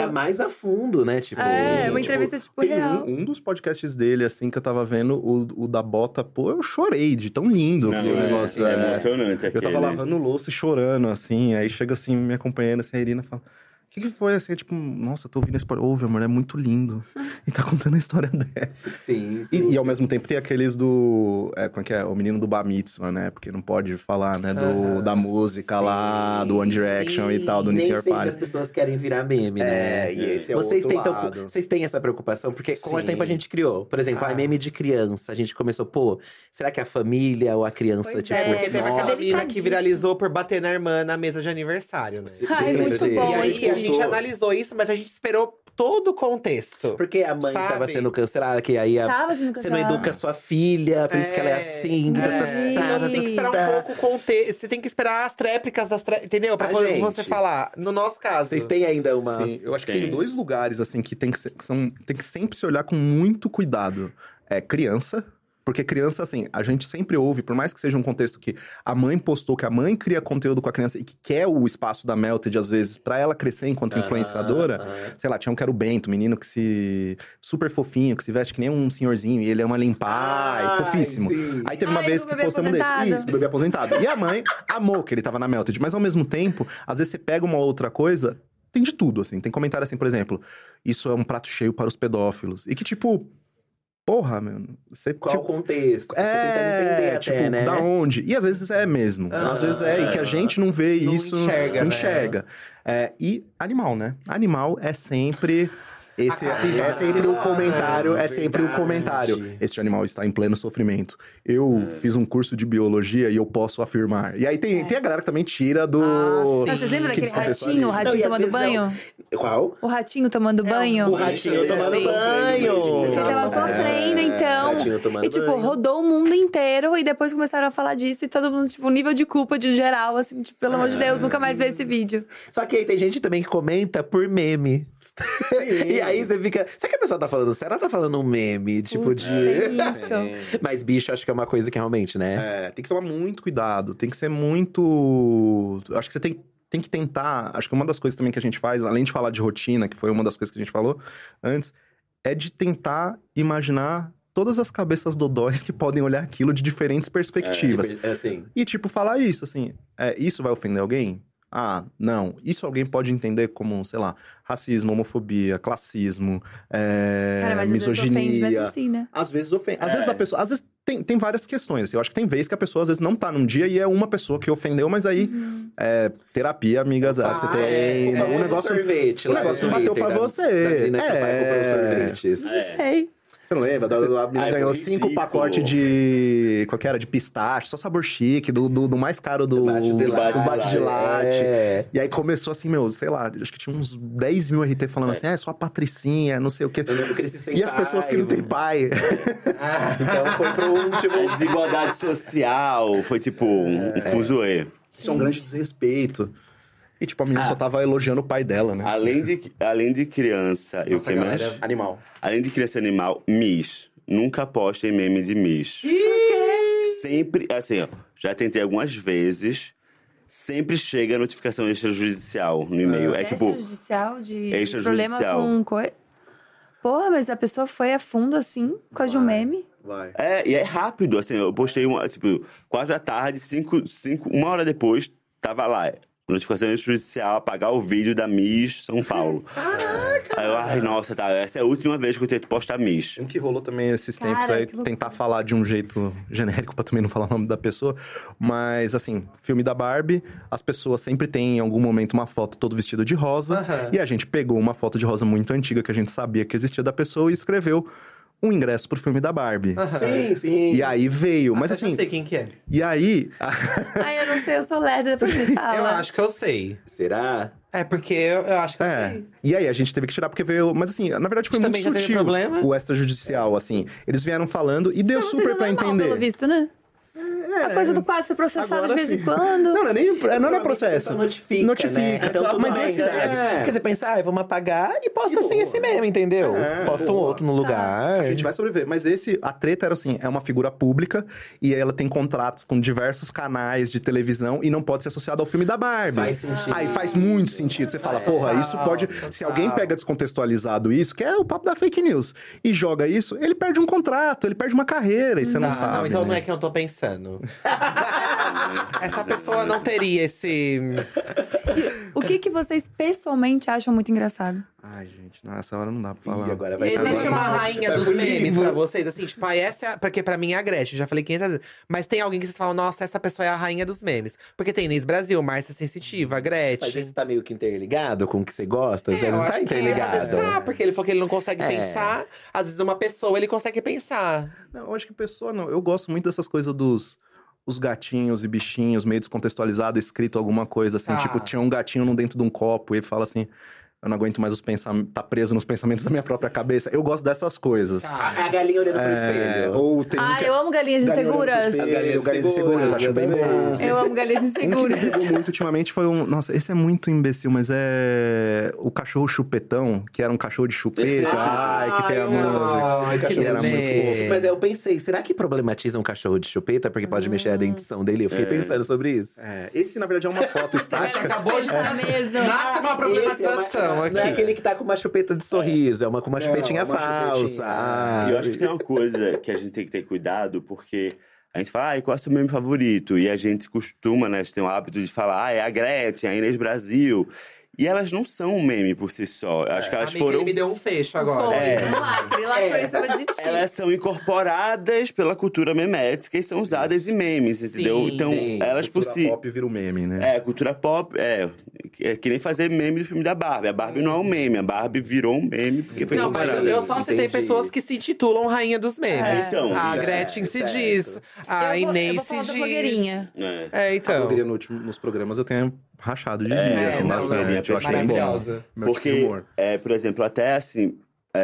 a mais a fundo, né? Tipo, É, uma tipo, entrevista, tipo, tem real. um, um dos podcasts dele, assim, que eu tava vendo, o, o da Bota, pô, eu chorei de tão lindo Não, que o é, negócio é é. emocionante Eu aquele. tava lavando louça e chorando, assim, aí chega assim, me acompanhando, assim, a Irina fala... O que, que foi, assim, tipo, nossa, eu tô ouvindo esse... Ouve, amor, é muito lindo. E tá contando a história dela. Sim, sim. E, e ao mesmo tempo tem aqueles do... É, como é que é? O menino do Bar Mitzvah, né? Porque não pode falar, né? Do, Aham. da música Sim, lá, do One Direction e tal, do Nem Nissan sempre Paris. as pessoas querem virar meme, né? É, e esse é vocês, outro tentam, lado. vocês têm essa preocupação? Porque com o Sim. tempo a gente criou. Por exemplo, Ah. a meme de criança. A gente começou, pô, será que a família ou a criança, Pois tipo… é. Porque teve Nossa. aquela mina que Delicadíssimo. viralizou por bater na irmã na mesa de aniversário, né? Ai, Sim, muito sim. bom. E aí esse a gente vídeo. analisou isso, mas a gente esperou todo o contexto. Porque a mãe Sabe? tava sendo cancelada, que aí a, Tava sendo você não cancelada. educa a sua filha, por isso que ela é assim. É, tá, tá, Entendi. tá, então você tem que esperar um pouco o contexto. Você tem que esperar as tréplicas das tré... Entendeu? Pra A poder gente. você falar. No nosso caso. Vocês têm ainda uma… Sim, eu acho que Tem. tem dois lugares, assim, que tem que, ser- que são, tem que sempre se olhar com muito cuidado. É criança, porque criança, assim, a gente sempre ouve, por mais que seja um contexto que a mãe postou, que a mãe cria conteúdo com a criança e que quer o espaço da Melted, às vezes, pra ela crescer enquanto influenciadora. aham. Sei lá, tinha um que era o Bento, menino que se… super fofinho, que se veste que nem um senhorzinho, e ele é uma limpai, Ai, fofíssimo. sim. Aí teve uma Ai, vez do que bebê postamos desse. aposentado. Isso, do bebê aposentado. E a mãe amou que ele tava na Melted, mas ao mesmo tempo, às vezes você pega uma outra coisa, tem de tudo, assim. Tem comentário assim, por exemplo, isso é um prato cheio para os pedófilos. E que, tipo, porra, meu, você… Qual o tipo, contexto? Você tá tentando entender até, tipo, né? da onde? E às vezes é mesmo. Ah, às vezes é, e que a gente não vê não isso. enxerga, não né? enxerga. É, e animal, né? Animal é sempre… Esse A é sempre o comentário, é sempre o verdade. comentário. Este animal está em pleno sofrimento. Eu fiz um curso de biologia e eu posso afirmar. E aí tem, tem a galera que também tira do… Ah, sim. Mas vocês lembram que daquele ratinho, o descontextualiza. ratinho Não, e às tomando vezes banho? Qual? O ratinho tomando banho? O ratinho Sim, tomando sim. banho! Ele tava Nossa, sofrendo, então. Ratinho tomando E, tipo, banho. rodou o mundo inteiro e depois começaram a falar disso. E todo mundo, tipo, o nível de culpa de geral, assim, tipo, pelo amor de Deus, nunca mais vê esse vídeo. Só que aí tem gente também que comenta por meme. E aí você fica… Será que a pessoa tá falando sério? Ela tá falando um meme, tipo Putz, de… tem isso. Mas bicho, acho que é uma coisa que realmente, né? É, tem que tomar muito cuidado. Tem que ser muito… Acho que você tem, tem que tentar… Acho que uma das coisas também que a gente faz, além de falar de rotina, que foi uma das coisas que a gente falou antes, é de tentar imaginar todas as cabeças dodóis que podem olhar aquilo de diferentes perspectivas. É, assim… E, tipo, falar isso, assim… É, isso vai ofender alguém? Ah, não. Isso alguém pode entender como, sei lá, racismo, homofobia, classismo, é, Cara, mas misoginia. às vezes ofende mesmo assim, né? Às vezes ofende. Às É. vezes a pessoa. Às vezes tem, tem várias questões. Assim, eu acho que tem vezes que a pessoa às vezes não tá num dia e é uma pessoa que ofendeu, mas aí é terapia, amiga. Ah, você é, tem. é, o negócio. sorvete o lá negócio no não bateu Twitter pra da- você. Da menina que É. comprou sorvetes. Não É. sei. Você não lembra? Da, da, a menina Ai, ganhou foi cinco ridículo. pacotes de. Qual que era? De pistache, só sabor chique, do, do, do mais caro do. Bate de do latte. bate de latte. É. E aí começou assim, meu, sei lá, acho que tinha uns dez mil R T falando assim, é, só a Patricinha, não sei o quê. Eu lembro que eles se sem E as pessoas que não têm pai. Então foi pro um, tipo… A desigualdade social foi tipo um, um fuzuê. Isso é um grande desrespeito. E tipo, a menina Ah. só tava elogiando o pai dela, né? Além de, além de criança e o Nossa, que galera, mais? animal. Além de criança e animal, Miss. Nunca postem meme de Miss. Sempre, assim, ó, já tentei algumas vezes. Sempre chega a notificação extrajudicial no e-mail. É tipo, Extrajudicial de, de Extrajudicial. problema com coisa. Porra, mas a pessoa foi a fundo assim, por causa de um meme. Vai. é, e é rápido, assim, eu postei uma, tipo, quatro da tarde, cinco, cinco, uma hora depois, tava lá. Notificação extrajudicial, apagar o vídeo da Miss São Paulo. Caraca! Aí eu, ai, nossa, tá, essa é a última vez que eu tento postar Miss. Um que rolou também esses Cara, tempos aí, que loucura. tentar falar de um jeito genérico pra também não falar o nome da pessoa. Mas, assim, filme da Barbie, as pessoas sempre têm em algum momento uma foto todo vestido de rosa. Aham. E a gente pegou uma foto de rosa muito antiga que a gente sabia que existia da pessoa e escreveu um ingresso pro filme da Barbie. Sim, sim. E aí veio, mas Até já assim, sei quem que é. e aí… Ai, eu não sei, eu sou lerda, depois me fala. Eu acho que eu sei. Será? É, porque eu, eu acho que eu É. sei. E aí, a gente teve que tirar, porque veio. Mas assim, na verdade foi Mas muito também já teve sutil problema? o extrajudicial, assim. Eles vieram falando e deu Pra vocês super é pra normal, entender. pelo visto, né? A coisa do quadro ser processado Agora de vez sim. em quando. Não, não é nem não é processo. Notifica, Notifica. né? Então, tudo Mas bem, esse sabe? é- Porque você pensa, ah, vamos apagar e posta sem esse meme, entendeu? É, posta um boa. outro no lugar. A gente vai sobreviver. Mas esse, a treta era assim, é uma figura pública e ela tem contratos com diversos canais de televisão e não pode ser associada ao filme da Barbie. Faz sentido. Aí faz muito sentido. Você fala, porra, isso pode... Se alguém pega descontextualizado isso, que é o papo da fake news, e joga isso, ele perde um contrato, ele perde uma carreira, e você não Ah, sabe, não, então né? não é que eu tô pensando. Essa pessoa não teria esse. O que, que vocês pessoalmente acham muito engraçado? Ai, gente, nessa hora não dá pra falar. E agora vai Existe agora- uma rainha vai dos pro memes livro. pra vocês, assim, tipo, ah, essa é a... Porque pra mim é a Gretchen, já falei quinhentas vezes. Mas tem alguém que vocês falam, nossa, essa pessoa é a rainha dos memes. Porque tem Inês Brasil, Márcia Sensitiva, Gretchen. Mas esse tá meio que interligado com o que você gosta? Às É, vezes eu tá acho que interligado. às vezes tá, porque ele falou que ele não consegue É. pensar. Às vezes uma pessoa, ele consegue pensar. Não, eu acho que pessoa não. Eu gosto muito dessas coisas dos os gatinhos e bichinhos, meio descontextualizado, escrito alguma coisa assim. Tá. Tipo, tinha um gatinho dentro de um copo e ele fala assim: eu não aguento mais os pensamentos, tá preso nos pensamentos da minha própria cabeça. Eu gosto dessas coisas. Tá. É a galinha olhando pro É, espelho. ou tem um Ah, que- eu amo galinhas Galinha olhando pro inseguras. espelho, Galinhas galinhas inseguras, inseguras, acho bem bom. exatamente. Eu amo galinhas Um que me inseguras. pegou muito ultimamente foi um. Nossa, esse é muito imbecil, mas é. O cachorro chupetão, que era um cachorro de chupeta. Ai, que tem a Ai, música. ai, que que era muito lindo. fofo. Mas eu pensei, será que problematiza um cachorro de chupeta porque pode mexer a dentição dele? Eu fiquei pensando sobre isso. É, esse, na verdade, é uma foto estática. Acabou de Tá mesmo. Nasce uma problematização Esse é uma- aqui. Não é aquele que tá com uma chupeta de sorriso, é uma com uma Não, chupetinha uma falsa. chupetinha. Ah, E eu acho que tem uma coisa que a gente tem que ter cuidado, porque a gente fala, ah, qual é o seu meme favorito? E a gente costuma, né, a gente tem o hábito de falar, ah, é a Gretchen, a Inês Brasil. E elas não são um meme por si só. Eu acho que elas Amiga, foram. ele me deu um fecho agora. Foi, É. um lacre, lacre em cima de ti. Elas são incorporadas pela cultura memética e são usadas em memes, Sim, entendeu? Então, sim. elas por Cultura si. pop vira um meme, né? É, cultura pop, é. É que nem fazer meme do filme da Barbie. A Barbie não é um meme, a Barbie virou um meme porque foi Não, mas comprada. eu só citei Entendi. pessoas que se intitulam Rainha dos Memes. É, então, a já- Gretchen se certo. diz, a eu vou, Inês eu vou se falar da diz. blogueirinha. É. É, A então. blogueirinha no último, nos programas eu tenho rachado de rir, É, assim, não, bastante. Eu achei bom. maravilhosa. Meu tipo de Porque, humor. é, por exemplo, até assim.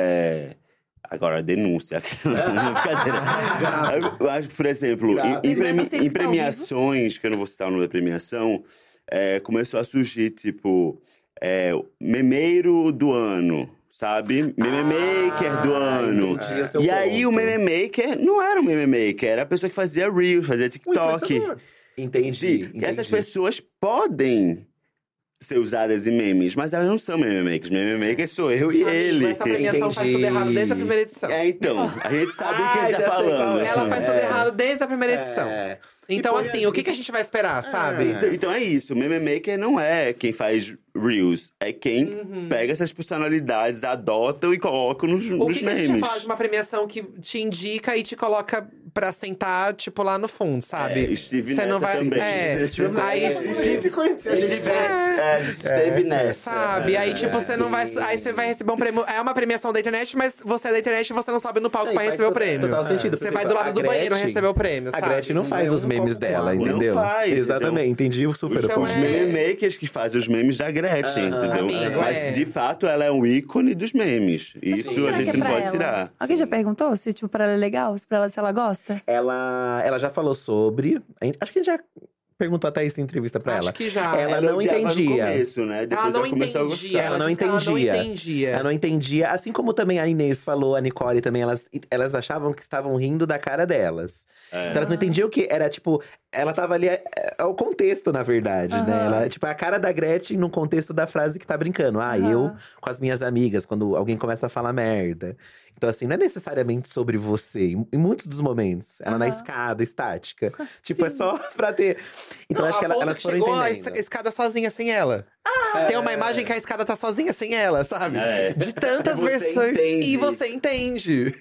é, Agora, denúncia. Não, brincadeira. Mas, por exemplo, em, em premi- Preconceito em tá ao premiações, que eu não vou citar o nome da premiação, é, começou a surgir, tipo, é, memeiro do ano, sabe? Meme maker do ano. entendi o seu E aí, o ponto. meme maker não era um meme maker, era a pessoa que fazia Reels, fazia TikTok. influenciador. Entendi, Sim, entendi. essas pessoas podem ser usadas em memes, mas elas não são meme makers. Meme maker sou eu e Amigo, ele. essa premiação faz tudo errado desde a primeira edição. É, então, a gente sabe o que Ah, ele tá já sei qual falando. é. Ela faz tudo É. errado desde a primeira edição. É. Então, E foi assim, a- o que, que a gente vai esperar, sabe? Então, então é isso, o meme maker não é quem faz Reels, é quem Uhum. pega essas personalidades, adotam e coloca nos, O nos que, que a gente memes. fala de uma premiação que te indica e te coloca pra sentar, tipo, lá no fundo, sabe? É, estive Você não nessa vai. também. É, Estive aí, nessa. A gente conheceu, A a gente gente é, a gente esteve nessa. sabe? Aí, tipo, É. você não vai. Aí você vai receber um prêmio. É uma premiação da internet, mas você é da internet e você não sobe no palco Não, e pra faz receber o total- prêmio. total sentido. Por Você vai exemplo, do lado a do banheiro Gretchen- receber o prêmio, A sabe? Gretchen não faz Não os memes copo dela, com água. entendeu? Não faz, Exatamente, entendi o super Então, ponto. Os é- meme makers que fazem os memes da Gretchen, entendeu? Amigo, Mas, é. de fato, ela é um ícone dos memes. Isso Será a que gente é não pra pode ela? tirar. Alguém já perguntou se, tipo, pra ela é legal? Se, pra ela, se ela gosta? Ela, ela já falou sobre. a gente- Acho que a gente já perguntou até isso em entrevista pra Acho ela. que já. Ela não odiava entendia. No começo, né? Depois Ela não ela começou a entendia. gostar. Ela, Ela não disse que ela não entendia. entendia. Ela não entendia, assim como também a Inês falou, a Nicole também, elas, elas achavam que estavam rindo da cara delas. É. Então elas não entendiam o que era, tipo, ela tava ali, é, é o contexto, na verdade, né? Aham. Ela, tipo, é a cara da Gretchen no contexto da frase que tá brincando. Ah, Aham. eu com as minhas amigas, quando alguém começa a falar merda. Então, assim, não é necessariamente sobre você, em, em muitos dos momentos. Ela na Aham. escada, estática. Tipo, é só pra ter. Então, Não, acho que a ela, ponto elas que foram chegou a entendendo. es- escada sozinha sem ela. Tem uma imagem que a escada tá sozinha sem ela, sabe? É. De tantas Você versões. entende. E você entende.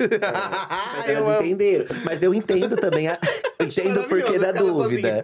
Mas Eu elas amo. entenderam. Mas eu entendo também, a... eu entendo o porquê maravilhoso, da aquela dúvida.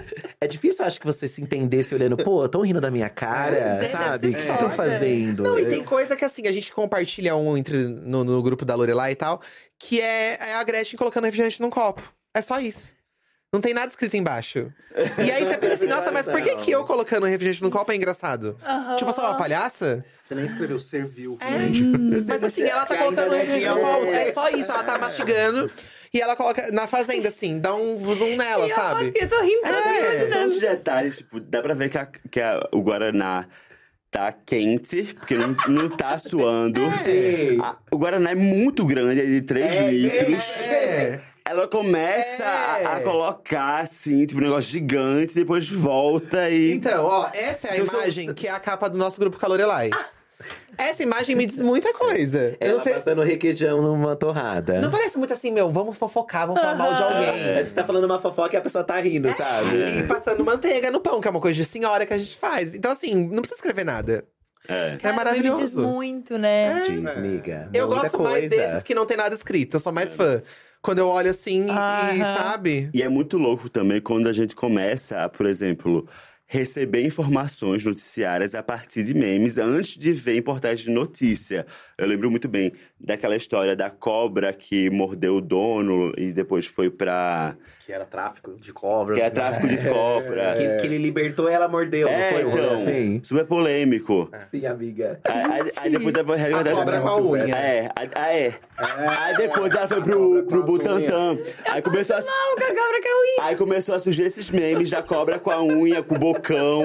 É difícil, eu acho, que você se entendesse olhando, pô, tão rindo da minha cara, Pois é, sabe? deve O ser que estão foda. fazendo? Não, e Eu- tem coisa que assim, a gente compartilha um entre, no, no grupo da Lorelai e tal, que é, é a Gretchen colocando refrigerante num copo. É só isso. Não tem nada escrito embaixo. E aí você pensa assim, nossa, mas por que que eu colocando refrigerante no copo é engraçado? Aham. Tipo, eu sou uma palhaça? Você nem escreveu, serviu. É, mas assim, ela tá Que ainda colocando não refrigerante no tinha copo. um- É só isso, ela tá mastigando. E ela coloca na fazenda, assim, dá um zoom nela, E eu, sabe? assim, eu tô rindo, tô assim, É. imaginando. Tantos detalhes, tipo, dá pra ver que, a- que a- o Guaraná tá quente, porque não, não tá suando. Sim. A- o Guaraná é muito grande, é de três litros. É. Ela começa É. a, a colocar, assim, tipo, um negócio gigante, depois volta e… Então, ó, essa é a Então, são- imagem que é a capa do nosso grupo Calorelai. Essa imagem me diz muita coisa. Eu Ela não sei. passando requeijão numa torrada. Não parece muito assim, meu, vamos fofocar, vamos falar mal de alguém. É, você tá falando uma fofoca e a pessoa tá rindo, sabe? E passando manteiga no pão, que é uma coisa de senhora que a gente faz. Então, assim, não precisa escrever nada. É. É maravilhoso. Me diz muito, né? Diz, miga. Eu muita gosto mais coisa. desses que não tem nada escrito. Eu sou mais fã. Quando eu olho assim e, Aham. sabe? E é muito louco também quando a gente começa a, por exemplo, receber informações noticiárias a partir de memes antes de ver em portais de notícia. Eu lembro muito bem daquela história da cobra que mordeu o dono e depois foi pra… Que era tráfico de cobra. Que é tráfico de cobra. Que, que ele libertou e ela mordeu, É, não foi? um rolê então, assim? super polêmico. Sim, amiga. Aí, aí- aí depois ela foi… A cobra com a unha. É, aí, aí, é. Aí depois ela foi pro, pro Butantan. Aí começou a… Não, com a cobra que eu ia. Aí começou a surgir esses memes da cobra com a unha, com o bocão.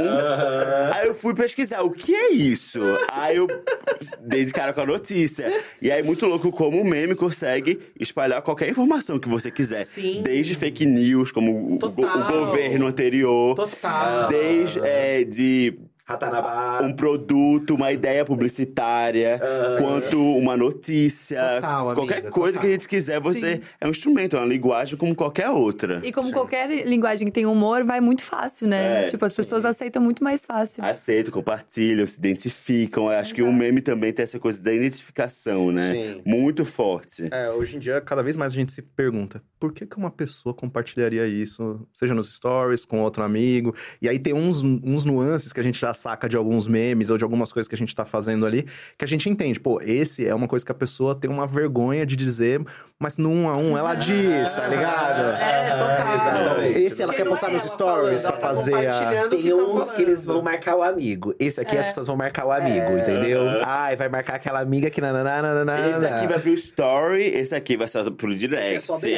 Aí eu fui pesquisar, o que é isso? Aí eu dei de cara com a notícia. E aí, muito louco como o meme consegue espalhar qualquer informação que você quiser. Sim. Desde fake news, como o, go- Total. o governo anterior. Total. Desde é, de… Ratanabá. Um produto, uma ideia publicitária, quanto uma notícia. Total, amiga, qualquer coisa total. que a gente quiser, você é um instrumento, é uma linguagem como qualquer outra. E como qualquer linguagem que tem humor, vai muito fácil, né? É, tipo, as pessoas aceitam muito mais fácil. Aceitam, compartilham, se identificam. Eu acho que o meme também tem essa coisa da identificação, né? Sim. Muito forte. É, hoje em dia, cada vez mais a gente se pergunta por que, que uma pessoa compartilharia isso, seja nos stories, com outro amigo. E aí tem uns, uns nuances que a gente já saca de alguns memes ou de algumas coisas que a gente tá fazendo ali, que a gente entende. Pô, esse é uma coisa que a pessoa tem uma vergonha de dizer, mas no um a um ela diz, tá ligado? É, total. Exatamente. Esse ela Porque quer não postar é nos ela stories falando, pra ela tá fazer a… compartilhando o Tem que tá uns que eles falando. vão marcar o amigo. Esse aqui as pessoas vão marcar o amigo, entendeu? Ai, vai marcar aquela amiga que nananá, nananá. Esse aqui vai pro story, esse aqui vai só pro direct. Esse é só bem-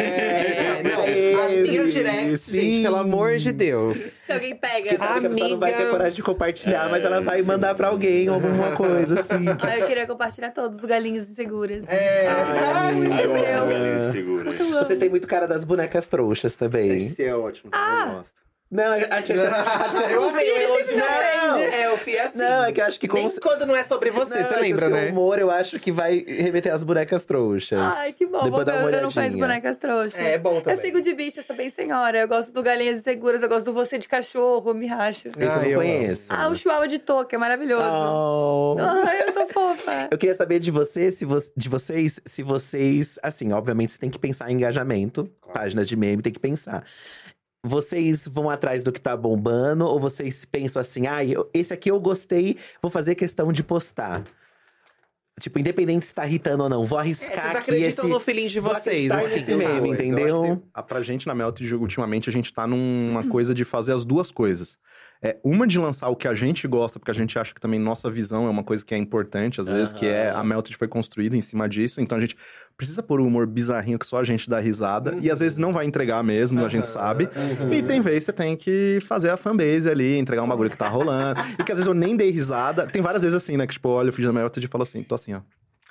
É, não, É, as minhas directs, sim. gente, pelo amor de Deus. Se alguém pega. Porque sabe que a pessoa não vai ter Amiga. coragem de compartilhar, mas ela vai mandar pra alguém alguma coisa, assim. Ah, eu queria compartilhar todos do Galinhas Inseguras. É. Ai, muito Ai, eu amo meu. galinha segura. Você tem muito cara das bonecas trouxas também. Esse é ótimo, ah. eu gosto. Não, a gente... Eu amei o elogio. Não. É, eu fui assim. Não, é que eu acho que Nem como- quando não é sobre você, Não, você é que lembra, o seu né? humor, eu acho que vai remeter às bonecas trouxas. Ai, que bom. Depois Vou dá ver, uma eu não conheço olhadinha. bonecas trouxas. É, é bom também. Eu sigo de bicho, eu sou bem senhora. Eu gosto do Galinhas Inseguras, eu gosto do Você de Cachorro, me racho. Esse eu Ah, não eu conheço. Ah, o Chihuahua de Touca, é maravilhoso. Oh. Ai, eu sou fofa. Eu queria saber de você, se vo- de vocês, se vocês, assim, obviamente você tem que pensar em engajamento, páginas de meme, tem que pensar. Vocês vão atrás do que tá bombando ou vocês pensam assim, ah, eu- esse aqui eu gostei, vou fazer questão de postar? Tipo, independente se tá irritando ou não, vou É, arriscar vocês aqui acreditam esse… no feeling de vou vocês, acreditar assim. nesse meme, Eu acho que entendeu? tem- a- pra gente na Melt, ultimamente, a gente tá numa coisa de fazer as duas coisas. É, uma de lançar o que a gente gosta, porque a gente acha que também nossa visão é uma coisa que é importante, às vezes, que é a Melted foi construída em cima disso, então a gente precisa pôr um humor bizarrinho que só a gente dá risada, e às vezes não vai entregar mesmo, a gente sabe. E tem vezes você tem que fazer a fanbase ali, entregar um bagulho que tá rolando, e que às vezes eu nem dei risada. Tem várias vezes assim, né, que tipo, olha o vídeo da Melted e falo assim, tô assim, ó.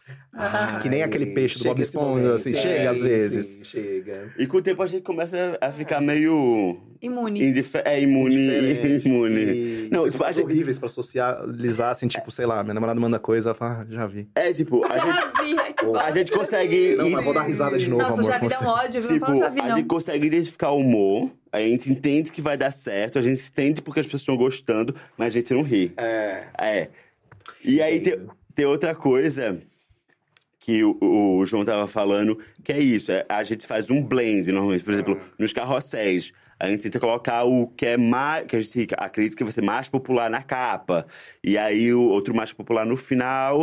Que nem aquele peixe do Chega Bob esse Esponja, momento. assim, Sim, chega às vezes. sim, chega. E com o tempo a gente começa a ficar meio… Imune. Indife é, imune. Diferente. imune. E Não, tem tipo, a coisas gente… horríveis pra socializar, assim, tipo, sei lá, minha namorada manda coisa, ela fala, ah, já vi. É, tipo, a gente, Já vi, ai, que a bosta. gente consegue… Não, mas vou dar risada de novo, Nossa, amor. já vi com dá você. um ódio, viu? Não Tipo, fala já vi, a não. gente consegue identificar o humor, a gente entende que vai dar certo, a gente entende porque as pessoas estão gostando, mas a gente não ri. É. É. E aí tem, tem outra coisa que o, o João tava falando, que é isso, é, a gente faz um blend, normalmente. Por exemplo, nos carrosséis, a gente tenta colocar o que é mais, que a gente acredita que vai ser mais popular na capa. E aí o outro mais popular no final,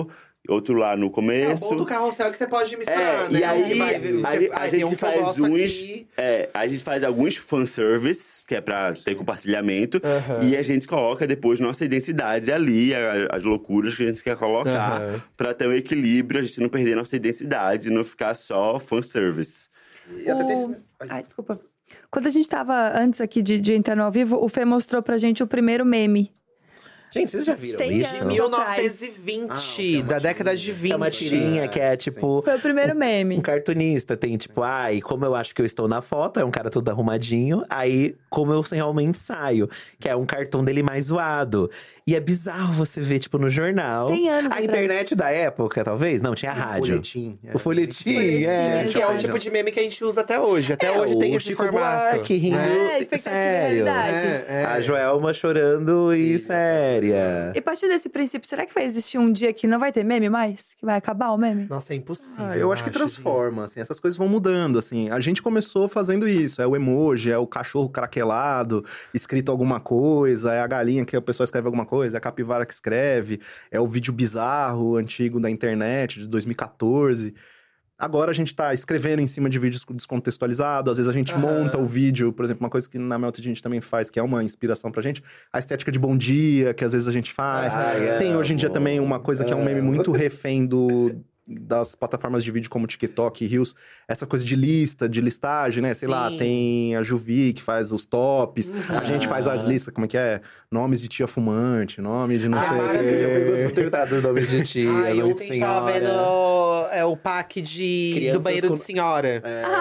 outro lá no É, o começo. bom do carrossel é que você pode misturar, É, né? e aí, Vai- a, você- a ai, tem gente um que eu faz gosto uns. aqui. É, a gente faz alguns fanservice, que é pra ter compartilhamento, e a gente coloca depois nossa identidade ali, a- as loucuras que a gente quer colocar, Aham. pra ter um equilíbrio, a gente não perder nossa identidade, não ficar só fanservice. E até tem esse- O... Ai, desculpa. Quando a gente tava, antes aqui de, de entrar no ao vivo, o Fê mostrou pra gente o primeiro meme. Gente, vocês já viram cem isso? anos. mil novecentos e vinte, da década de vinte. É uma tirinha que é tipo… Foi o primeiro meme. Um cartunista tem tipo, ai, como eu acho que eu estou na foto, é um cara todo arrumadinho. Aí, como eu realmente saio, que é um cartão dele mais zoado. E é bizarro você ver, tipo, no jornal. cem anos A atrás. internet da época, talvez? Não, tinha rádio. folhetim. O folhetim, Folhetim, é. Que é o Exato. tipo de meme que a gente usa até hoje. Até É, hoje tem o esse Chico formato. Buarque rindo. É, expectativa e Sério. realidade. É, é. A Joelma chorando e séria. E a partir desse princípio, será que vai existir um dia que não vai ter meme mais? Que vai acabar o meme? Nossa, é impossível. Ah, eu acho que transforma, assim, essas coisas vão mudando, assim. A gente começou fazendo isso, é o emoji, é o cachorro craquelado, escrito alguma coisa, é a galinha que a pessoa escreve alguma coisa, é a capivara que escreve, é o vídeo bizarro, antigo da internet, de dois mil e quatorze. Agora a gente tá escrevendo em cima de vídeos descontextualizados, às vezes a gente Aham. monta o vídeo, por exemplo, uma coisa que na Melted a gente também faz, que é uma inspiração pra gente, a estética de bom dia, que às vezes a gente faz. Ai, Tem hoje em dia amo. também uma coisa que é um meme muito refém do, das plataformas de vídeo como TikTok e Reels, essa coisa de lista, de listagem, né? Sei lá, Sim. tem a Juvi que faz os tops, a gente faz as listas, como é que é? Nomes de tia fumante, nome de não Ah, sei o maravilhoso. quê. Perguntado o nome de tia, Ai, nome ontem de a gente tava senhora. vendo é, o pack de, Crianças do banheiro com- de senhora.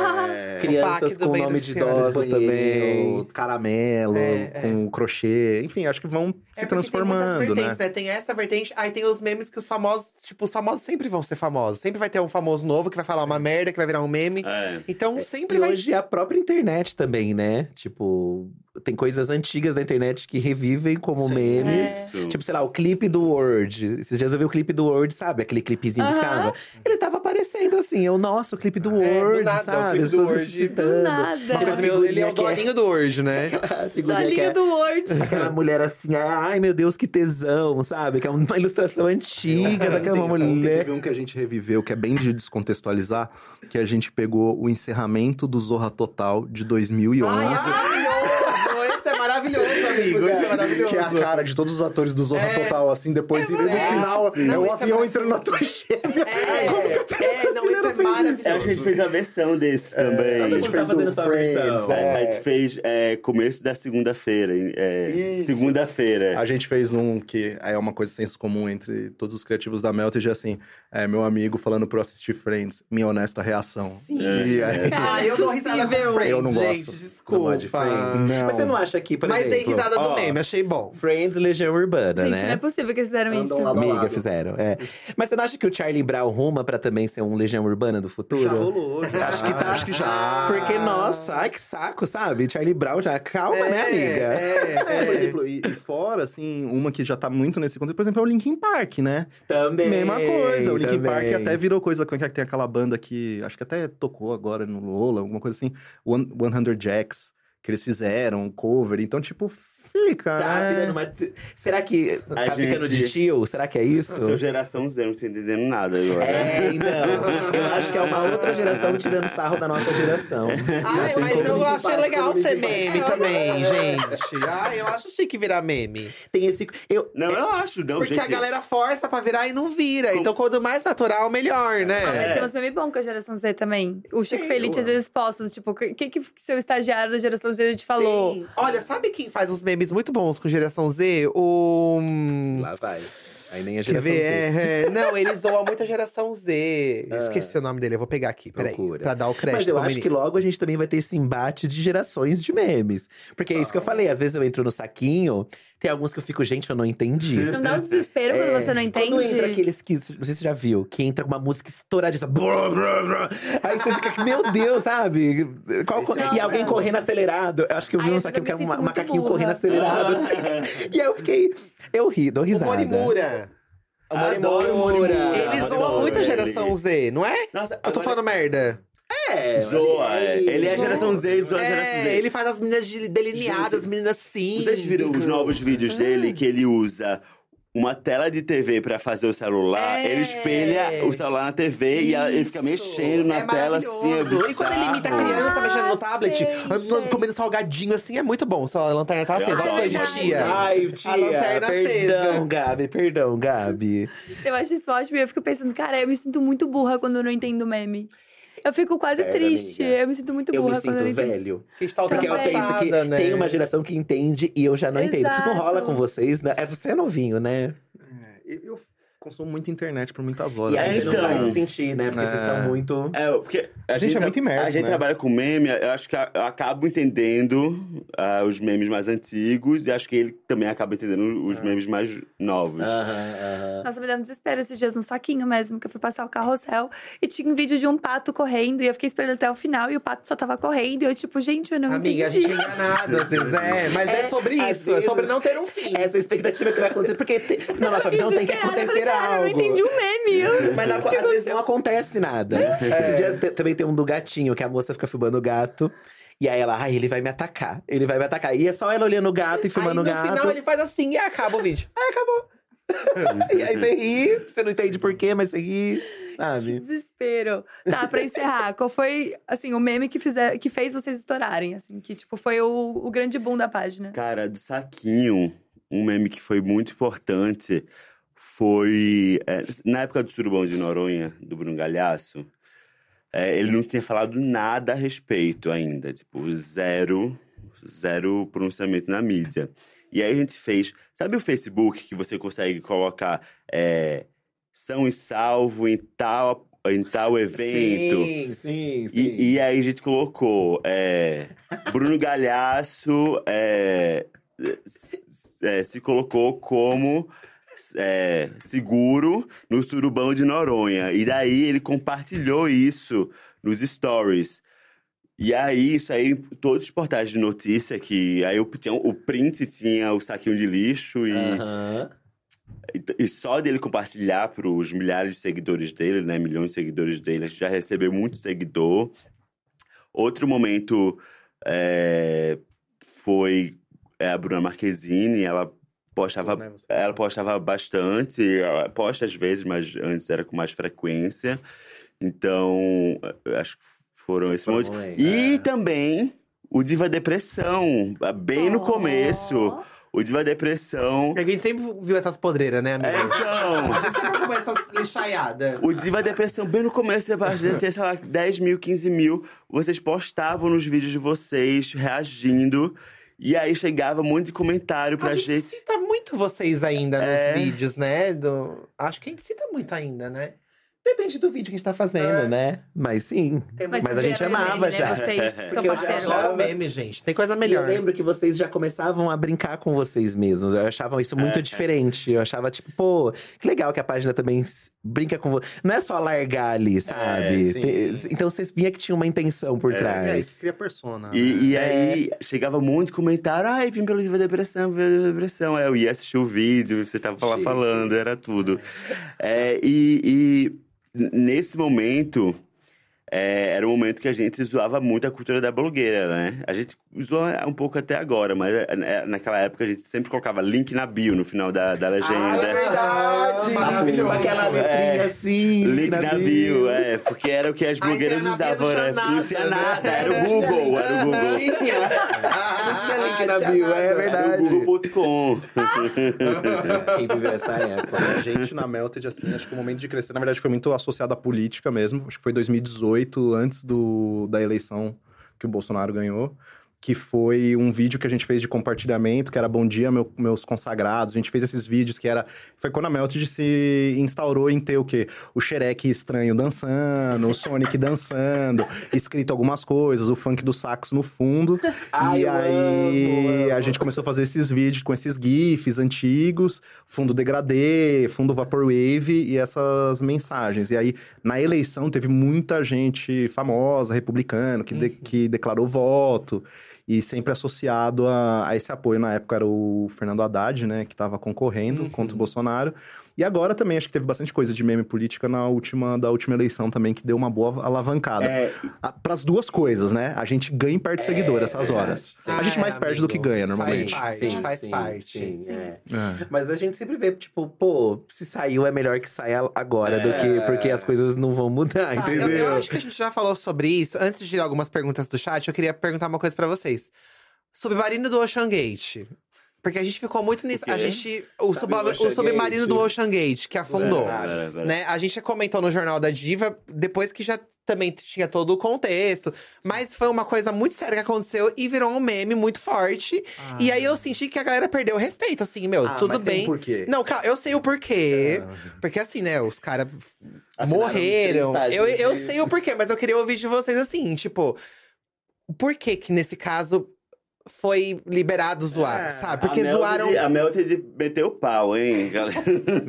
É, Crianças pack do com banheiro nome de de senhora. idosos banheiro, também. caramelo, É, é. com crochê. Enfim, acho que vão se É porque tem muitas transformando, vertentes, né? né? Tem essa vertente, aí tem os memes que os famosos, tipo, os famosos sempre vão ser famosos. Sempre vai ter um famoso novo que vai falar uma merda, que vai virar um meme. É. Então sempre E vai. hoje a própria internet também, né? Tipo, tem coisas antigas da internet que revivem como Sim. memes. Isso. Tipo, sei lá, o clipe do Word. Esses dias eu vi o clipe do Word, sabe? Aquele clipezinho que Aham. ficava. Ele tava aparecendo assim, eu, nossa, o clipe do É, do Word, nada, o sabe? clipe As do pessoas Word. se Do citando. nada. Uma Ele, coisa ele é o que é- doninho do Word, né? a Da figurinha que linha é do Word. aquela mulher assim, ai meu Deus, que tesão, sabe? Que é uma ilustração antiga daquela Ontem- ontem mulher. Teve um que a gente reviveu, que é bem de descontextualizar, que a gente pegou o encerramento do Zorra Total de dois mil e onze. Ai, maravilhoso! Esse é maravilhoso, amigo. Esse é maravilhoso. Que é a cara de todos os atores do Zorra É. Total, assim, depois e no É. final Não, é o isso é avião maravilhoso. entrando na torre gêmea. É, Como que é, o não, brasileiro isso é fez maravilhoso. É, a gente fez a versão desse também. todo mundo tá fazendo essa versão. É, a gente fez é, começo da segunda-feira. É, Isso. segunda-feira. A gente fez um que é uma coisa senso comum entre todos os criativos da Melted, assim, é meu amigo falando pro assistir Friends, minha honesta reação. Sim. E aí, Ah, eu dou risada com Friends, Eu não gosto. gente, desculpa. Não gosto de Friends. Não. Mas você não acha que, por Mas dei exemplo… risada do ó, meme, achei bom. Friends, Legião Urbana, Gente, né? não é possível que eles fizeram Andam isso. lá do Amiga, lado. fizeram, é. Mas você não acha que o Charlie Brown ruma pra também ser um Legião Urbana do futuro? Já rolou, já. Acho que tá. Acho que já. Porque, nossa, ai que saco, sabe? Charlie Brown já… Calma, É, né, amiga? É, É, por é. exemplo, e, e fora, assim, uma que já tá muito nesse contexto, por exemplo, é o Linkin Park, né? Também. Mesma coisa, o Linkin também. Park até virou coisa, como é que é que tem aquela banda que, acho que até tocou agora no Lola, alguma coisa assim, One, cem Jacks, que eles fizeram, um cover, então, tipo, fica, Tá né? virando uma… Será que A tá ficando de gente- tio? Será que é isso? Eu sou geração Z, não tô entendendo nada agora. É, então. Eu acho que é uma outra geração tirando sarro da nossa geração. Ai, Assim mas como eu Linkin achei Park, legal como ser Linkin Park. meme também, gente. Ai, eu acho chique virar meme. Tem esse… Eu, Não, eu acho, não, Porque gente. a galera força pra virar e não vira. Como- Então, quanto mais natural, melhor, né? Ah, mas É. tem uns memes bons com a geração Z também. O Chico Tem, Felice eu às vezes posta, tipo, o que, que seu estagiário da geração Z te falou? Tem. Olha, sabe quem faz uns memes muito bons com geração Z? O. Lá vai. Aí nem a Quer geração ver? Z. É, é. Não, eles zoam muito a geração Z. Ah. Esqueci o nome dele, eu vou pegar aqui, peraí. Procura. Pra dar o crédito Mas eu pro acho menino. que logo a gente também vai ter esse embate de gerações de memes. Porque é isso que eu falei, às vezes eu entro no saquinho, tem alguns que eu fico, gente, eu não entendi. Não dá um desespero É, quando você não entende? Quando entra aqueles que, não sei se você já viu, que entra com uma música estouradíssima. brrr, brrr, brrr. Aí você fica, meu Deus, sabe? Qual co- Nossa. e alguém correndo acelerado. Eu acho que eu vi Ai, um às vezes saquinho eu que é me um sinto muito macaquinho burra. correndo acelerado. assim. E aí eu fiquei, eu ri, dou O risada. Morimura. Adoro o Morimura. Ele Adoro zoa muito a ele. geração Z, não é? Nossa, Eu tô agora- falando merda. É, Zoa, é. Ele é a geração Z, ele zoa a geração É, Z. ele faz as meninas de- delineadas, Gente, as meninas sim. Vocês viram os novos vídeos dele que ele usa uma tela de T V pra fazer o celular, É. ele espelha o celular na T V e ela- ele fica mexendo na É tela assim. É maravilhoso. E quando ele imita a bizarro. criança mexendo no tablet, sei, andando, sei. comendo salgadinho assim, é muito bom. Só a lanterna tá Eu acesa. Olha adoro, a coisa de gente. tia. Ai, tia, A lanterna perdão, acesa. Gabi, perdão, Gabi. Eu acho isso ótimo e eu fico pensando, cara, eu me sinto muito burra quando eu não entendo meme. Eu fico quase Sério, triste. amiga? Eu me sinto muito Eu burra me quando eu não sinto entendo. velho. Que está Porque eu penso que ultrapassada, né? tem uma geração que entende e eu já não entendo. Exato. Não rola com vocês, né? É, você é novinho, né? É, eu consumo muita internet por muitas horas. E aí É, você não então. vai sentir, né? Porque vocês É. estão muito… É, porque a, A gente é tra- muito imerso, A gente né? trabalha com meme, eu acho que a- eu acabo entendendo ah, os memes mais antigos e acho que ele também acaba entendendo os memes mais novos. Aham, aham. Nossa, me deu um desespero esses dias no saquinho mesmo, que eu fui passar o carrossel e tinha um vídeo de um pato correndo e eu fiquei esperando até o final e o pato só tava correndo. E eu, tipo, gente, eu não Amiga, a entendi. gente é enganado às vezes, é. Mas é, sobre às isso, é vezes- sobre não ter um fim. Essa expectativa que vai acontecer, porque te- na nossa visão tem que Desesperada, eu acontecer falei, cara, algo. eu não entendi o meme. Eu- Mas na- às vezes não acontece nada. Esses dias te- também tem um do gatinho, que a moça fica filmando o gato. E aí ela, ai, ele vai me atacar. Ele vai me atacar. E é só ela olhando o gato e Aí filmando no o gato. final ele faz assim e acaba o vídeo. Aí acabou. E aí você ri, você não entende por quê, mas você ri, Que sabe? desespero. Tá, pra encerrar, qual foi, assim, o meme que, fizer, que fez vocês estourarem, assim? Que, tipo, foi o, o grande boom da página. Cara, do saquinho, um meme que foi muito importante foi… é, na época do Surubão de Noronha, do Bruno Galhaço, é, ele não tinha falado nada a respeito ainda. Tipo, zero, zero pronunciamento na mídia. E aí a gente fez… Sabe o Facebook que você consegue colocar é, São e Salvo em tal, em tal evento? Sim, sim, sim. E, e aí a gente colocou é, Bruno Galhaço é, se, é, se colocou como é, seguro no Surubão de Noronha. E daí ele compartilhou isso nos stories. E aí, isso aí, todos os portais de notícia que… Aí eu tinha, o print tinha o saquinho de lixo e… Aham. E, e só dele compartilhar para os milhares de seguidores dele, né? Milhões de seguidores dele, a gente já recebeu muito seguidor. Outro momento é, foi é, a Bruna Marquezine, ela postava, Né, você- ela postava bastante, ela posta às vezes, mas antes era com mais frequência. Então, eu acho que foram esses Foi um momentos. momento, E é. também o Diva Depressão, bem no Oh. começo. O Diva Depressão. A gente sempre viu essas podreiras, né, amiga? É, então. A gente sempre começa essas lixaiadas. O Diva Depressão, bem no começo, a gente tinha, sei lá, dez mil, quinze mil. Vocês postavam nos vídeos de vocês, reagindo. E aí chegava um monte de comentário pra a gente. gente cita muito vocês ainda É. nos vídeos, né? Do... Acho que a gente cita muito ainda, né? Depende do vídeo que a gente tá fazendo, É. né? Mas sim. Mas, vocês a gente vieram amava meme, né? já. Vocês são Porque eu já parceiros. achava- Adoro meme, gente. Tem coisa E eu melhor. lembro que vocês já começavam a brincar com vocês mesmos. Eu achava isso muito É. diferente. Eu achava, tipo, pô, que legal que a página também s- brinca com você. Não é só largar ali, sabe? sim. Tem- então vocês via que tinha uma intenção por É, É, trás. isso cria persona. E, né? e aí chegava um monte de comentário. Ai, vim pelo Diva Depressão, vim pelo Diva Depressão. Aí eu ia assistir o vídeo, você tava lá Chique. falando, era tudo. É, e, e nesse momento, é, era um momento que a gente zoava muito a cultura da blogueira, né? A gente zoa um pouco até agora, mas é, naquela época a gente sempre colocava link na bio no final da, da legenda. Ah, é verdade! Maravilhoso. Aquela letrinha É. assim. Link na bio, é, porque era o que as Aí blogueiras você na bio usavam, não né? tinha Não tinha nada, nada, né? era o Não tinha Google, link. era o Google. Não tinha. Não tinha link na tinha bio, nada. é Era o verdade. google ponto com. Quem viveu essa época? A gente na Melted, assim, acho que o momento de crescer, na verdade, foi muito associado à política mesmo. Acho que foi dois mil e dezoito, antes do, da eleição que o Bolsonaro ganhou. Que foi um vídeo que a gente fez de compartilhamento, que era Bom Dia, meu- meus consagrados. A gente fez esses vídeos que era… Foi quando a Melted se instaurou em ter o quê? O Shrek estranho dançando, o Sonic dançando, escrito algumas coisas, o funk do sax no fundo. Ai, e eu aí amo, a amo. gente começou a fazer esses vídeos com esses GIFs antigos, fundo degradê, fundo vaporwave e essas mensagens. E aí, na eleição, teve muita gente famosa, republicana, que, de- que declarou voto. E sempre associado a, a esse apoio. Na época era o Fernando Haddad, né? Que estava concorrendo contra o Bolsonaro. E agora também, acho que teve bastante coisa de meme política na última, da última eleição também, que deu uma boa alavancada. É. Para as duas coisas, né? A gente ganha e perde seguidor essas horas. sim. A gente Ah, mais é, perde do que amigo. ganha, normalmente. Faz parte, faz parte. Sim, é. É. Mas a gente sempre vê, tipo, pô, se saiu é melhor que saia agora do que… Porque as coisas não vão mudar, Ah, entendeu? eu, eu acho que a gente já falou sobre isso. Antes de tirar algumas perguntas do chat, eu queria perguntar uma coisa pra vocês. Submarino do Ocean Gate. Porque a gente ficou muito nisso. O quê? A gente. O, Sabe sub- o Ocean o submarino Gate? do Ocean Gate, que afundou. Pera, pera. Né? A gente comentou no Jornal da Diva, depois que já também tinha todo o contexto. Mas foi uma coisa muito séria que aconteceu e virou um meme muito forte. E aí eu senti que a galera perdeu o respeito, assim, meu, Ah, tudo mas tem bem. um porquê. Não, calma, eu sei o porquê. Porque assim, né, os caras Assinaram morreram. três Eu, páginas eu de- sei o porquê, mas eu queria ouvir de vocês assim, tipo, por que que nesse caso foi liberado zoar, É, sabe? Porque a zoaram. Melted, a Melted meteu o pau, hein, galera?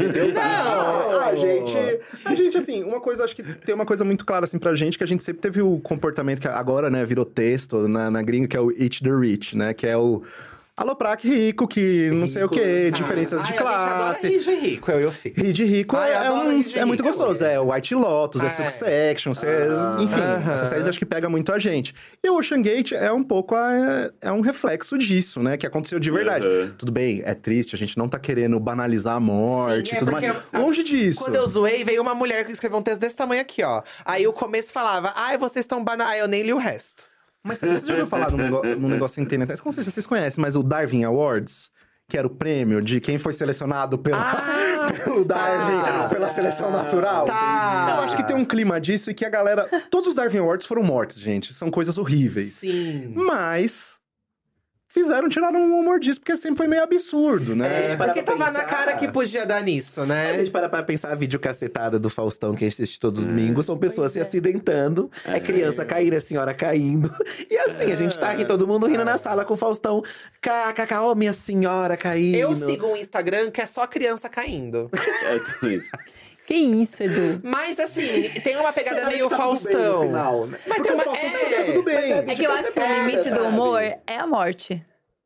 Não, a gente, a gente, assim, uma coisa, acho que tem uma coisa muito clara, assim, pra gente, que a gente sempre teve o comportamento que agora, né, virou texto na, na gringa, que é o Eat the Rich, né, que é o aloprar que rico, que não sei o quê, Sabe? diferenças Ai, de A gente adora classe. rir de rico, eu e o Fih. Rir de rico Ai, é, adoro um- rir de é muito rico. gostoso. É o White Lotus, é, É. Succession, cês- enfim. Aham. Essas séries acho que pega muito a gente. E o Ocean Gate é um pouco… a- é um reflexo disso, né? Que aconteceu de verdade. Aham. Tudo bem, é triste, a gente não tá querendo banalizar a morte Sim, e é tudo porque mais. eu- Longe disso. Quando eu zoei, veio uma mulher que escreveu um texto desse tamanho aqui, ó. Aí o começo falava, ai, vocês estão banal. Aí eu nem li o resto. Mas você já ouviu falar num negócio, num negócio internet? Não sei se vocês conhecem, mas o Darwin Awards… Que era o prêmio de quem foi selecionado pela, Ah, pelo Darwin, tá. pela seleção natural. Tá. Eu acho que tem um clima disso e que a galera… Todos os Darwin Awards foram mortos, gente. São coisas horríveis. Sim. Mas… Fizeram, tiraram um humor disso, porque sempre foi meio absurdo, né? É, Porque parar pra tava na pensar. cara que podia dar nisso, A né? gente para pra pensar, a videocacetada do Faustão que a gente assiste todo domingo, são pessoas se acidentando, é criança caindo, é senhora caindo. E assim, a gente tá aqui, todo mundo rindo na sala com o Faustão. Kkk, ó, minha senhora caindo. Eu sigo um Instagram que é só criança caindo. É, também. Que isso, Edu? Mas assim, tem uma pegada Você sabe meio que tá tudo bem Faustão. no final, né? Mas Porque tem o uma- Faustão é, tá tudo bem. É que eu acho que o limite do humor é a morte.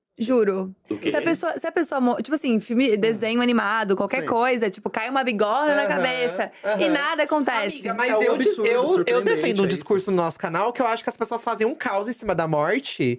Juro. O quê? Se a pessoa, se a pessoa, mo- tipo assim, filme, desenho animado, qualquer Sim. coisa, tipo, cai uma bigorna na Aham, cabeça e aham. nada acontece. Amiga, mas É um eu, absurdo, eu, eu surpreendente, defendo um é isso. discurso no nosso canal que eu acho que as pessoas fazem um caos em cima da morte.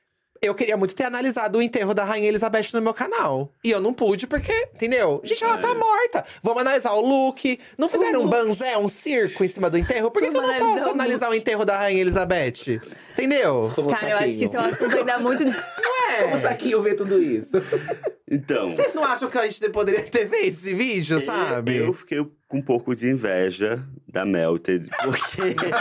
Eu queria muito ter analisado o enterro da Rainha Elizabeth no meu canal. E eu não pude porque, entendeu? Gente, ela tá morta. Vamos analisar o look. Não fizeram um banzé, um circo em cima do enterro? Por que, que eu Vamos não posso analisar o analisar o enterro da Rainha Elizabeth? Entendeu? Como Cara, eu acho que isso é um saquinho. assunto ainda muito. Como o Saquinho vê tudo isso? Então, Vocês não acham que a gente poderia ter feito esse vídeo, sabe? eu fiquei com um pouco de inveja da Melted, porque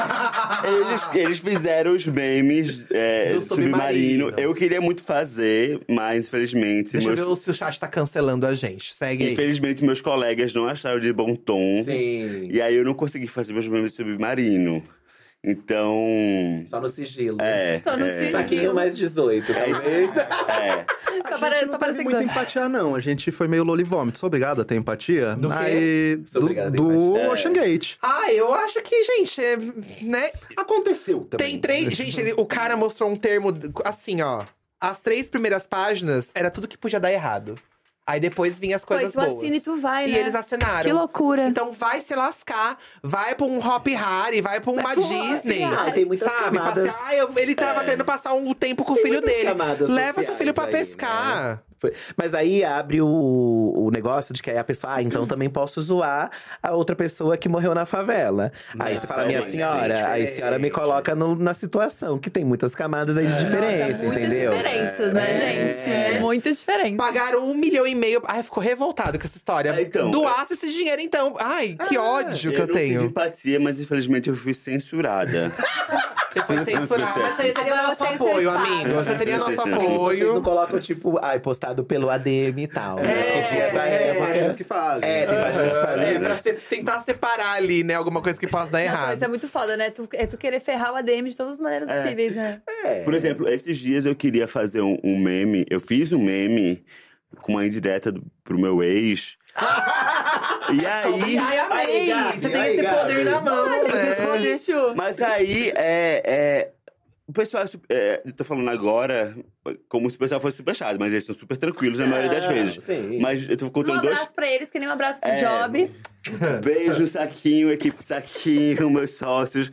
eles, eles fizeram os memes é, Do do submarino. submarino. Eu queria muito fazer, mas infelizmente… Deixa meus, eu ver se o chat tá cancelando a gente. Segue aí. Infelizmente, meus colegas não acharam de bom tom. Sim. E aí eu não consegui fazer meus memes de submarino. Então… Só no sigilo. É. Só no é, sigilo. Saquinho mais dezoito, talvez. É. Só A para, gente só não para teve muita seguidor. empatia, não. A gente foi meio lolivômito. Sou obrigado a ter empatia. Do quê? Aí, Sou do, obrigado a ter do empatia. Ocean Gate. Ah, eu acho que, gente, é, né? Aconteceu também. Tem três. Gente, ele- o cara mostrou um termo assim, ó. As três primeiras páginas era tudo que podia dar errado. Aí depois vinha as coisas Pois tu boas. assina e tu vai, E né? eles assinaram. Que loucura. Então vai se lascar. Vai pra um Hop Harry, vai pra uma Vai pro Hop Disney. Harry. Ah, tem muitas sabe? camadas. Passear. Ah, eu- ele tava querendo passar um tempo com o Tem filho muitas dele. camadas Leva seu sociais filho pra aí, pescar. né? Foi- Mas aí abre o, o negócio de que aí a pessoa, ah, então também posso zoar a outra pessoa que morreu na favela. Aí Não, você fala, minha sim, senhora, sim, aí a senhora me coloca no- na situação, que tem muitas camadas aí de diferença, Muitas entendeu? diferenças, né, É. gente? Muitas diferenças. Pagaram um milhão e meio. Ai, ficou revoltado com essa história. É, então, Doasse esse dinheiro, então. Ai, que ódio que eu não tive tenho. empatia, mas infelizmente eu fui censurada. Você foi censurado, mas você teria Agora nosso tem seu apoio, espaço. amigo. Você teria nosso Sim, sim, sim. Vocês não apoio. colocam, tipo, ai, postado pelo A D M e tal, né? É, Porque tinha essa é, época. Páginas que fazem. É, tem páginas que fazem. É, pra se- tentar separar ali, né? Alguma coisa que possa dar Nossa, errado. isso é muito foda, né? Tu, é tu querer ferrar o A D M de todas as maneiras possíveis, né? Por exemplo, esses dias eu queria fazer um, um meme. Eu fiz um meme com uma indireta do, pro meu ex. E aí. Ai, amei! Aí, Gabi, Você tem aí, esse Gabi. poder na mão, Ai, tem que né? escolher. Mas aí é. é O pessoal, é, su- é, eu tô falando agora como se o pessoal fosse super chato, mas eles são super tranquilos na maioria das vezes. Sim. Mas eu tô Um contando dois. abraço pra eles, que nem um abraço pro É. Job. Beijo, Saquinho, equipe Saquinho, meus sócios.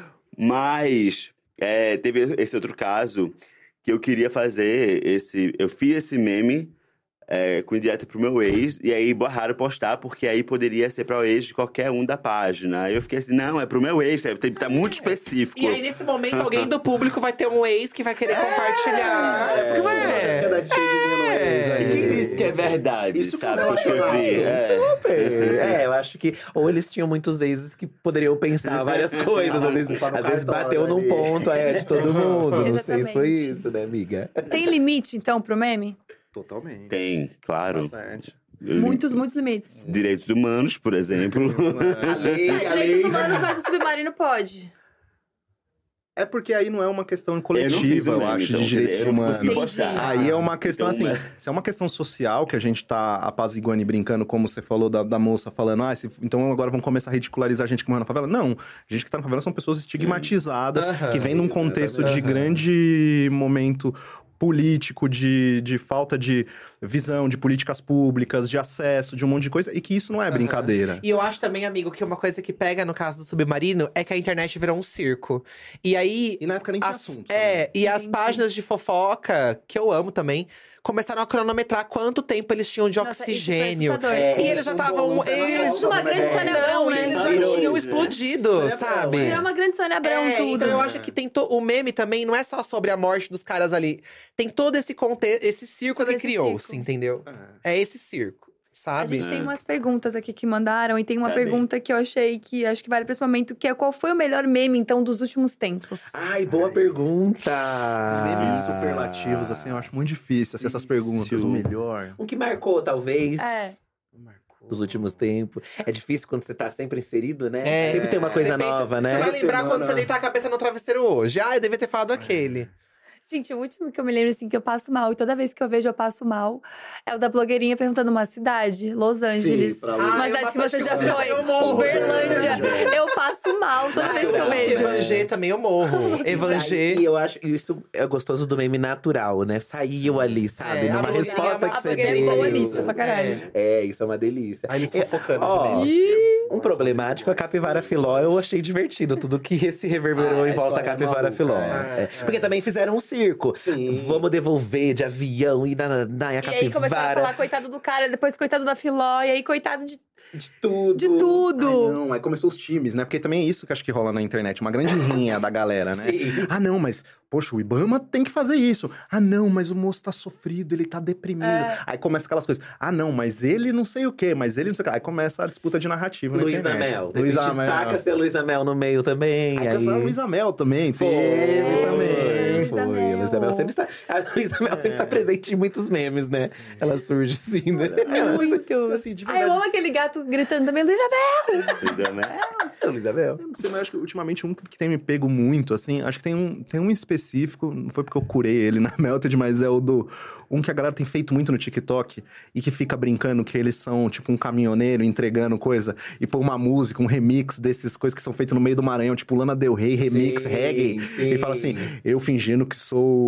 Mas é, teve esse outro caso que eu queria fazer esse. Eu fiz esse meme é, com dieta pro meu ex, e aí barraram postar, porque aí poderia ser para o ex de qualquer um da página. Aí eu fiquei assim, não, é pro meu ex, é, tem- tá muito específico. E aí, nesse momento, alguém do público vai ter um ex que vai querer compartilhar. É, Porque vai. Às quer dar esse shadezinho no ex aí. E quem disse que é verdade, Isso que sabe? eu Eu escrevi. É. Super. É, eu acho que. Ou eles tinham muitos exes que poderiam pensar várias coisas. Às vezes, Tá no às vezes cartório bateu num ali. ponto é, de todo mundo. Não sei se foi Exatamente. isso, né, amiga? Tem limite, então, pro meme? Totalmente. Tem, claro. Bastante. Eu- Muitos, muitos limites. Direitos humanos, por exemplo. A lei, Ah, a lei. direitos humanos, mas o submarino pode. É porque aí não é uma questão Eu não fiz coletiva, o eu, meme, acho, então, de quer dizer, direitos eu não humanos. consegui Entendi. postar. Aí é uma questão Então, assim, é. se é uma questão social que a gente tá apaziguando e brincando, como você falou da, da moça falando, ah, se- então agora vão começar a ridicularizar a gente que morre na favela. Não, a gente que tá na favela são pessoas estigmatizadas, Aham, que vem num isso, contexto de exatamente. grande momento político, de, de falta de visão, de políticas públicas, de acesso, de um monte de coisa, e que isso não é brincadeira. E eu acho também, amigo, que uma coisa que pega no caso do submarino é que a internet virou um circo. E aí. E na época nem tinha as- assunto. É, e as Entendi. páginas de fofoca, que eu amo também, começaram a cronometrar quanto tempo eles tinham de Nossa, isso foi oxigênio. assustador. É, E eles já um estavam. bolo, Eles Tudo uma grande Sônia Abrão, Não, né? eles já Virou tinham isso, né? explodido, Sônia Abrão, sabe? é. Virou uma grande Sônia Abrão, É, tudo. então eu acho que tem to- o meme também não é só sobre a morte dos caras ali. Tem todo esse contexto, esse circo Sobre que esse criou-se, circo. entendeu? É esse circo, A sabe? gente tem É. umas perguntas aqui que mandaram, e tem uma Cadê? pergunta que eu achei que acho que vale pra esse momento, que é qual foi o melhor meme, então, dos últimos tempos? Ai, boa pergunta! Memes superlativos, assim, eu acho muito difícil assim, essas perguntas. O melhor. Um que marcou, talvez. É. Dos últimos tempos. É difícil quando você tá sempre inserido, né? É. Sempre tem uma coisa Você pensa- nova, Você né? vai lembrar Semana- quando você deitar a cabeça no travesseiro hoje. Ah, eu devia ter falado aquele. Gente, o último que eu me lembro, assim, que eu passo mal, e toda vez que eu vejo eu passo mal, é o da blogueirinha perguntando uma cidade, Los Angeles. pra uma Los Ah, cidade eu que você já bastante- foi, eu morro. Uberlândia. Eu passo mal toda vez que eu vejo. Evangê também eu morro. E Evangê. eu acho que isso é gostoso do meme natural, né? Saiu ali, sabe? É, a Numa blogueirinha- resposta que A você blogueira é deu. boa nisso, pra caralho. É, isso é uma delícia. Aí eles É, fofocando ó, de Ih, Um problemático, a Capivara Filó, eu achei divertido. Tudo que se reverberou Ah, em a volta da história Capivara maluca, Filó. é, É. Porque também fizeram um circo. Sim. Vamos devolver de avião e na, na, e a E aí começaram a Capivara. falar coitado do cara, depois coitado da Filó, e aí coitado de, de tudo. de tudo. Ai, não, aí começou os times, né? Porque também é isso que acho que rola na internet, uma grande rinha da galera, né? Sim. Ah, não, mas, poxa, o Ibama tem que fazer isso. Ah, não, mas o moço tá sofrido, ele tá deprimido. É. Aí começa aquelas coisas. Ah, não, mas ele não sei o quê, mas ele não sei o quê. Aí começa a disputa de narrativa. na Luísa internet. Mel. De Luísa repente, Mel. taca-se a Luísa Mel no meio também. Aí, Aí, aí... a Luísa Mel também, Foi, teve também. Luísa foi. Mel. Luísa Mel sempre está. A Luísa Mel sempre está presente em muitos memes, né? Ela surge assim, né? Muito. Assim, de Ai, verdade. eu amo aquele gato gritando também, Luísa Mel! Entendeu, né? Luísa Mel. Eu não sei, mas acho que ultimamente um que tem me pego muito, assim, acho que tem um, tem um específico, não foi porque eu curei ele na Melted, mas é o do. Um que a galera tem feito muito no TikTok e que fica brincando que eles são tipo um caminhoneiro entregando coisa e põe uma música, um remix desses coisas que são feitas no meio do Maranhão, tipo Lana Del Rey, remix, Sim, reggae. sim. E fala assim: eu fingindo que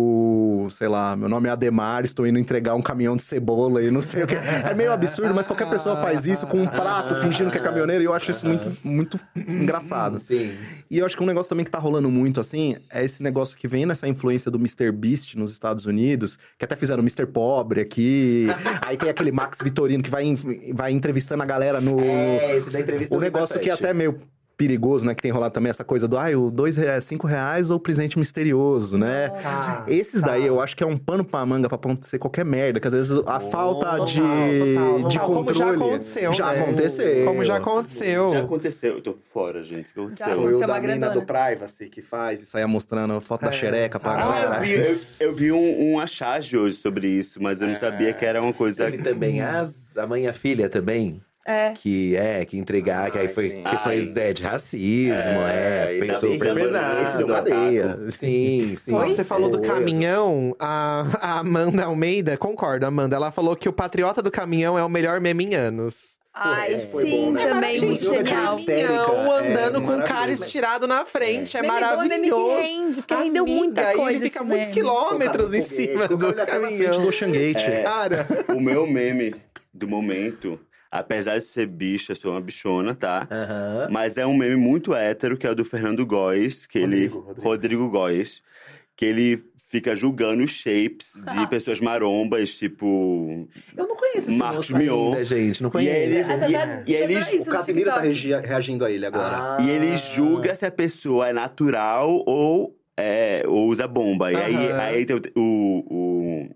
sou, sei lá, meu nome é Ademar, estou indo entregar um caminhão de cebola e não sei o que. É meio absurdo, mas qualquer pessoa faz isso com um prato fingindo que é caminhoneiro e eu acho isso muito, muito engraçado. Sim. E eu acho que um negócio também que tá rolando muito, assim, é esse negócio que vem nessa influência do mister Beast nos Estados Unidos, que até fizeram o mister Pobre aqui. Aí tem aquele Max Vitorino que vai, em- vai entrevistando a galera no. É, esse da entrevista o eu vi negócio que é bastante. até meio perigoso, né? Que tem rolado também essa coisa do, ai, o dois reais, cinco reais ou presente misterioso, né? Tá, Esses daí tá. eu acho que é um pano pra manga pra acontecer qualquer merda, que às vezes a falta Total, de, total, de total. controle. Como já aconteceu, Já né? aconteceu. Como já aconteceu. Já aconteceu. Eu tô fora, gente. O que aconteceu? Já Foi aconteceu o da uma mina grandona. do Privacy que faz e saia mostrando foto da É. xereca pra Ah, galera. eu vi, eu, eu vi um, um achagem hoje sobre isso, mas eu não sabia que era uma coisa. Teve também as, a mãe e a filha também. É. Que é, que entregar, que aí Ai, foi sim. questões Ai. é, de racismo, é, esse pensou aí super que é pesado. esse deu cadeia. Sim, sim. Quando você falou do Foi, caminhão, a, a Amanda Almeida, concordo, Amanda, ela falou que o Patriota do Caminhão é o melhor meme em anos. Ai, esse foi sim, bom, né? também, Gente, muito Museu da genial. Histérica, caminhão andando é com o cara maravilhoso. estirado na frente. É, Meme bom é meme que maravilhoso. rende, porque rendeu Amiga, muita e coisa ele fica esse muitos meme. quilômetros em Colocaram cima foguete, do colocaram até na frente caminhão. do Ocean Gate. É. Cara, O meu meme do momento, apesar de ser bicha, sou uma bichona, tá? Aham. Mas é um meme muito hétero, que é o do Fernando Góes, que Rodrigo, ele. Rodrigo. Rodrigo Góes. Que ele fica julgando os shapes de pessoas marombas, tipo. Eu não conheço esse Marcos moço Mion. ainda, gente. Não E ele- conheço. Ah, você E- tá e eles- fazendo isso O no Casemiro tá TikTok. regi- reagindo a ele agora. E ele julga se a pessoa é natural ou, é, ou usa bomba. E aí, Aham. aí tem o, o, o,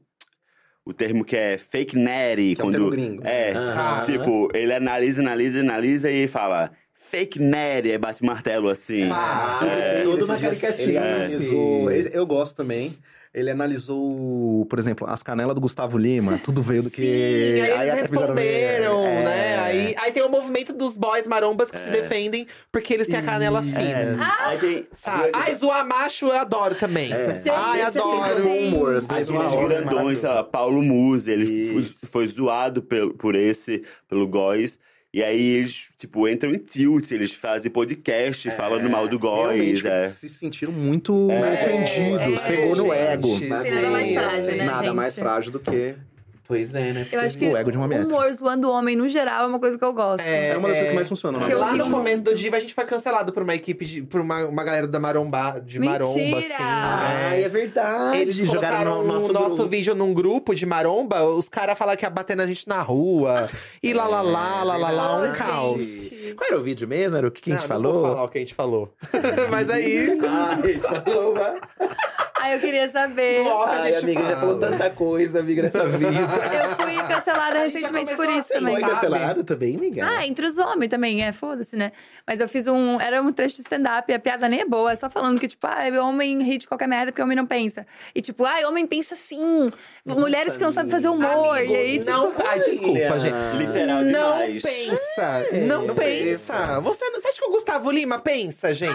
o termo que é fake natty. Que é um quando, termo gringo. É, Aham. tipo, ele analisa, analisa, analisa e fala fake natty, aí bate martelo assim. Ah, é, Ele toda fez uma esses dias- caricatura. Ele analisou. ele- Eu gosto também. Ele analisou, por exemplo, as canelas do Gustavo Lima. Tudo veio do que. Sim, aí eles até fizeram meme. responderam, É. né? Aí, aí tem o movimento dos boys marombas que se defendem porque eles têm a canela fina. Aí tem. Sabe? Ai, zoar macho eu adoro também. Ai, esse é adoro. sempre Com humor, assim. Aí tem uma os hora grandões, maravilhosa. sei lá, Paulo Musi, ele Isso. foi, foi zoado pelo, por esse, pelo Góes. E aí eles, tipo, entram em tilt, eles fazem podcast falando mal do Góes. Realmente, É. se sentiram muito É. ofendidos, É, pegou no gente, ego. sim, Mas Tem nada mais sim, frágil, né, Nada gente? mais frágil do que. Pois é, né? Eu acho que O ego de uma o meta. humor zoando o homem, no geral, é uma coisa que eu gosto. É uma das coisas que mais funcionam, na Que eu Lá verdade. no começo do Diva, a gente foi cancelado por uma equipe, de, por uma, uma galera da Maromba, de Mentira! Maromba, assim. Ai, é verdade. Eles jogaram jogaram no nosso, nosso grupo. vídeo num grupo de maromba, os caras falaram que ia bater na gente na rua. E lá, lá, lá, lá, lá, lá, um Ai, caos. gente. Qual era o vídeo mesmo? Era o que, que a gente Não, não falou? vou falar o que a gente falou. Mas aí, Ah, a gente falou, vai. Ai, eu queria saber. no off a Ai, gente amiga, já falou fala. tanta coisa, amiga, nessa vida. Eu fui cancelada A gente já recentemente por começou isso assim, também. Foi sabe? cancelada também, amiga? Ah, entre os homens também, é, foda-se, né? Mas eu fiz um. Era um trecho de stand-up, e a piada nem é boa, é só falando que, tipo, ah, homem ri de qualquer merda porque homem não pensa. E, tipo, ah, homem pensa sim. Mulheres que não sabem fazer humor. Amigo, e aí, tipo. não, ai, desculpa, gente. Literal Não demais. pensa, não não pensa. Você, não- você acha que o Gustavo Lima pensa, gente?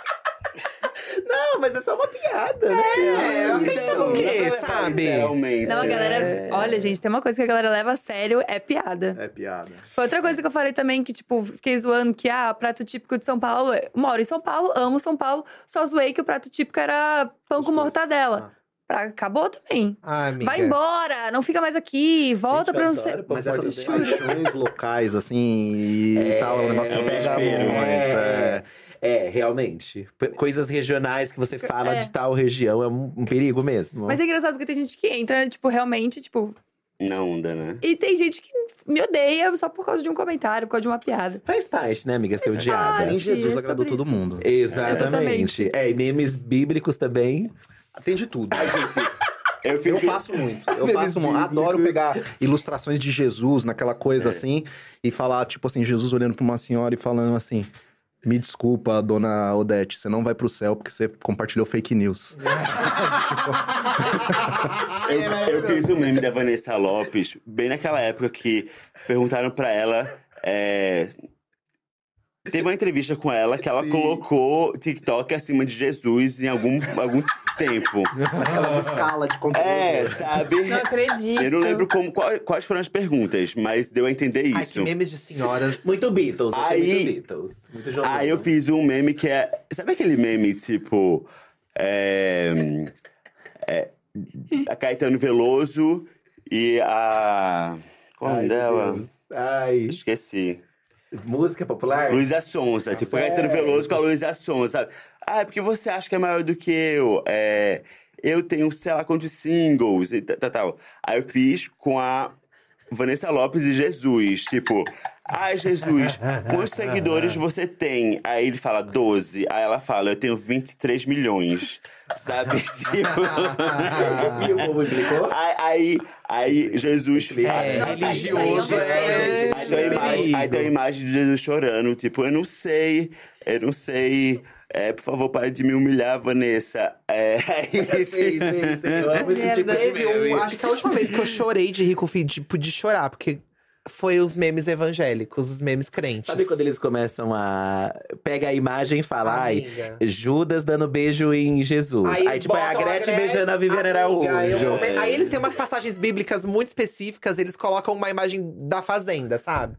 Não, mas é só uma piada, né? É, pensa no quê, Não, sabe? Literalmente. Não, a galera. Olha, gente, tem uma coisa que a galera leva a sério, é piada. É piada. Foi outra coisa que eu falei também, que, tipo, fiquei zoando que, ah, prato típico de São Paulo. Eu moro em São Paulo, amo São Paulo, só zoei que o prato típico era pão com mortadela. Pra, acabou também. Ah, amiga. Vai embora, não fica mais aqui, volta pra não ser. Mas essas Juro. paixões locais, assim, e É, tal, é um negócio que é, pega é, muito. é. É, realmente. P- coisas regionais que você fala É. de tal região é um, um perigo mesmo. Mas é engraçado porque tem gente que entra, tipo, realmente, tipo. Na onda, né? E tem gente que me odeia só por causa de um comentário, por causa de uma piada. Faz parte, né, amiga? Ser odiada. parte. Nem Jesus é agradou sobre todo isso. mundo. Exatamente. Exatamente. É, e memes bíblicos também. Tem de tudo. Eu, Eu fico... faço muito. Eu faço muito. Adoro pegar ilustrações de Jesus naquela coisa assim e falar, tipo assim, Jesus olhando pra uma senhora e falando assim: me desculpa, dona Odete, você não vai pro céu porque você compartilhou fake news. Eu, eu fiz um meme da Vanessa Lopes, bem naquela época que perguntaram pra ela. é, Teve uma entrevista com ela que ela colocou TikTok acima de Jesus em algum, algum tempo. Aquelas escalas de conteúdo. É, sabe? Não acredito. Eu não lembro como, qual- quais foram as perguntas, mas deu a entender Ai, que isso. memes de senhoras. Muito Beatles. achei Aí- muito Beatles. Muito jovem. Aí eu fiz um meme que é. Sabe aquele meme tipo. É, é, a Caetano Veloso e a. Qual é o nome dela? Ai, Esqueci. música popular? Luísa Sonza. Tipo, sério? Caetano Veloso com a Luísa Sonza, sabe? Ah, é porque você acha que é maior do que eu. É, eu tenho, sei lá, quantos singles e tal, tal. Aí eu fiz com a Vanessa Lopes e Jesus. Tipo, ai, Jesus, quantos seguidores você tem? Aí ele fala doze. Aí ela fala, eu tenho vinte e três milhões. Sabe? Tipo... E o povo implicou? Aí, aí, aí Jesus fala. É, Nossa, religioso, isso aí é. eu Aí tem, a imagem, aí tem a imagem de Jesus chorando, tipo, eu não sei, eu não sei, é, por favor, pare de me humilhar, Vanessa. É, aí, Sei, sei, sei. Eu amo esse tipo de Teve meme. um, acho que a última vez que eu chorei de rir com o filho, tipo, de chorar, porque foi os memes evangélicos, os memes crentes. Sabe quando eles começam a… Pega a imagem e fala, ai, Amiga. Judas dando beijo em Jesus. Aí Aí, eles tipo, é a botam Gretchen Gretchen, beijando a Viviane amiga, Araújo. eu- Aí eles têm umas passagens bíblicas muito específicas, eles colocam uma imagem da fazenda, sabe?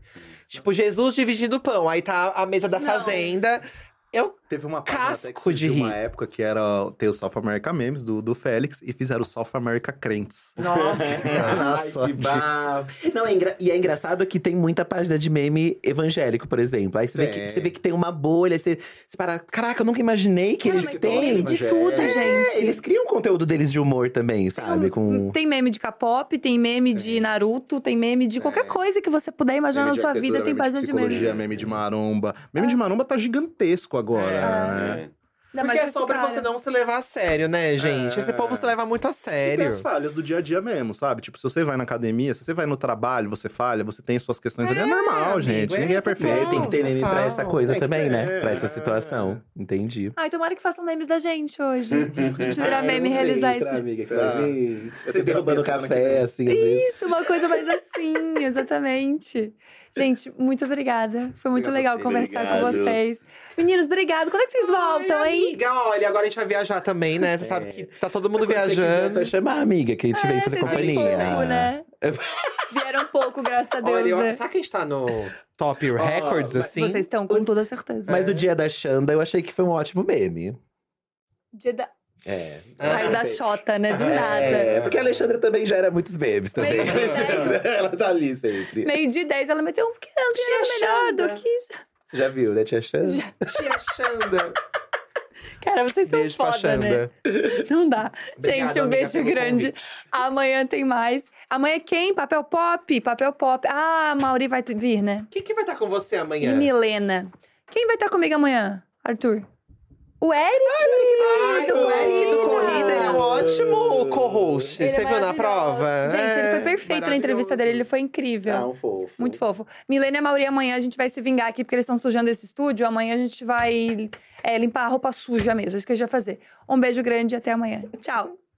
Tipo, Jesus dividindo o pão. Aí tá a mesa da Não. fazenda. Eu Teve uma página até que casco de surgiu uma rir. época que era ter o South America Memes, do, do Félix, e fizeram o South America Crentes. Nossa. Nossa, Ai, que bafo. Não, é engra... E é engraçado que tem muita página de meme evangélico, por exemplo. Aí você vê que, Tem. você vê que tem uma bolha, aí você, você para… Caraca, eu nunca imaginei que Não, eles mas tem têm… meme de Evangelho. tudo, É, gente. Eles criam conteúdo deles de humor também, sabe? Tem, Com… tem meme de K-pop, tem meme de Naruto, tem meme de qualquer coisa que você puder imaginar Meme na de sua arquitetura, vida, tem meme página de psicologia, meme. meme de maromba. Meme de maromba tá gigantesco agora, né? É. Ainda Porque mais é só esse pra cara. você não se levar a sério, né, gente? É. Esse povo se leva muito a E tem sério. as falhas do dia a dia mesmo, sabe? Tipo, se você vai na academia, se você vai no trabalho, você falha, você tem suas questões ali. É normal, amigo, gente. é Ninguém é total. perfeito. Tem que ter meme pra essa coisa Tem que também, ter, né? Pra essa é. situação. Entendi. Ai, tomara que façam memes da gente hoje. A gente virar meme e Eu não sei, realizar será, esse… amiga, que Será? vai vir? Eu Vocês tenho derrubando semana que café, vem. assim, às vezes. Isso, uma coisa mais assim, exatamente. Gente, muito obrigada. Foi muito Obrigado a legal vocês. conversar com Obrigado. vocês. Meninos, obrigado. Quando é que vocês voltam, Ai, hein? amiga, olha, agora a gente vai viajar também, né? Você sabe que tá todo mundo Quando você quiser, viajando. É só chamar a amiga, que a gente É, veio fazer vocês vêm companhia. pouco, né? Vieram pouco, graças a Deus, Olha, eu- né? será que a gente tá no Top Records, mas assim? Vocês estão com toda certeza. Mas o dia da Xanda, eu achei que foi um ótimo meme. Dia da… É. Raio da Xota, né? Do nada. É, porque a Alexandra também gera muitos memes também. Meio de dez. Ela tá ali sempre. Meio de dez, ela meteu um que não tinha Tia melhor do Xanda. que… Você já viu, né, Tia Xanda? Tia Xanda. Cara, vocês são Beijo pra foda, né? Xanda. Não dá. Obrigado, Gente, um amiga, beijo pelo grande. convite. Amanhã tem mais. Amanhã quem? Papel Pop? Papel Pop. Ah, a Mauri vai vir, né? Quem que vai estar com você E amanhã? Milena. Quem vai estar comigo amanhã? Arthur? O Eric! Ai, o Eric do Corrida, ele é um ótimo co-host. Ele é Você viu na maravilhoso. prova? Gente, ele foi É, perfeito na entrevista dele, ele foi incrível. Ah, um fofo. Muito fofo. Milena e Mauri, amanhã a gente vai se vingar aqui, porque eles estão sujando esse estúdio. Amanhã a gente vai é, limpar a roupa suja mesmo, é isso que a gente vai fazer. Um beijo grande e até amanhã. Tchau!